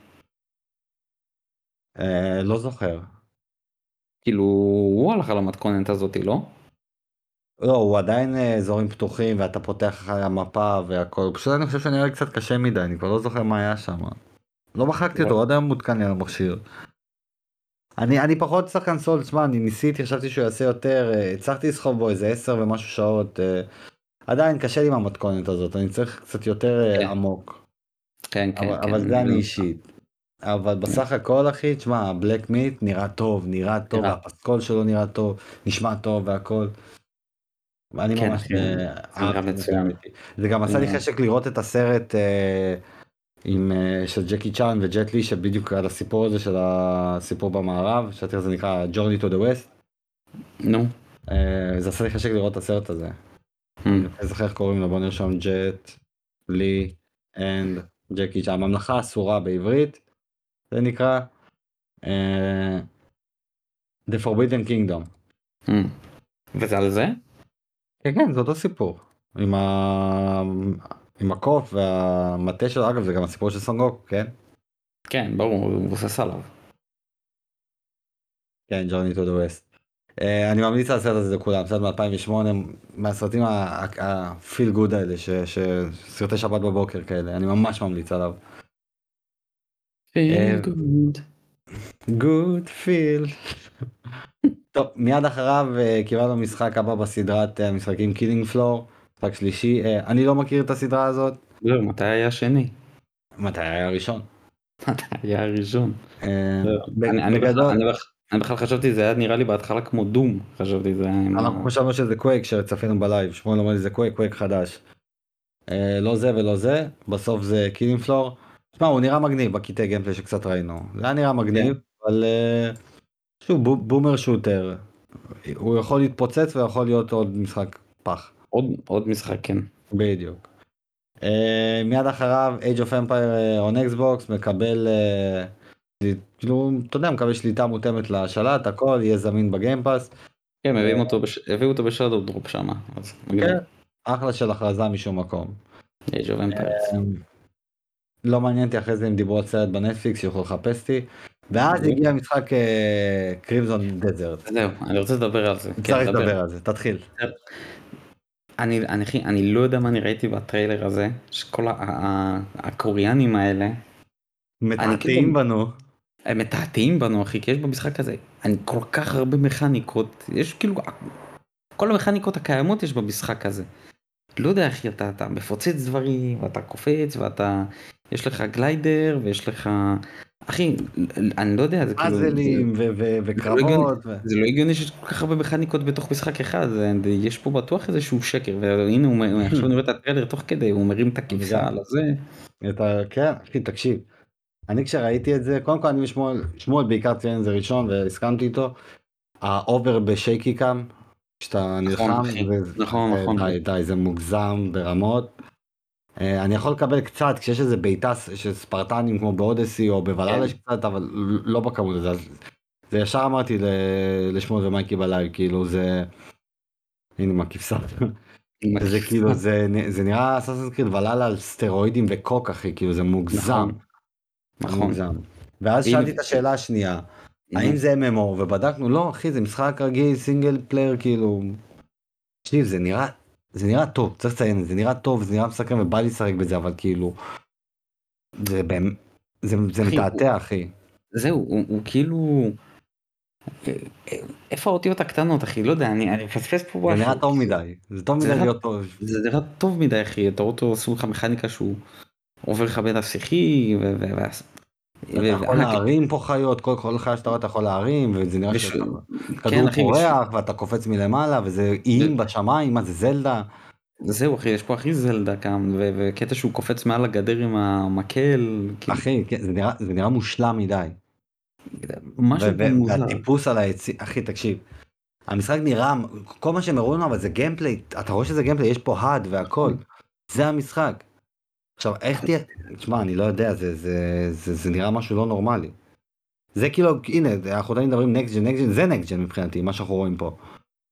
אה, לא זוכר. כאילו, הוא הלך על המתכונת הזאתי, לא? לא, הוא עדיין אה, אזורים פתוחים ואתה פותח אחרי המפה והכל, פשוט אני חושב שאני רואה קצת קשה מדי, אני כבר לא זוכר מה היה שם. לא מחקתי אותו, עוד היום מותקן לי על המכשיר. אני, אני פחות שחקן סול, תשמע, אני ניסיתי, חשבתי שהוא יעשה יותר, אה, הצלחתי לסחוב בו איזה עשר ומשהו שעות, אה, עדיין קשה לי עם המתכונת הזאת, אני צריך קצת יותר אה, כן. עמוק, כן, כן, אבל, כן. אבל זה אני ו- אישית. אבל בסך הכל אחי, תשמע, בלק מיט נראה טוב, נראה טוב, נראה. הפסקול שלו נראה טוב, נשמע טוב והכל. אני כן, ממש אחי, אה, זה נראה אהבתי את מה מצוין. שראיתי. זה גם עשה לי נראה. חשק לראות את הסרט אה, עם, אה, של ג'קי צ'אן וג'ט לי, שבדיוק על הסיפור הזה של הסיפור במערב, שהתיר זה נקרא Journey to the West. נו. אה, זה עשה לי חשק לראות את הסרט הזה. Hmm. אני זוכר איך קוראים לו, בוא נרשום ג'ט לי and ג'קי צ'אן, הממלכה אסורה בעברית, זה נקרא אה, The Forbidden Kingdom. Hmm. וזה על זה? כן, כן, זה אותו סיפור. עם ה... עם הקוף והמטה שלו, אגב, זה גם הסיפור של סונגוק, כן? כן, ברור, הוא מבוסס עליו. כן, ג'ורני טו דה ווסט. אני ממליץ על הסרט הזה לכולם, סרט מ-אלפיים ושמונה, מהסרטים הפיל גוד האלה, ש- ש- סרטי שבת בבוקר כאלה, אני ממש ממליץ עליו. feel good. גוד פיל. טוב, מיד אחריו אה, קיבלנו משחק הבא בסדרת אה, משחקים קילינג פלור, משחק שלישי, אה, אני לא מכיר את הסדרה הזאת, זהו, מתי היה השני? מתי היה הראשון? מתי היה הראשון? אה, זהו. אני, ב- אני בכלל, בגדול, אני בכלל, אני בכלל חשבתי זה היה נראה לי בהתחלה כמו דום, חשבתי זה היה עם אנחנו ה... חשבנו שזה קווייק שצפינו בלייב, שמואל אומר לי זה קווייק, קווייק חדש. אה, לא זה ולא זה, בסוף זה קילינג פלור. תשמע, הוא נראה מגניב בקטעי גיימפליי שקצת ראינו, זה היה נראה כן, מגניב, אבל אה, שוב, בו- בומר שוטר, הוא יכול להתפוצץ ויכול להיות עוד משחק פח, עוד, עוד משחק, כן. בדיוק. אה, מיד אחריו Age of Empire on Xbox מקבל, אה, כאילו, אתה יודע, מקבל שליטה מותאמת לשלט, הכל יהיה זמין בגיימפאס. כן, מביאים אותו, בש... הביאו אותו בשאדו דרופ שמה, אז כן, מגניב. אחלה של הכרזה משום מקום. Age of Empires. אה, לא מעניין אותי אחרי זה אם דיברו על סרט בנטפליקס שיוכלו לחפש אותי, ואז הגיע משחק קרימזון דזרט. זהו, אני רוצה לדבר על זה, כן, צריך דבר. לדבר על זה, תתחיל. אני, אני, אחי, אני לא יודע מה אני ראיתי בטריילר הזה, שכל ה- ה- הקוריאנים האלה, אני כאילו, מתעתעים בנו. הם מתעתעים בנו, אחי, כי יש במשחק הזה, אני כל כך הרבה מכניקות, יש כאילו, כל המכניקות הקיימות יש במשחק הזה. לא יודע, אחי, אתה, אתה מפוצץ דברים, ואתה קופץ, ואתה, יש לך גליידר, ויש לך, אחי, אני לא יודע, זה כאילו, זה, פאזלים ו- ו- זה לא הגיוני, וקרבות. ו- זה לא הגיוני שיש כל כך הרבה מכניקות בתוך משחק אחד, זה, יש פה בטוח איזשהו שקר, והנה הוא, מ- עכשיו אני רואה את הטריילר תוך כדי, הוא מרים את אני גם. הכבשה על הזה. את ה... כן, אחי, תקשיב. אני כשראיתי את זה, קודם כל אני ושמואל, שמואל בעיקר ציין את זה ראשון והסכמתי איתו. האובר בשייקי קאם, כשאתה נכון, נלחם, אחי, זה, נכון, זה, נכון, די, די, זה מוגזם ברמות. אה, אני יכול לקבל קצת כשיש איזה בעיטה ס- של ספרטנים כמו באודסי או בוולאלה כן, יש קצת, אבל לא בכמות הזה. אז זה ישר אמרתי ל- לשמואל ומייקי בלייב, כאילו זה, הנה עם הכבשה. עם זה הכבשה, כאילו, זה, זה נראה אסאסינס קריד וולאלה על סטרואידים וקוק, אחי, כאילו זה מוגזם, נכון, זה נכון, מוגזם. ואז והנה, שאלתי את השאלה השנייה, נו, האם זה אם אם או, ובדקנו, לא אחי, זה משחק רגיל, סינגל פלייר, כאילו, תקשיב, זה נראה, זה נראה טוב, צריך לציין, זה נראה טוב, זה נראה מסקרן ובא לי לשחק בזה, אבל כאילו, זה באמת, זה, זה אחי, הוא- מתעתע, אחי. זהו, הוא, הוא כאילו, אה, אה, איפה האותיות הקטנות, אחי, לא יודע, אני, אני מפספס פה זה נראה משהו. טוב מדי, זה טוב זה מדי נראה, להיות טוב. זה נראה טוב מדי, אחי, אתה רואה אותו, עשו לך מכניקה שהוא עובר לך בין השיחי, ו... ו... ו... אתה ו... יכול אה, כן, להרים פה חיות, כל, כל חיה שאתה רואה אתה יכול להרים, וזה נראה וש... כן, שכדור אחי, וש... פורח, ואתה קופץ מלמעלה, וזה איים ו... בשמיים, מה זה זלדה? זהו, אחי, יש פה הכי זלדה כאן, ו... וקטע שהוא קופץ מעל הגדר עם המקל, כאילו, אחי, כן, זה נראה, זה נראה מושלם מדי. ו- משהו פה ו- מוזר. והטיפוס על היציא, אחי, תקשיב, המשחק נראה, כל מה שהם הראו לנו, אבל זה גיימפליי, אתה רואה שזה גיימפליי, יש פה האד והכל, נכון. זה המשחק. עכשיו, איך תהיה, תשמע, אני לא יודע, זה, זה, זה, זה נראה משהו לא נורמלי. זה כאילו, הנה, אנחנו עדיין מדברים נקסט ג'ן, נקסט ג'ן, זה נקסט ג'ן מבחינתי, מה שאנחנו רואים פה.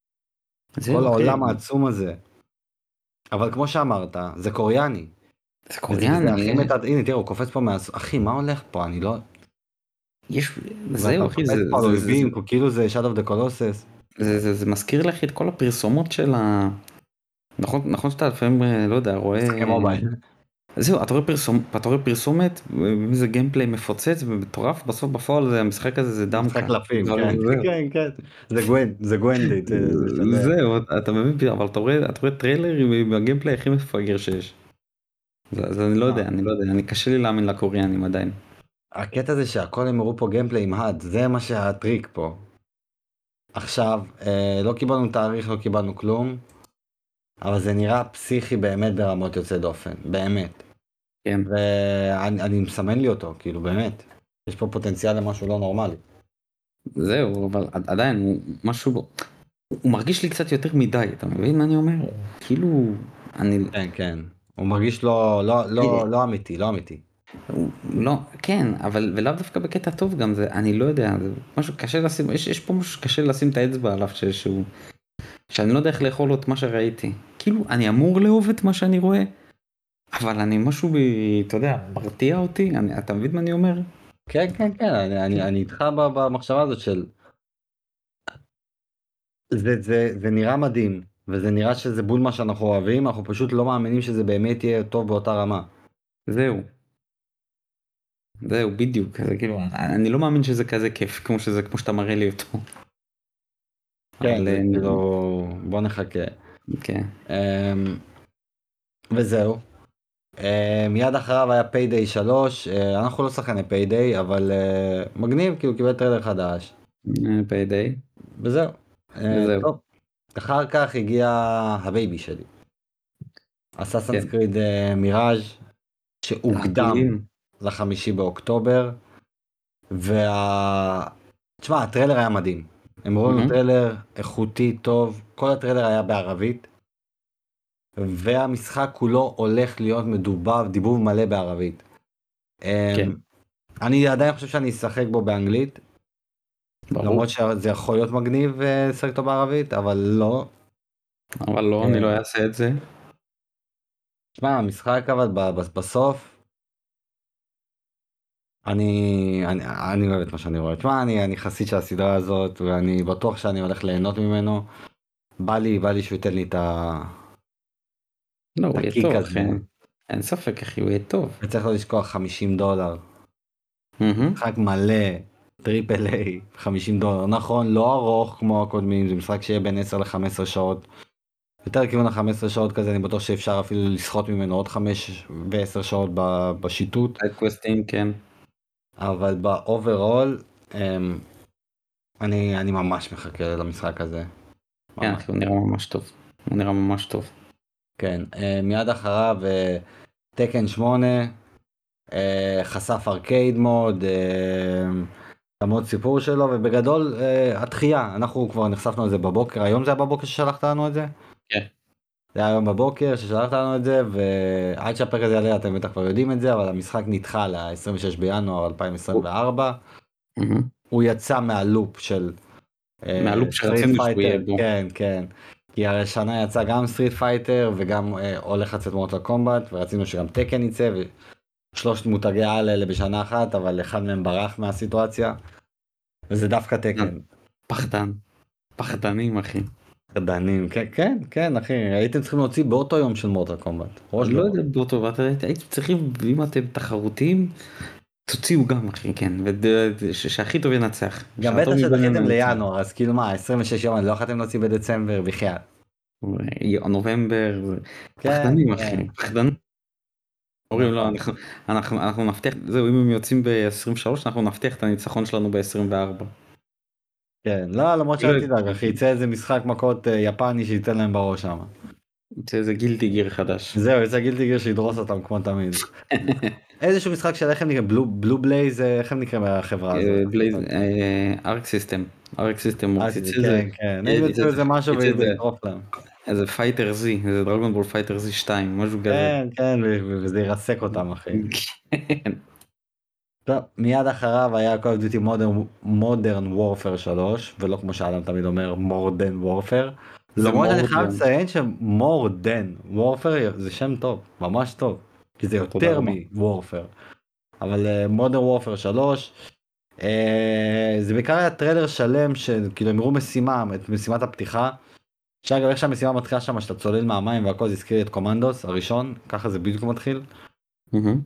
כל זהו, אחי, העולם העצום הזה. אבל כמו שאמרת, זה קוריאני. זה וזה, וזה קוריאני, הכי מתת, הנה תראו, הוא קופץ פה מה... אחי, מה הולך פה? אני לא... יש, ואתה זהו, אחי, קופץ זה, פה על זה, זה, זה, אויבים, כאילו זה Shadow of the Colossus. זה, זה, זה מזכיר לך את כל הפרסומות של ה... נכון, נכון שאתה לפעמים, אה, לא יודע, רואה... משחקי מובייל. זהו, אתה רואה פרסום, אתה רואה פרסומת, ואיזה גיימפליי מפוצץ ומטורף, בסוף בפועל זה, המשחק הזה זה משחק דמקה. קלפים, אבל כן, זהו, כן, כן. זה גווין, זה גוונדית, זה של... זהו, אתה אתה מבין, פתאום, אבל אתה רואה, אתה רואה טריילר עם עם הגיימפליי הכי מפגר שיש. אז אז אני לא מה? יודע, אני לא יודע, אני קשה לי להאמין לקוריאנים עדיין. הקטע זה שהכל הם הראו פה גיימפליי עם האד, זה מה שהטריק פה. עכשיו, אה, לא קיבלנו תאריך, לא קיבלנו כלום, אבל זה נראה פסיכי באמת ברמות יוצא דופן, באמת. כן. ואני אני מסמן לי אותו, כאילו, באמת. יש פה פוטנציאל למשהו לא נורמלי. זהו, אבל עד- עדיין, הוא משהו, בו- הוא מרגיש לי קצת יותר מדי, אתה מבין מה אני אומר? כאילו, אני, כן, כן. הוא מרגיש לא, לא, לא, לא אמיתי, לא אמיתי. הוא- לא, כן, אבל ולאו דווקא בקטע טוב גם זה, אני לא יודע, זה משהו קשה לשים, יש, יש פה משהו שקשה לשים את האצבע עליו, ש- שהוא, שאני לא יודע איך לאכול את מה שראיתי. כאילו, אני אמור לאהוב את מה שאני רואה, אבל אני משהו, ב, אתה יודע, מרתיע אותי, אני, אתה מבין מה אני אומר? כן, כן, כן, אני, אני, אני איתך ב- במחשבה הזאת של... זה, זה, זה נראה מדהים, וזה נראה שזה בול מה שאנחנו אוהבים, אנחנו פשוט לא מאמינים שזה באמת יהיה טוב באותה רמה. זהו, זהו, בדיוק, זה כאילו, אני, אני לא מאמין שזה כזה כיף, כמו שזה, כמו שאתה מראה לי אותו. כן, אבל, זה אה, כאילו... בוא נחכה. כן, אמ, וזהו. אמ, מיד אחריו היה פיידיי שלוש, אה, אנחנו לא שחקני פיידיי, אבל אה, מגניב, כי הוא קיבל טריילר חדש. פיידיי, וזהו. אה, וזהו, טוב, אחר כך הגיע הבייבי שלי. אסאסנס כן, קריד מיראז' שהוקדם הטילים, לחמישי באוקטובר, וה... תשמע, הטריילר היה מדהים. הם ראו לנו מהמם. טריילר איכותי טוב, כל הטריילר היה בערבית, והמשחק כולו הולך להיות מדובב, דיבוב מלא בערבית. כן, אמ, אני עדיין חושב שאני אשחק בו באנגלית, למרות ברור, שזה יכול להיות מגניב אה, לשחק אותו בערבית, אבל לא. אבל לא, אני לא אה, אעשה את זה. תשמע, המשחק אבל ב- ב- בסוף, אני, אני, אני אוהב את מה שאני רואה. תשמע, אני, אני חסיד של הסדרה הזאת, ואני בטוח שאני הולך ליהנות ממנו. בא לי, בא לי שהוא ייתן לי את ה- לא, את הוא יהיה הקיק טוב, הזה. אחי. אין ספק, אחי, הוא יהיה טוב. וצריך לא לשכוח חמישים דולר. מהמם. משחק מלא, טריפל איי, חמישים דולר. נכון, לא ארוך כמו הקודמים, זה משחק שיהיה בין עשר ל-חמש עשרה שעות. יותר כיוון ה-חמש עשרה שעות כזה, אני בטוח שאפשר אפילו לסחוט ממנו עוד חמש ו-עשר שעות ב- בשיטוט. סיידקווסטים, כן. אבל באוברול, אמ, אני, אני ממש מחכה למשחק הזה. כן, ממש. אחי, הוא נראה ממש טוב. הוא נראה ממש טוב. כן, אה, מיד אחריו אה, תקן שמונה, אה, חשף ארקייד מוד, אה, המוד סיפור שלו, ובגדול אה, התחייה, אנחנו כבר נחשפנו לזה בבוקר, היום זה היה בבוקר ששלחת לנו את זה? כן. זה היה היום בבוקר ששלחת לנו את זה, ועד שהפרק הזה יעלה אתם בטח כבר יודעים את זה, אבל המשחק נדחה ל-עשרים ושש בינואר אלפיים עשרים וארבע. מהמם. הוא יצא מהלופ של מהלופ סטריט שרצינו שהוא יהיה פייטר, בו. כן, כן. כי השנה יצא גם סטריט פייטר וגם אה, הולך לצאת מורטל קומבט, ורצינו שגם תקן יצא, ושלושת מותגי העל האלה בשנה אחת, אבל אחד מהם ברח מהסיטואציה, וזה דווקא תקן. פחדן. פחדנים, אחי. פחדנים, כן, כן, כן, אחי, הייתם צריכים להוציא באותו יום של מורטל קומבט, ראש לא בראש. יודע, באותו, ואתה הייתם צריכים, אם אתם תחרותיים, תוציאו גם, אחי, כן. וד- ש- שהכי טוב ינצח. גם שהטוב בטח מבינינו שדחיתם ינצח. לינואר, אז כאילו מה, עשרים ושש יום, לא יכולתם להוציא בדצמבר, בחייאת. נובמבר, זה- כן, פחדנים, אחי. כן, פחדנים. אומרים לא, נכון. אנחנו, אנחנו, אנחנו נבטיח, זהו, אם הם יוצאים ב-עשרים ושלוש, אנחנו נבטיח את הניצחון שלנו ב-עשרים וארבע. כן, לא, למרות לא שאל יודע, תדאג, אחי, יצא איזה משחק מכות אה, יפני שייתן להם בראש שם. זה איזה גילטי גיר חדש. זהו, יצא גילטי גיר שידרוס אותם כמו תמיד. איזשהו משחק של איך הם נקראים, בלו, בלו בלייז, אה, איך הם נקראים החברה הזאת? בלייז, ארק סיסטם, ארק סיסטם, אה, יצא איזה, כן, כן, הם יוציאו איזה משהו יצא ו- איזה, ויטרוף להם. איזה פייטר זי, איזה דרגון בול פייטר זי שתיים, משהו כזה. כן, כן, ו- ו- וזה ירסק אותם, אחי. כן. טוב, מיד אחריו היה Call of Duty Modern, Modern Warfare שלוש, ולא כמו שאדם תמיד אומר, Modern Warfare. זה למרות שאני חייב מורדן, לציין ש-Modern Warfare זה שם טוב, ממש טוב. כי זה תודה יותר רבה. מ-Warfare. אבל uh, Modern Warfare שלוש, uh, זה בעיקר היה טריילר שלם שכאילו הם הראו משימה, את משימת הפתיחה. שאגב, איך שהמשימה מתחילה שם, שאתה צולל מהמים והכל, זה הזכיר לי את קומנדוס הראשון, ככה זה בדיוק מתחיל. מהמם.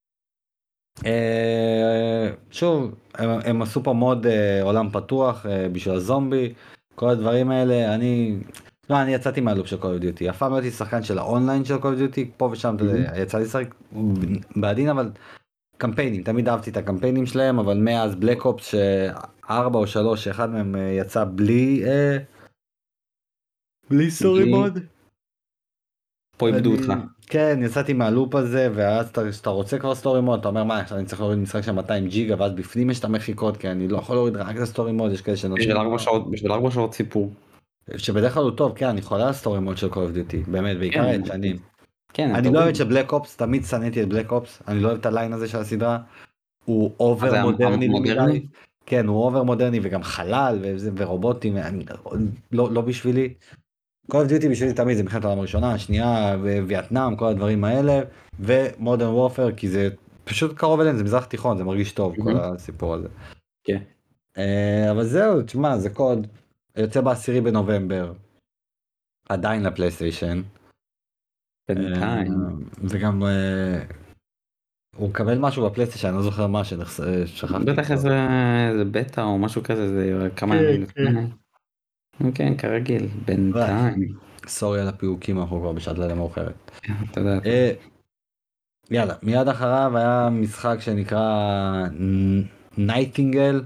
אה, שוב, הם, הם עשו פה מוד אה, עולם פתוח אה, בשביל הזומבי, כל הדברים האלה, אני, לא, אני יצאתי מהלופ של Call of Duty, אף פעם לא הייתי שחקן של האונליין של Call of Duty, פה ושם אתה מהמם. יודע, יצא לי לשחק בעדין, אבל קמפיינים, תמיד אהבתי את הקמפיינים שלהם, אבל מאז בלק אופס שארבע או שלוש, שאחד מהם אה, יצא בלי, אה, בלי סטורי בלי, מוד. פה איבדו אותך. אני, כן, יצאתי מהלופ הזה, ואז אתה- כשאתה רוצה כבר סטורי מוד, אתה אומר מה, עכשיו אני צריך להוריד משחק של מאתיים ג'יגה, ואז בפנים יש את המחיקות, כי אני לא יכול להוריד רק את הסטורי מוד, יש כאלה שנותנים בשביל לך, ארבע שעות, בשביל ארבע שעות סיפור. שבדרך כלל הוא טוב, כן, אני חולה על סטורי מוד של Call of Duty, באמת, בעיקר כן, הישנים. כן, הם אני לא אוהב טובים. את שבלק אופס, תמיד שנאתי את בלק אופס, אני לא אוהב את הליין הזה של הסדרה. הוא מה אובר זה, המ- מודרני לי המודרני? מדי. כן, הוא אובר מודרני וגם חלל וזה, ורובוטים, אני, לא, לא בשבילי. Call of Duty בשבילי תמיד זה מלחמת העולם הראשונה, השנייה, ווייטנאם, כל הדברים האלה, ומודרן וורפר, כי זה פשוט קרוב אליהם, זה מזרח תיכון, זה מרגיש טוב, כל מהמם. הסיפור הזה. כן, אה, אבל זהו, תשמע, זה קוד, יוצא בעשירי בנובמבר, עדיין לפלייסטיישן, אה, בינתיים. וגם אה, הוא מקבל משהו בפלייסטיישן, אני לא זוכר מה, ששכחתי בטח כבר. איזה, איזה בטא או משהו כזה, זה כמה כן, ימים כן. לפני. כן, כרגיל, וואי, בינתיים. סורי על הפיוקים, אנחנו כבר בשעת לילה מאוחרת. אתה יודע, אתה... אה, יאללה, מיד אחריו היה משחק שנקרא נייטינגל.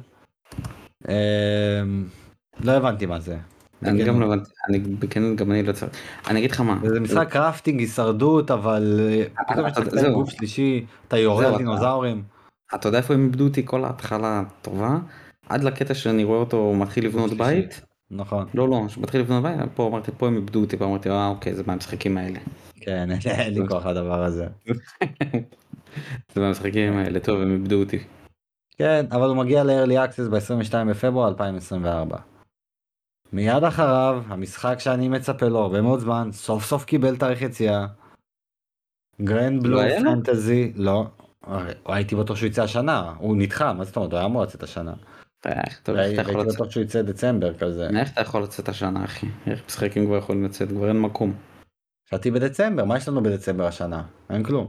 לא הבנתי מה זה, אני גם בכנות. לא הבנתי, אני בכנות גם אני לא צריך. אני אגיד לך מה, זה משחק קראפטינג, הישרדות, אבל אה, פתאום יש לך אתה- שחקן עם זהו, גוף שלישי, אתה יורה על זהו, אתה דינוזאורים. אתה יודע איפה הם איבדו אותי כל ההתחלה הטובה? עד לקטע שאני רואה אותו מתחיל גוף לבנות שלישי, בית. נכון. לא, לא, שמתחיל לבנות בית, פה אמרתי, פה הם איבדו אותי, ואמרתי, אה, אוקיי, זה מהמשחקים האלה. כן, אין לי כוח לדבר הזה. זה מהמשחקים האלה, טוב, הם איבדו אותי. כן, אבל הוא מגיע ל-Early Access ב-עשרים ושניים בפברואר אלפיים עשרים וארבע. מיד אחריו, המשחק שאני מצפה לו הרבה מאוד זמן, סוף סוף קיבל תאריך יציאה. גרנד לא בלו היה לו? פנטזי, לא, הרי הייתי בטוח שהוא יצא השנה, הוא נדחה, מה זאת אומרת, הוא היה אמור לצאת השנה. איך טוב, איך אתה והי- יכול והייתי לצאת? בטוח שהוא יצא דצמבר כזה. איך אתה יכול לצאת השנה, אחי? איך משחקים כבר יכולים לצאת? כבר אין מקום. חשבתי בדצמבר, מה יש לנו בדצמבר השנה? אין כלום.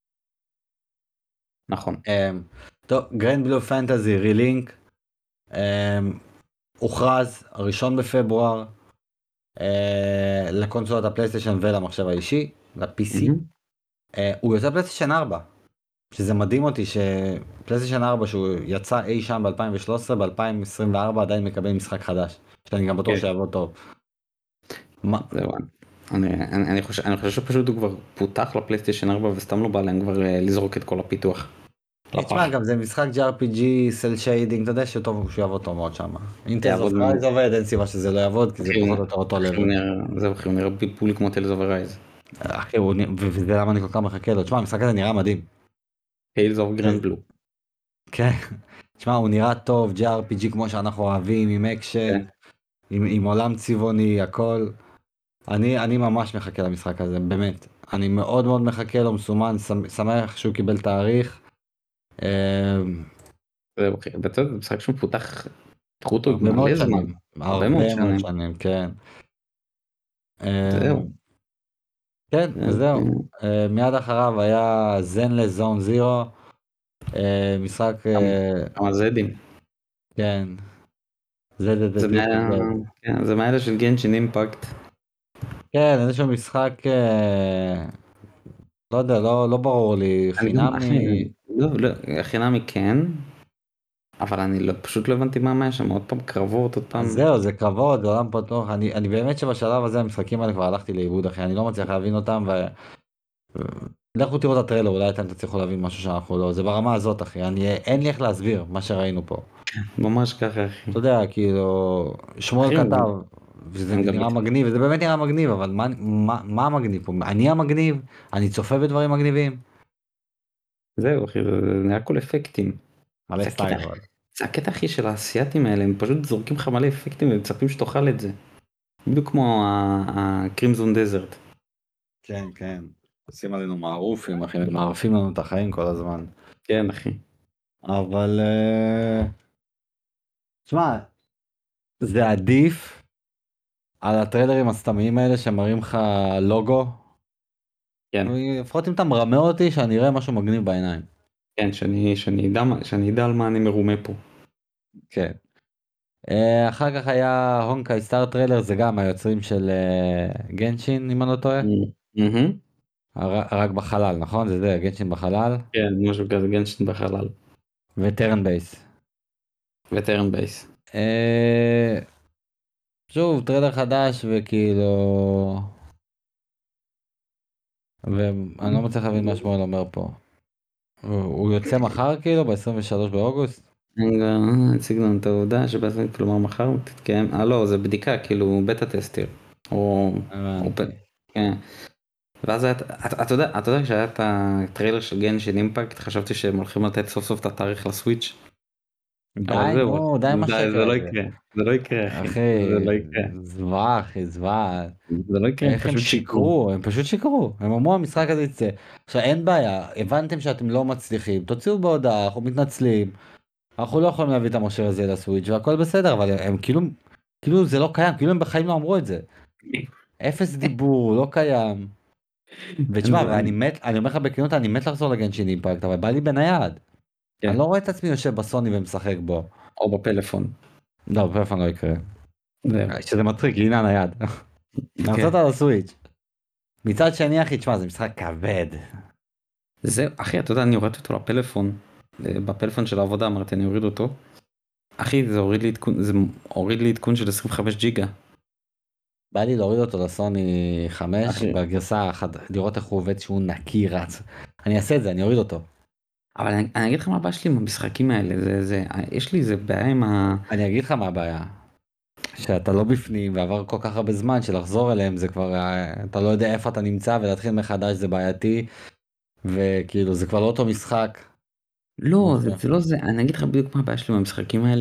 נכון. אמ, טוב, גרנד בלו פנטזי רילינק, אמ, הוכרז ראשון בפברואר אה, לקונסולת הפלייסטיישן ולמחשב האישי, ל-פי סי. מהמם. אה, הוא יוצא פלייסטיישן ארבע, שזה מדהים אותי שפלייסטיישן ארבע שהוא יצא אי שם ב-אלפיים ושלוש עשרה, ב-אלפיים עשרים וארבע עדיין מקבל משחק חדש, שאני גם בטוח כן, שיעבוד טוב. מה? זהו. אני, אני, אני חושב, אני חושב שפשוט הוא כבר פותח לפלייסטיישן ארבע וסתם לא בא להם כבר אה, לזרוק את כל הפיתוח תשמע, לפח. גם זה משחק ג'י אר פי ג'י, סל שיידינג, אתה יודע שטוב שהוא יעבוד טוב מאוד שם. אם זה טיילס יעבוד אוף מאוד. ארייז עובד, אין סיבה שזה לא יעבוד, כי זה אחי, פחות הוא- או יותר אותו אחי, הוא לבל. נראה, זהו אחי, הוא נראה ביפול כמו טיילס אוף ארייז. אחי, הוא נ- ו- וזה למה אני כל כך מחכה לו. תשמע, המשחק הזה נראה מדהים. טיילס אוף גרנד בלו. כן. תשמע, הוא נראה טוב, ג'י אר פי ג'י כמו שאנחנו אוהבים, עם אקשן, כן, עם, עם עולם צבעוני, הכל. אני, אני ממש מחכה למשחק הזה, באמת. אני מאוד מאוד מחכה לו, מסומן, שמ- שמח שהוא קיבל תאריך. אה, זהו אחי, ואתה יודע, זה משחק שמפותח, פתחו אותו הרבה מלא מאוד זמן, שנים, הרבה מאוד הרבה מאוד שנים. שנים, כן. אה, זהו. כן, אז, וזהו. אה, אה, מיד אחריו היה זנלס זון זירו, אה, משחק, כמה אה, כמה זדים. כן, זה זה זה זה מה... טריפל זד. כן, זה מהאלה של גנשין אימפקט. כן, איזשהו משחק, אה, לא יודע, לא, לא ברור לי, אני גם, אחי, חינמי. לא, לא, חינמי כן, אבל אני לא, פשוט לא הבנתי מה היה שם, עוד פעם קרבות, עוד אז פעם... זהו, זה קרבות, זה עולם פתוח, אני, אני באמת שבשלב הזה המשחקים האלה כבר הלכתי לאיבוד אחי, אני לא מצליח להבין אותם, ו... לכו תראו את הטריילר, אולי אתם תצליחו להבין משהו שאנחנו לא, זה ברמה הזאת אחי, אני, אין לי איך להסביר מה שראינו פה. ממש ככה, אחי. אתה יודע, כאילו, שמואל אחי, כתב, הם וזה הם גם... נראה מגניב, וזה באמת נראה מגניב, אבל מה, מה, מה המגניב פה? אני המגניב? אני צופה בדברים מגניבים? זהו, אחי, זה זה נראה כל אפקטים. מלא זה הקטע, סטייל אבל. זה הקטע, אחי, של האסייתים האלה, הם פשוט זורקים לך מלא אפקטים ומצפים שתאכל את זה. בדיוק כמו הקרימזון דזרט. כן, כן. עושים עלינו מערופים אחי, מערפים לנו את החיים כל הזמן. כן, אחי. אבל, אה, תשמע, זה עדיף על הטריילרים הסתמיים האלה שמראים לך לוגו. כן, לפחות אם אתה מרמה אותי שאני אראה משהו מגניב בעיניים. כן, שאני, שאני אדע, מה- שאני אדע על מה אני מרומה פה. כן. אה, אחר כך היה הונקאי סטאר טריילר, זה גם היוצרים של אה, גנשין אם אני לא טועה. Mm. מהמם. הר- רק בחלל, נכון? זה זה, גנשין בחלל. כן, משהו כזה, גנשין בחלל. וטרן בייס. וטרן בייס. אה, שוב, טריילר חדש וכאילו... ואני לא מצליח להבין מה שמואל אומר פה. הוא הוא יוצא מחר כאילו ב-עשרים ושלושה באוגוסט? רגע, הציג לנו את העובדה שבעצם, כלומר, מחר תתקיים, אה לא, זה בדיקה, כאילו, בטה טסטר. או... או... הבנתי. כן. ואז היה, אתה אתה יודע, אתה יודע שהיה את הטריילר של גנשין אימפקט, חשבתי שהם הולכים לתת סוף סוף את התאריך לסוויץ', אבל די, זהו, נו, די עם די, השקר זה לא הזה. יקרה, זה לא יקרה אחי, אחי, זה לא יקרה, זוועה, אחי, זוועה. זה לא יקרה, הם איך הם פשוט שיקרו. שיקרו, הם פשוט שיקרו. הם אמרו המשחק הזה יצא. עכשיו אין בעיה, הבנתם שאתם לא מצליחים, תוציאו בהודעה, אנחנו מתנצלים. אנחנו לא יכולים להביא את המכשיר הזה לסוויץ' והכל בסדר, אבל הם כאילו, כאילו זה לא קיים, כאילו הם בחיים לא אמרו את זה. אפס דיבור, לא קיים. ותשמע, אז אני, ואני מת, אני אומר לך בכנות, אני מת לחזור לגנשין אימפקט, אבל בא לי בנייד. אני כן, לא רואה את עצמי יושב בסוני ומשחק בו. או בפלאפון, לא, בפלאפון לא יקרה. זהו, שזה מצחיק, הנה הנייד. אני רוצה כן. אותה לסוויץ'. מצד שני, אחי, תשמע, זה משחק כבד. זהו, אחי, אתה יודע, אני הורדתי אותו לפלאפון, אה, בפלאפון של העבודה, אמרתי, אני אוריד אותו. אחי, זה הוריד לי עדכון, זה הוריד לי עדכון של עשרים וחמש ג'יגה. בא לי להוריד אותו לסוני חמש, אחי, בגרסה האחת, לראות איך הוא עובד שהוא נקי רץ. אני אעשה את זה, אני אוריד אותו. אבל אני, אני אגיד לך מה הבעיה שלי עם המשחקים האלה, זה, זה, יש לי איזה בעיה עם ה... אני אגיד לך מה הבעיה. שאתה לא בפנים ועבר כל כך הרבה זמן שלחזור אליהם זה כבר, אה, אתה לא יודע איפה אתה נמצא ולהתחיל מחדש זה בעייתי. וכאילו זה כבר לא אותו משחק. לא, זה, אוקיי. זה לא זה, אני אגיד לך בדיוק מה הבעיה שלי עם המשחקים האלה.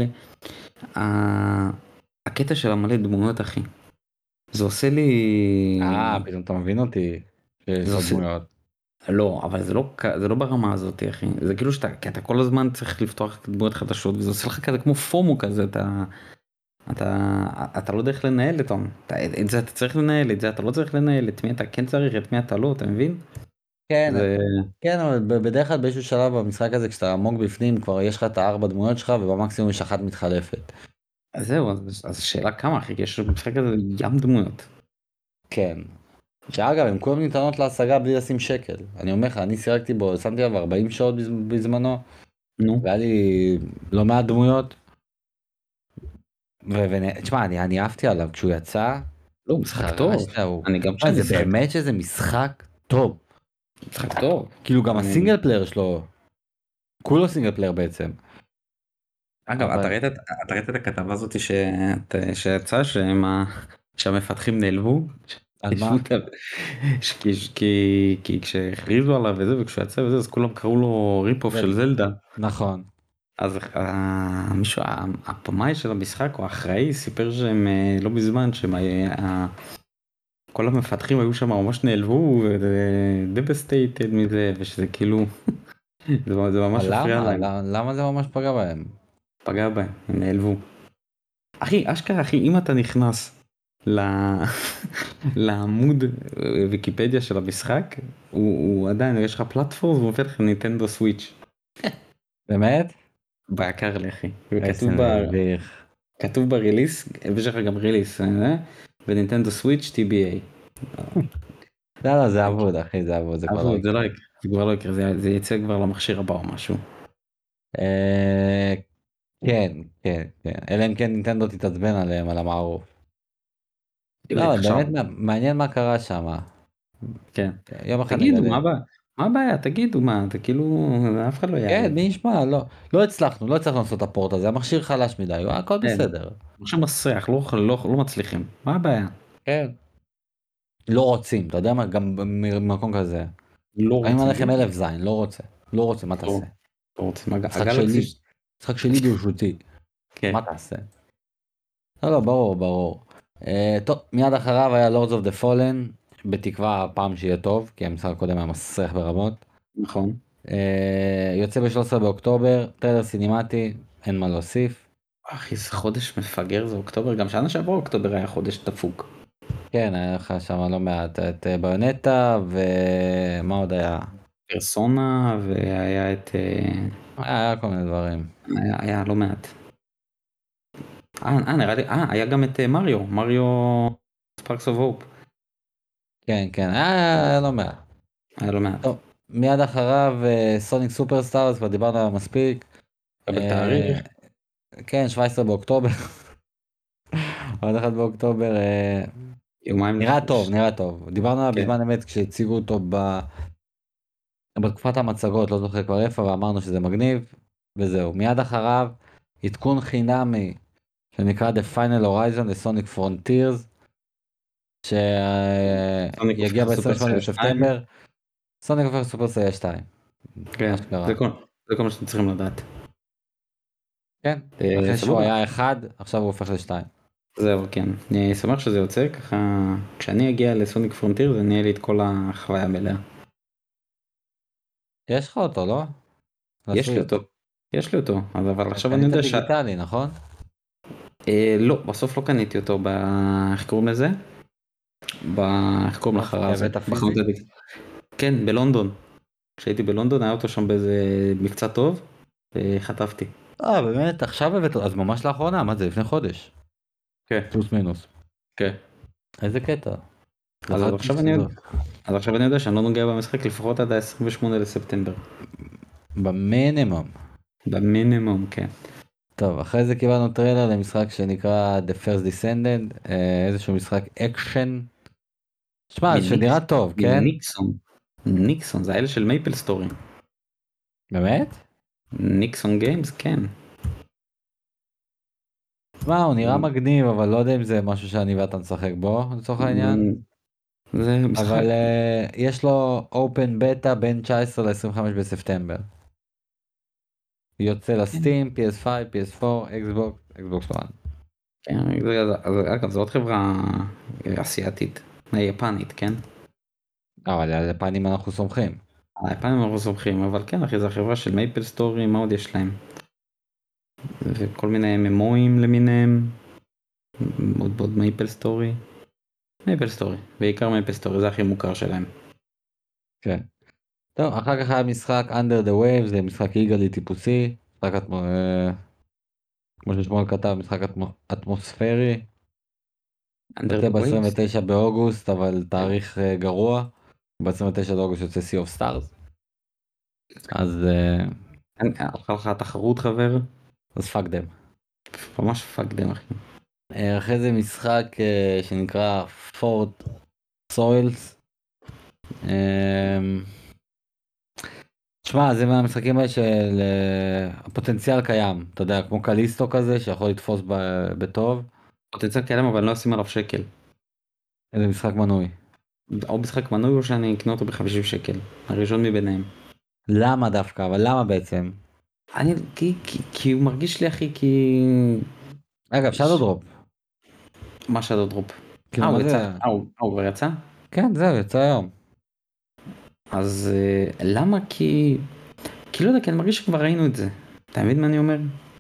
ה- הקטע של המלא דמויות, אחי. זה עושה לי... אה, פתאום אתה מבין אותי. שיש זה עוד עושה... דמויות. לא, אבל זה לא, כ- זה לא ברמה הזאת, אחי. זה כאילו שאתה, כי אתה כל הזמן צריך לפתוח דמויות חדשות, וזה עושה לך כזה כמו פומו כזה, אתה... אתה, אתה לא יודע איך לנהל אותם. אתה, את זה אתה צריך לנהל, את זה אתה לא צריך לנהל, את מי אתה כן צריך, את מי אתה לא, אתה מבין? כן, זה... כן, אבל ב- בדרך כלל באיזשהו שלב במשחק הזה כשאתה עמוק בפנים כבר יש לך את הארבע דמויות שלך ובמקסימום יש אחת מתחלפת. אז זהו, אז, אז השאלה כמה, אחי, כי יש במשחק הזה ים דמויות. כן. שאגב, הם כולם ניתנות להשגה בלי לשים שקל. אני אומר לך, אני שיחקתי בו, שמתי עליו ארבעים שעות בז- בזמנו, נו, והיה לי לא מעט דמויות. ותשמע, אני, אני עפתי עליו כשהוא יצא, לא, משחק טוב. חרשת הוא. אני גם תשמע, שאני זה שיחק, באמת שזה משחק טוב. משחק טוב. כאילו גם אני... הסינגל פלייר שלו, כולו סינגל פלייר בעצם. אגב, אתה אבל ראית, את- אתה ראית את הכתבה הזאת שאת- שיצאה שהם ה- שהמפתחים נעלבו? על ישבו מה? את ה- ש- כי, כי, כי כשהכריזו עליו וזה וכשהוא יצא וזה אז כולם קראו לו ריפ-אוף של זלדה. זלדה. נכון. אז אה, מישהו, ה- הבמאי של המשחק או האחראי סיפר שהם אה, לא מזמן שהם אה, ה- כל המפתחים היו שם ממש נעלבו ודבסטייטד מזה ושזה כאילו זה, זה ממש אבל הפריע למה? להם, למה? למה זה ממש פגע בהם? פגע בהם, הם נעלבו. אחי, אשכרה אחי, אם אתה נכנס ל... לעמוד אה, ויקיפדיה של המשחק, הוא, הוא עדיין, יש לך פלטפורם, הוא מופיע לך ניטנדו סוויץ'. באמת? בעיקר לי אחי. איזה וכתוב ב... מביך. כתוב בריליס, ויש לך גם ריליס, אה? ונינטנדו סוויץ' טי בי איי. לא, לא, זה אבוד, אחי, זה אבוד, זה כבר לא אבוד, זה לא יקרה. יקרה, זה כבר לא יקרה, זה, זה יצא כבר למכשיר הבא או משהו. אה, כן, כן, כן. אלא אם כן נינטנדו תתעצבן עליהם, על המערוף. לא, אבל עכשיו, באמת מעניין מה קרה שם. כן. יום אחד תגידו, נגלה. מה הבעיה? מה הבעיה? תגידו, מה, אתה כאילו, אף אחד לא כן, מי יעלב. ישמע, לא, לא הצלחנו, לא הצלחנו לעשות את הפורט הזה, המכשיר חלש מדי, הכל כן, בסדר. עכשיו מסריח, לא, לא, לא מצליחים, מה הבעיה? כן. לא רוצים, אתה יודע מה, גם ממקום כזה. לא אני אומר רוצים, לכם אלף זין, לא רוצה. לא רוצה, מה לא, תעשה? לא רוצים, הג- משחק הגלקסי, שלי, ש- משחק שלי ברשותי, כן, מה תעשה? לא, לא, ברור, ברור. Uh, טוב, מיד אחריו היה Lords of the Fallen, בתקווה הפעם שיהיה טוב, כי המשחק הקודם היה מסריח ברמות. נכון. Uh, יוצא ב-שלושה עשר באוקטובר, טריילר סינימטי, אין מה להוסיף. אחי, זה חודש מפגר, זה אוקטובר, גם שנה שעברה אוקטובר היה חודש דפוק. כן, היה לך שם לא מעט, את אה, ביונטה, ומה עוד היה? פרסונה, והיה את, אה, היה, היה כל מיני דברים. היה, היה לא מעט. אה, אה, נראה לי, אה, היה גם את אה, מריו, מריו ספארקס אוף הופ, כן, כן, היה, היה לא מעט. היה לא מעט. טוב, מיד אחריו סוניק סופרסטארס, כבר דיברנו עליו מספיק. קבל אה, תאריך, כן, שבעה עשר באוקטובר, עוד אחד באוקטובר. אה, יומיים נראה לפני, טוב, נראה טוב. דיברנו עליו כן, בזמן אמת כשהציגו אותו ב... בתקופת המצגות, לא זוכר כבר איפה, ואמרנו שזה מגניב, וזהו. מיד אחריו, עדכון חינמי, שנקרא The Final Horizon, The Sonic Frontiers, סוניק שיגיע הופך ב-עשרים ושמונה לסופרסל שתיים. בספטמבר, סוניק הופך לסופר סיייה שתיים. כן, אשכרה. זה כל, זה כל מה שאתם צריכים לדעת. כן, אה, אחרי שהוא סבבה. היה אחד, עכשיו הוא הופך לשתיים. זהו, כן. אני שמח שזה יוצא, ככה כשאני אגיע לסוניק פרונטיר זה נהיה לי את כל החוויה המלאה. יש לך אותו, לא? יש לי לסוויץ'. אותו, יש לי אותו, אז אבל עכשיו אני קנית יודע ש... דיגיטלי, נכון? אה, לא, בסוף לא קניתי אותו ב... איך קוראים לזה? ב... איך קוראים לא, לחרא כי הזה? הבאת בחנות פיזי? הדיג. כן, בלונדון. כשהייתי בלונדון היה אותו שם באיזה מבצע טוב, וחטפתי. אה, באמת? עכשיו הבאת, אז ממש לאחרונה, מה זה, לפני חודש? כן, פלוס מינוס. כן. איזה קטע. אז אז זכרתי עכשיו אני שזה... יודע, אז עכשיו אני יודע שאני לא נוגע במשחק לפחות עד ה-עשרים ושמונה לספטמבר. במינימום. במינימום, כן. טוב, אחרי זה קיבלנו טריילר למשחק שנקרא The First Descended, אה, איזשהו משחק אקשן. שמע, זה מניקס, שנראה טוב, כן? מניקסון. ניקסון, זה האלה של מייפל סטורי. באמת? ניקסון גיימס, כן. שמע, הוא נראה מגניב, אבל לא יודע אם זה משהו שאני ואתה נשחק בו, לצורך העניין. זה משחק. אבל uh, יש לו open beta בין תשע עשרה ל-עשרים וחמישה בספטמבר. יוצא לסטים, פי אס חמש, פי אס ארבע, אקסבוקס, אקסבוקס וואן. כן, זה- אז- אגב, זו עוד חברה אסיאתית, יפנית, כן? אבל על הפנים אנחנו סומכים. על היפנים אנחנו סומכים, אבל כן, אחי, זו החברה של מייפל סטורי, מה עוד יש להם? וכל מיני ממואים למיניהם, עוד עוד מייפל סטורי. מייפל סטורי, בעיקר מייפל סטורי, זה הכי מוכר שלהם. כן. טוב, אחר כך היה משחק Under the Waves, זה משחק יגאלי טיפוסי. משחק אטמו... אה, כמו ששמואל כתב, משחק אטמו... אטמוספרי. Under יוצא the Waves? ב-עשרים ותשע באוגוסט, אבל תאריך אה, גרוע. ב-עשרים ותשע באוגוסט יוצא Sea of Stars. אז... אה, אין- הלכה לך התחרות חבר? אז fuck them. ממש פאק אחי. אה, אחרי זה משחק אה, שנקרא פורט סוילס. תשמע, זה מהמשחקים האלה של אה, הפוטנציאל קיים, אתה יודע, כמו קליסטו כזה שיכול לתפוס ב- בטוב. פוטנציאל קיים אבל לא אשים עליו שקל. איזה משחק מנוי. או משחק מנוי או שאני אקנה אותו ב-חמישים שקל. הראשון מביניהם. למה דווקא? אבל למה בעצם? אני, כי, כי, כי הוא מרגיש לי אחי כי... אגב, שאדו ש... דרופ. מה שדו דרופ? כאילו אה הוא מה יצא? זה? אה הוא אה, הוא כבר יצא? כן, זהו, יצא היום. אז אה, למה? כי... כי לא יודע, כי אני מרגיש שכבר ראינו את זה. אתה מבין מה אני אומר?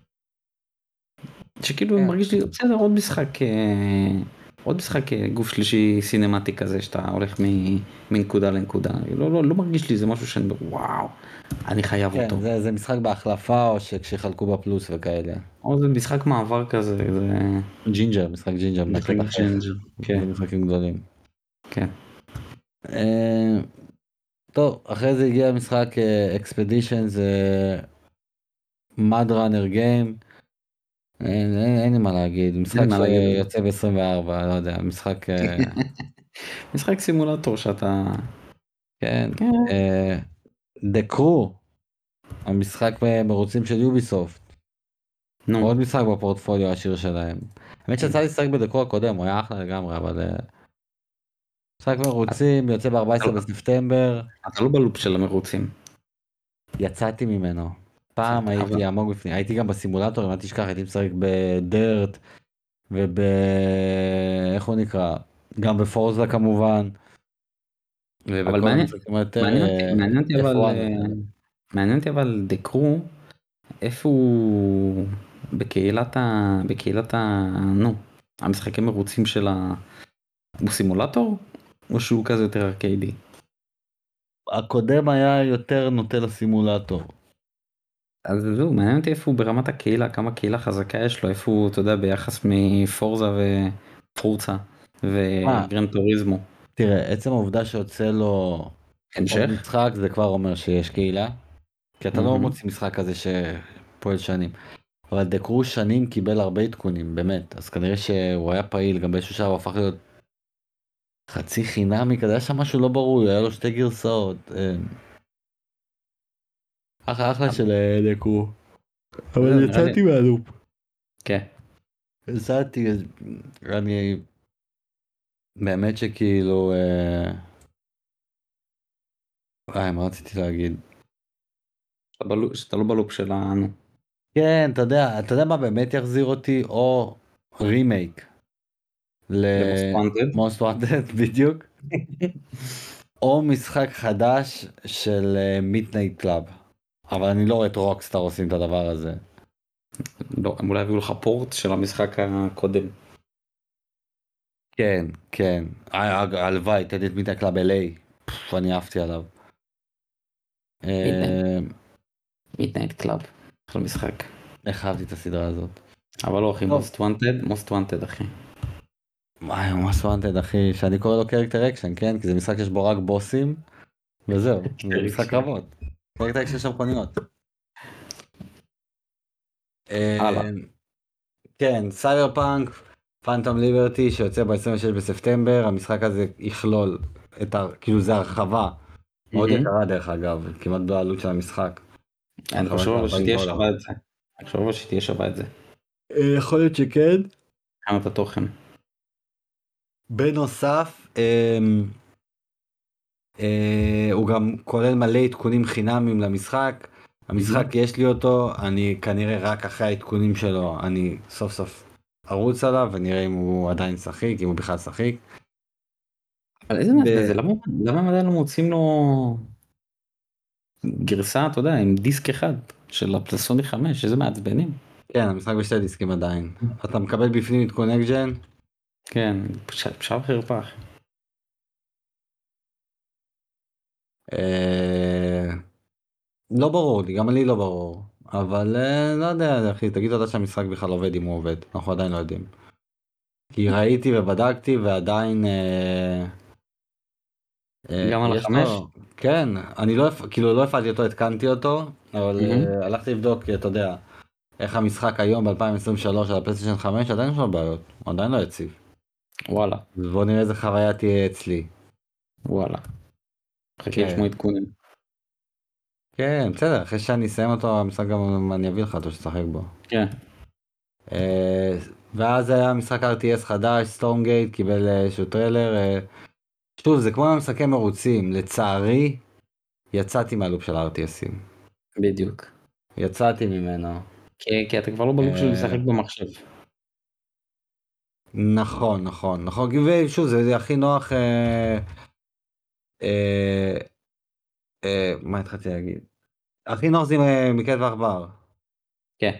שכאילו כן. מרגיש לי בסדר עוד משחק אה, עוד משחק אה, גוף שלישי סינמטי כזה שאתה הולך מ- מנקודה לנקודה. לא, לא, לא מרגיש לי זה משהו שאני אומר, וואו, אני חייב כן, אותו. זה, זה משחק בהחלפה או שכשיחלקו בפלוס וכאלה. או זה משחק מעבר כזה, זה ג'ינג'ר, משחק ג'ינג'ר, משחק מנקה את החך. ג'נג'ר. כן, זה משחקים גדולים. כן. אה, טוב, אחרי זה הגיע משחק אקספדישן, זה מד ראנר גיים. אין, אין, אין לי מה להגיד, אין לי משחק מה להגיד על שיוצא ב-עשרים וארבע, לא יודע, משחק, זה. אה, משחק סימולטור שאתה... כן, כן. אה, The Crew, המשחק מרוצים של יוביסופט, נו. עוד משחק בפורטפוליו העשיר שלהם. האמת שיצא לי לשחק ב-The Crew הקודם, הוא היה אחלה לגמרי, אבל אה, משחק מרוצים, יוצא ב-ארבעה עשר בספטמבר, אתה לא בלופ של המרוצים. יצאתי ממנו. פעם קצת, אבל... הייתי עמוק בפנים, הייתי גם בסימולטורים, אל תשכח, הייתי משחק בדירט, וב... איך הוא נקרא? גם בפורזה כמובן. אבל ובכל מעניין, המשחקים היותר מעניין אותי, מעניין אותי אף אבל, וואן אה, וכאלה. מעניין אותי אבל דקרו, איפה הוא בקהילת ה... בקהילת ה... נו, המשחקים מרוצים של ה... הוא סימולטור? או שהוא כזה יותר ארקיידי? הקודם היה יותר נוטה לסימולטור. אז זהו, מעניין אותי איפה הוא ברמת הקהילה, כמה קהילה חזקה יש לו, איפה הוא, אתה יודע, ביחס מפורזה ופורצה מה, וגרנד טוריזמו. תראה, עצם העובדה שיוצא לו עוד המשך? משחק זה כבר אומר שיש קהילה. כי אתה לא מהמם. מוציא משחק כזה שפועל שנים. אבל דקרו שנים קיבל הרבה עדכונים, באמת. אז כנראה שהוא היה פעיל, גם באיזשהו שעה הוא הפך להיות חצי חינמי כזה, היה שם משהו לא ברור, היה לו שתי גרסאות. אה, אחלה אחלה של אה, דקרו. זהו, אבל נראה לי, יצאתי מהלופ. כן. יצאתי, אז אני באמת שכאילו, אה, אה, מה רציתי להגיד? שאתה בלופ- שאתה לא בלופ שלנו. כן, אתה יודע, אתה יודע מה באמת יחזיר אותי? או רימייק למוסט וואנטד. ל-Most Wanted בדיוק, או משחק חדש של מידנייט קלאב. אבל אני לא רואה את רוקסטאר עושים את הדבר הזה. לא, הם אולי הביאו לך פורט של המשחק הקודם. כן, כן. אה, אה, הלוואי, תן את מידנייט קלאב אל איי. פפ, אני עפתי עליו. מידנייט. אה, מידנייט קלאב. אחלה משחק. איך אהבתי את הסדרה הזאת. אבל לא אחי, טוב. מוסט וואנטד, מוסט וואנטד אחי. וואי, ממש וואנטד אחי, שאני קורא לו קרקטר אקשן, כן? כי זה משחק שיש בו רק בוסים, וזהו, זה משחק קרבות. קרקטר אקשן של מכוניות. הלאה. אה, כן, סייבר פאנק, פאנטום ליברטי שיוצא ב-עשרים ושש בספטמבר, המשחק הזה יכלול את ה... כאילו זה הרחבה, מאוד מהמם. יקרה דרך אגב, כמעט בעלות של המשחק. אני הרחבה חושב של אבל ארבעים שתהיה דולר. שווה את זה. אני חושב אבל שתהיה שווה את זה. אה, יכול להיות שכן. מבחינת התוכן. בנוסף, אמ, אה, הוא גם כולל מלא עדכונים חינמים למשחק. המשחק יש לי אותו, אני כנראה רק אחרי העדכונים שלו, אני סוף סוף ארוץ עליו ונראה אם הוא עדיין שחיק, אם הוא בכלל שחיק. אבל איזה מעצבן זה, למה למה הם עדיין לא מוצאים לו גרסה, אתה יודע, עם דיסק אחד של הפלסוני חמש, איזה מעצבנים. כן, המשחק בשתי דיסקים עדיין. אתה מקבל בפנים עדכון אקג'ן? כן, פשוט חרפה אחי. אה, לא ברור לי, גם לי לא ברור. אבל אה, לא יודע, אחי, תגיד תודה שהמשחק בכלל עובד אם הוא עובד. אנחנו עדיין לא יודעים. כי ראיתי ובדקתי ועדיין... אה, אה, גם על יש החמש? לו, כן, אני לא, הפ- כאילו לא הפעלתי אותו, התקנתי אותו, אבל מהמם. uh, הלכתי לבדוק, אתה יודע, איך המשחק היום ב-אלפיים עשרים ושלוש על הפלייסטיישן חמש, עדיין יש לו בעיות, הוא עדיין לא יציב. וואלה, אז בוא נראה איזה חוויה תהיה אצלי. וואלה. חכה כן, לשמוע עדכונים. כן, בסדר, אחרי שאני אסיים אותו, המשחק גם אני אביא לך אותו שתשחק בו. כן. Uh, ואז היה משחק אר טי אס חדש, סטורמגייט, קיבל אה, איזשהו טריילר. Uh, שוב, זה כמו משחקי מרוצים, לצערי, יצאתי מהלופ של אר טי אסים. בדיוק. יצאתי ממנו. כי, כי אתה כבר לא בלופ של אה, לשחק במחשב. נכון, נכון, נכון, ושוב, זה, זה הכי נוח, אה, אה, אה, מה התחלתי להגיד? הכי נוח זה עם אה, מקל ועכבר. כן.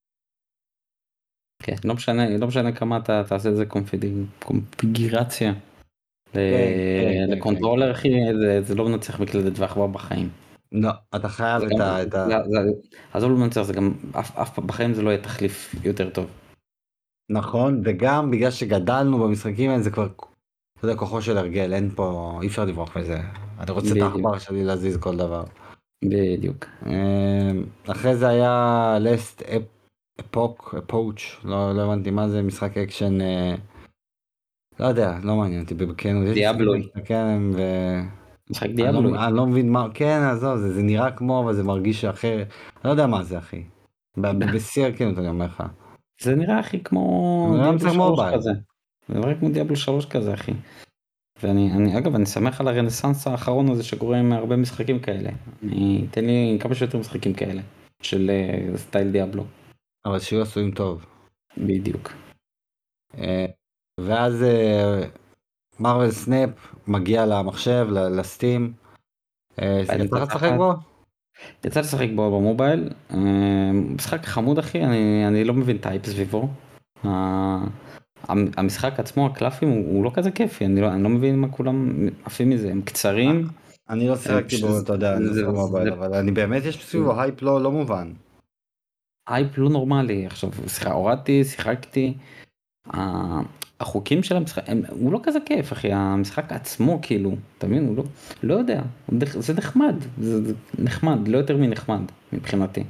כן, לא משנה, לא משנה כמה אתה תעשה את זה קונפיג- קונפיגרציה כן, כן, ל- כן, כן, לקונטרולר, כן. אחי, זה, זה לא מנצח מקלדת ועכבר בחיים. לא, אתה חייב זה את גם, ה... את ה... זה, זה, עזוב לא מנצח, זה גם, אף, אף פעם בחיים זה לא יהיה תחליף יותר טוב. נכון, וגם בגלל שגדלנו במשחקים האלה, זה כבר, אתה יודע, כוחו של הרגל, אין פה, אי אפשר לברוח מזה. אני רוצה את בדיוק, העכבר שלי להזיז כל דבר. בדיוק. אה, אחרי זה היה last epoch, approach, לא, לא הבנתי מה זה, משחק אקשן, אה, לא יודע, לא מעניין אותי בכנות, יש משחקים שאני דיאבלוי, מסתכל עליהם ו... משחק אני לא, דיאבלוי. אני לא מבין מה, כן, עזוב, זה, זה נראה כמו, אבל זה מרגיש אחר. אני לא יודע מה זה, אחי. ב- ב- בשיא הכנות אני אומר לך. זה נראה הכי כמו זה נראה דיאבלו משחק שלוש מובייל. כזה. זה נראה כמו דיאבלו שלוש כזה, אחי. ואני, אני, אגב, אני שמח על הרנסאנס האחרון הזה שקורה עם הרבה משחקים כאלה. אני, תן לי כמה שיותר משחקים כאלה, של אה, סטייל דיאבלו. אבל שיהיו עשויים טוב. בדיוק. אה, ואז מרוויל סנאפ מגיע למחשב, ל- לסטים. אה, ביד יצא לך לשחק מפצחת. בו? יצא לשחק בו במובייל, אה, משחק חמוד אחי, אני, אני לא מבין את האייפ סביבו. ה- המ- המשחק עצמו, הקלפים, הוא, הוא לא כזה כיפי, אני לא, אני לא מבין מה כולם עפים מזה, הם אה, קצרים, אני לא הם שיחקתי פש... בו, זה, אתה יודע, אני לא זה, משחק זה, במובייל, אבל אני באמת, יש זה סביבו הייפ לא לא מובן. אייפ לא נורמלי. עכשיו, שיחה, הורדתי, שיחקתי, ה- החוקים של המשחק, הם, הוא לא כזה כיף אחי, המשחק עצמו כאילו, אתה מבין, הוא לא, לא יודע, הוא דח- זה נחמד, זה, זה נחמד, לא יותר מנחמד מבחינתי.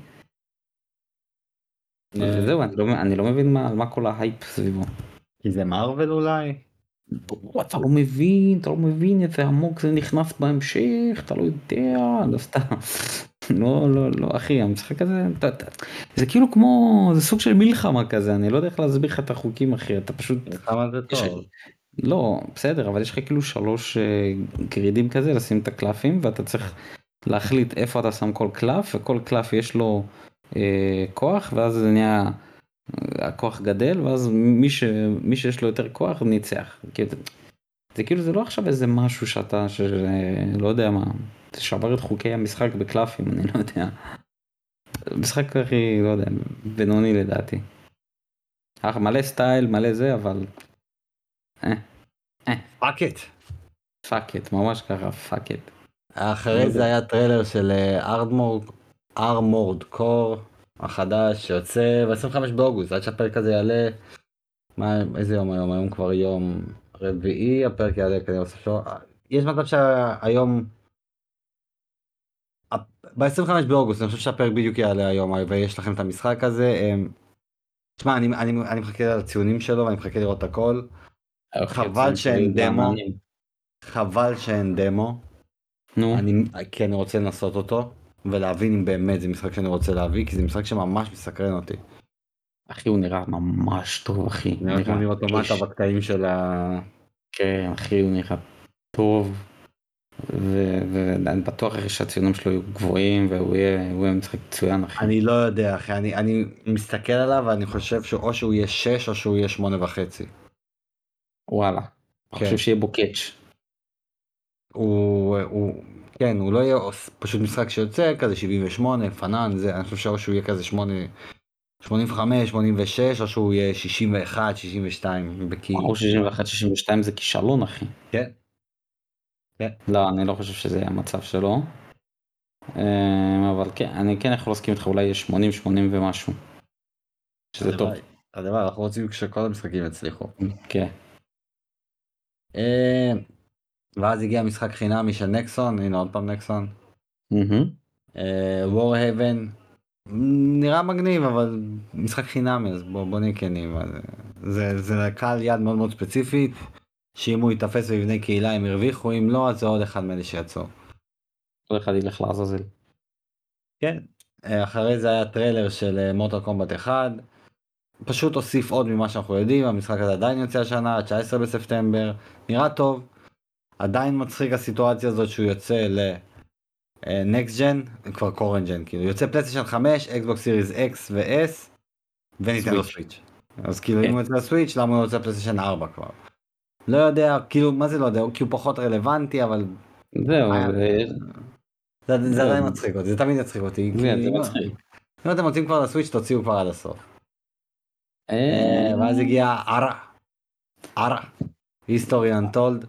אה, וזהו, אני לא, אני לא מבין מה, מה כל ההייפ סביבו. כי זה מארוול אולי? בוא, אתה לא מבין, אתה לא מבין איזה עמוק זה נכנס בהמשך, אתה לא יודע, לא סתם. לא, לא, לא, אחי, המשחק הזה, אתה, אתה, זה כאילו כמו, זה סוג של מלחמה כזה, אני לא יודע איך להסביר לך את החוקים, אחי, אתה פשוט, מלחמה זה יש, טוב. לא, בסדר, אבל יש לך כאילו שלוש אה, גרידים כזה, לשים את הקלפים, ואתה צריך להחליט איפה אתה שם כל קלף, וכל קלף יש לו אה, כוח, ואז זה נהיה, הכוח גדל, ואז מי, ש, מי שיש לו יותר כוח ניצח. כאילו, זה, זה כאילו, זה לא עכשיו איזה משהו שאתה, ש, לא יודע מה, תשבר את חוקי המשחק בקלפים, אני לא יודע. משחק הכי, לא יודע, בינוני לדעתי. אך מלא סטייל, מלא זה, אבל... אה, אה, פאק איט. פאק את, ממש ככה, פאק את. לא אחרי יודע. זה היה טריילר של ארמורד, ארמורד קור החדש שיוצא ב-עשרים וחמישה באוגוסט, עד שהפרק הזה יעלה. מה, איזה יום היום? היום כבר יום רביעי, הפרק יעלה כנראה בסוף שבוע. יש מצב שהיום, ב-עשרים וחמישה באוגוסט, אני חושב שהפרק בדיוק יעלה היום, ויש לכם את המשחק הזה. תשמע, אני, אני, אני מחכה לציונים שלו ואני מחכה לראות הכל. אוקיי, חבל הציונים שלו שאין יהיו דמו, רעננים. חבל שאין דמו. נו, אני, כי אני רוצה לנסות אותו, ולהבין אם באמת זה משחק שאני רוצה להביא, כי זה משחק שממש מסקרן אותי. אחי, הוא נראה ממש טוב, אחי. הוא נראה כמו נראה ניר אוטומטה אש. בקטעים של ה... כן, אחי, הוא נראה טוב. ו- ואני בטוח אחי שהציונים שלו יהיו גבוהים, והוא יהיה, הוא יהיה משחק מצוין, אחי. אני לא יודע, אחי, אני, אני מסתכל עליו ואני חושב שאו שהוא יהיה שש או שהוא יהיה שמונה וחצי. וואלה. אני חושב כן. שיהיה בו קאץ'. הוא, הוא, כן, הוא לא יהיה פשוט משחק שיוצא כזה שבעים ושמונה, פנן, זה, אני חושב שאו שהוא יהיה כזה שמונה, שמונים וחמש, שמונים ושש, או שהוא יהיה שישים ואחת, שישים ושתיים, וואו, בכי... שישים ואחת שישים ושתיים זה כישלון, אחי. כן, כן. לא, אני לא חושב שזה יהיה המצב שלו. אמ, אבל כן, אני כן יכול להסכים איתך, אולי יהיה שמונים שמונים ומשהו. שזה טוב. הלוואי, הלוואי, אנחנו רוצים שכל המשחקים יצליחו. כן. אה, ואז הגיע משחק חינמי של נקסון, הנה עוד פעם נקסון. מהמם. וורהבן, נראה מגניב, אבל משחק חינמי, אז בוא, בוא נהיה כנים. אז, זה, זה קהל יד מאוד מאוד ספציפית, שאם הוא יתפס ויבנה קהילה הם ירוויחו, אם לא, אז זה עוד אחד מאלה שיצאו. כל אחד ילך לעזאזל. כן. אה, אחרי זה היה טריילר של מוטל קומבט אחד, פשוט הוסיף עוד ממה שאנחנו יודעים, המשחק הזה עדיין יוצא השנה, תשעה עשר בספטמבר, נראה טוב, עדיין מצחיק הסיטואציה הזאת שהוא יוצא לנקסט ג'ן, כבר קורנט ג'ן, כאילו יוצא פלייסטיישן חמש, אקסבוקס סיריס אקס ו-S וניטנדו סוויץ'. סוויץ'. אז כאילו אם כן. הוא יוצא לסוויץ', למה הוא יוצא פלייסטיישן ארבע כבר? לא יודע, כאילו, מה זה לא יודע, כי הוא פחות רלוונטי, אבל זהו, אה, זה... זה זה עדיין זהו, מצחיק אותי, זה תמיד יצחיק אותי, זה כי זה אם לא- מצחיק. אם אתם רוצים כבר לסוויץ', תוציאו כבר עד הסוף. אה, ואז אה, הגיע ערה, ערה, היסטורי אנטולד.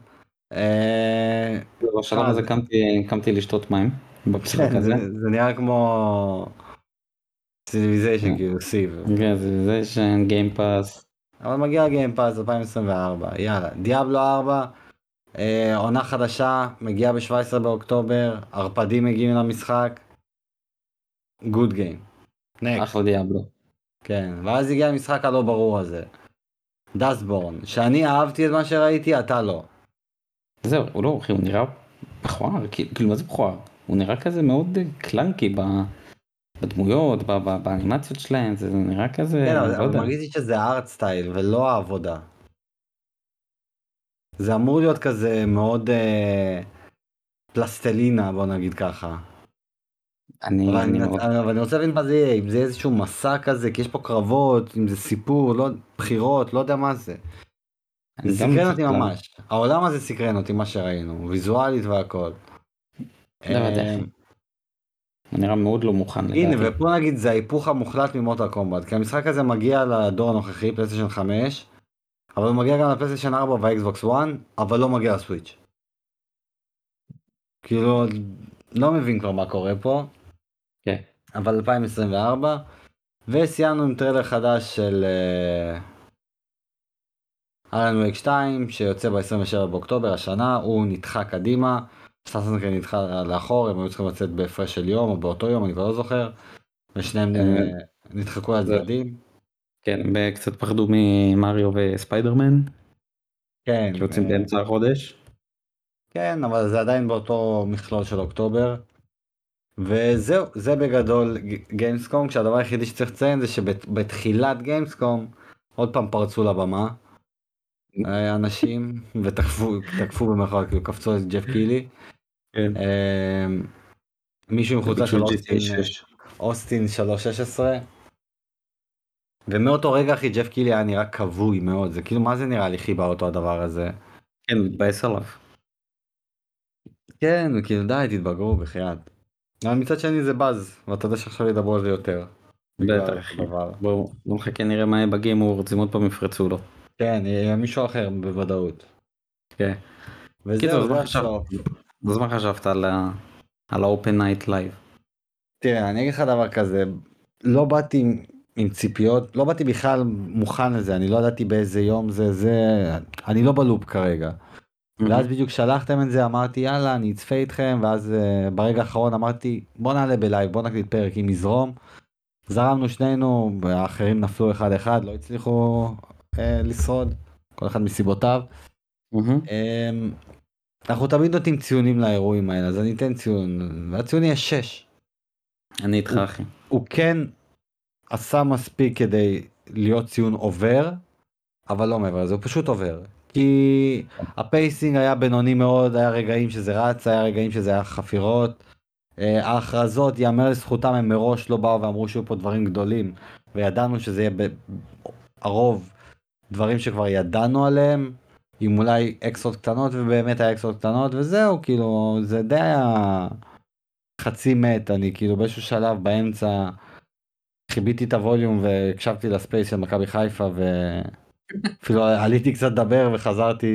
בשלב הזה קמתי קמתי לשתות מים במשחק כן, זה הזה. זה נראה כמו ציוויזיישן, כן, כאילו סיב. כן, זה זה שאין גיים פאס. אבל מגיע גיימפאס אלפיים עשרים וארבע, יאללה. דיאבלו ארבע, אה, עונה חדשה, מגיעה ב-שבעה עשר באוקטובר, ערפדים מגיעים למשחק. גוד גיים. נקסט. אחלה דיאבלו. כן, ואז הגיע המשחק הלא ברור הזה. דאסבורן, שאני אהבתי את מה שראיתי, אתה לא. זהו, הוא לא, אחי, הוא נראה מכוער, כאילו, כאילו, מה זה מכוער? הוא נראה כזה מאוד אה, קלנקי ב- בדמויות, ב- ב- באנימציות שלהם, זה נראה כזה, כן, אבל, לא אבל יודע. מרגיש לי שזה הארט סטייל ולא העבודה. זה אמור להיות כזה מאוד אה, פלסטלינה, בוא נגיד ככה. אבל אני אני, אני מנצ- מאוד, אבל אני רוצה להבין מה זה יהיה, אם זה איזשהו מסע כזה, כי יש פה קרבות, אם זה סיפור, לא, בחירות, לא יודע מה זה. אני זה גם סקרן צריך אותי לה... ממש. העולם הזה סקרן אותי, מה שראינו, ויזואלית והכל. לא יודע, אה, אחי. הוא נראה מאוד לא מוכן הנה, לדעתי. ופה נגיד זה ההיפוך המוחלט ממוטל קומבט, כי המשחק הזה מגיע לדור הנוכחי, פלייסטיישן חמש, אבל הוא מגיע גם לפלייסטיישן ארבע והאקסבוקס אחת, אבל לא מגיע לסוויץ'. כאילו, לא מבין כבר מה קורה פה, כן. אבל אלפיים עשרים וארבע, וסיימנו עם טריילר חדש של אלן וייק שתיים, שיוצא ב-עשרים ושבעה באוקטובר השנה, הוא נדחה קדימה, סאסן קריד נדחה לאחור, הם היו צריכים לצאת בהפרש של יום או באותו יום, אני כבר לא זוכר, ושניהם אה, אה, נדחקו זהו. לצדדים. כן, הם קצת פחדו ממריו וספיידרמן, כן, שיוצאים אה, באמצע החודש. כן, אבל זה עדיין באותו מכלול של אוקטובר. וזהו, זה בגדול גיימסקום, כשהדבר היחידי שצריך לציין זה שבתחילת גיימסקום עוד פעם פרצו לבמה. אה, אנשים, ותקפו, תקפו במחר, כאילו קפצו את ג'ף קילי. כן. אה, מישהו עם חולצה וביקשו של את ג'י טי איי אוסטין, אה, שש. אוסטין שלוש שש עשרה. ומאותו רגע אחי ג'ף קילי היה נראה כבוי מאוד, זה כאילו מה זה נראה לי חיבה אותו הדבר הזה. כן, מתבאס עליו. כן, כאילו די תתבגרו בחייאת. אבל מצד שני זה באז, ואתה יודע שעכשיו ידברו על זה יותר. בגלל בטח אותו אחי. דבר. בואו בואו נחכה נראה מה יהיה בגיים אוורדס, אם עוד פעם יפרצו לו. כן, יהיה מישהו אחר בוודאות. כן. קיצור, וזהו, אז מה זה חשבת? הסוף. אז מה חשבת על ה... על ה-Open Night Live? תראה, אני אגיד לך דבר כזה, לא באתי עם, עם ציפיות, לא באתי בכלל מוכן לזה, אני לא ידעתי באיזה יום זה, זה, אני לא בלופ כרגע. ואז מהמם. בדיוק שלחתם את זה, אמרתי יאללה, אני אצפה איתכם, ואז uh, ברגע האחרון אמרתי בוא נעלה בלייב, בוא נקליט פרק עם יזרום. זרמנו שנינו, האחרים נפלו אחד אחד, לא הצליחו uh, לשרוד, כל אחד מסיבותיו. מהמם. Um, אנחנו תמיד נותנים ציונים לאירועים האלה, אז אני אתן ציון, והציון יהיה שש. אני איתך הוא, אחי. הוא כן עשה מספיק כדי להיות ציון עובר, אבל לא מעבר לזה, הוא פשוט עובר. כי הפייסינג היה בינוני מאוד, היה רגעים שזה רץ, היה רגעים שזה היה חפירות. אה, ההכרזות, יאמר לזכותם, הם מראש לא באו ואמרו שיהיו פה דברים גדולים, וידענו שזה יהיה הרוב דברים שכבר ידענו עליהם, עם אולי אקסות קטנות, ובאמת היה אקסות קטנות, וזהו, כאילו, זה די היה חצי מת, אני כאילו באיזשהו שלב באמצע, חיביתי את הווליום והקשבתי לספייס של מכבי חיפה ואפילו עליתי קצת לדבר וחזרתי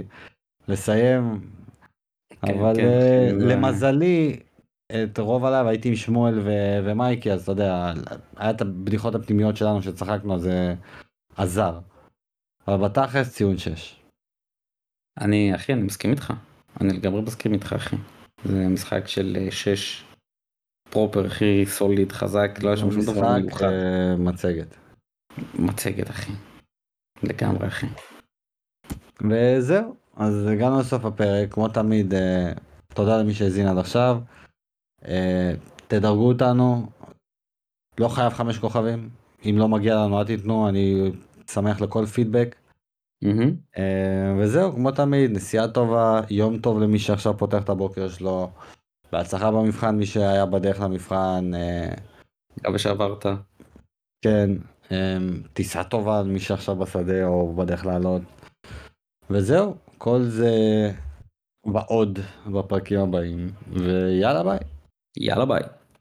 לסיים, כן, אבל כן אחי. uh, זה... למזלי את רוב עליו הייתי עם שמואל ו- ומייקי, אז אתה יודע, היה את הבדיחות הפנימיות שלנו שצחקנו, אז זה עזר. אבל בתכלס ציון שש. אני, אחי, אני מסכים איתך. אני לגמרי מסכים איתך, אחי. זה משחק של אה, שש פרופר, הכי סוליד, חזק, לא היה שם שום דבר משחק מיוחד. uh, מצגת. מצגת, אחי. לגמרי, אחי. וזהו, אז הגענו לסוף הפרק, כמו תמיד, uh, תודה למי שהזין עד עכשיו. Uh, תדרגו אותנו, לא חייב חמש כוכבים, אם לא מגיע לנו אל תיתנו, אני שמח לכל פידבק. מהמם. אה, וזהו, כמו תמיד, נסיעה טובה, יום טוב למי שעכשיו פותח את הבוקר שלו, בהצלחה במבחן מי שהיה בדרך למבחן, אה, מקווה שעברת. כן, אה, טיסה טובה למי שעכשיו בשדה או בדרך לעלות, וזהו, כל זה ועוד בפרקים הבאים, ויאללה ביי. יאללה ביי.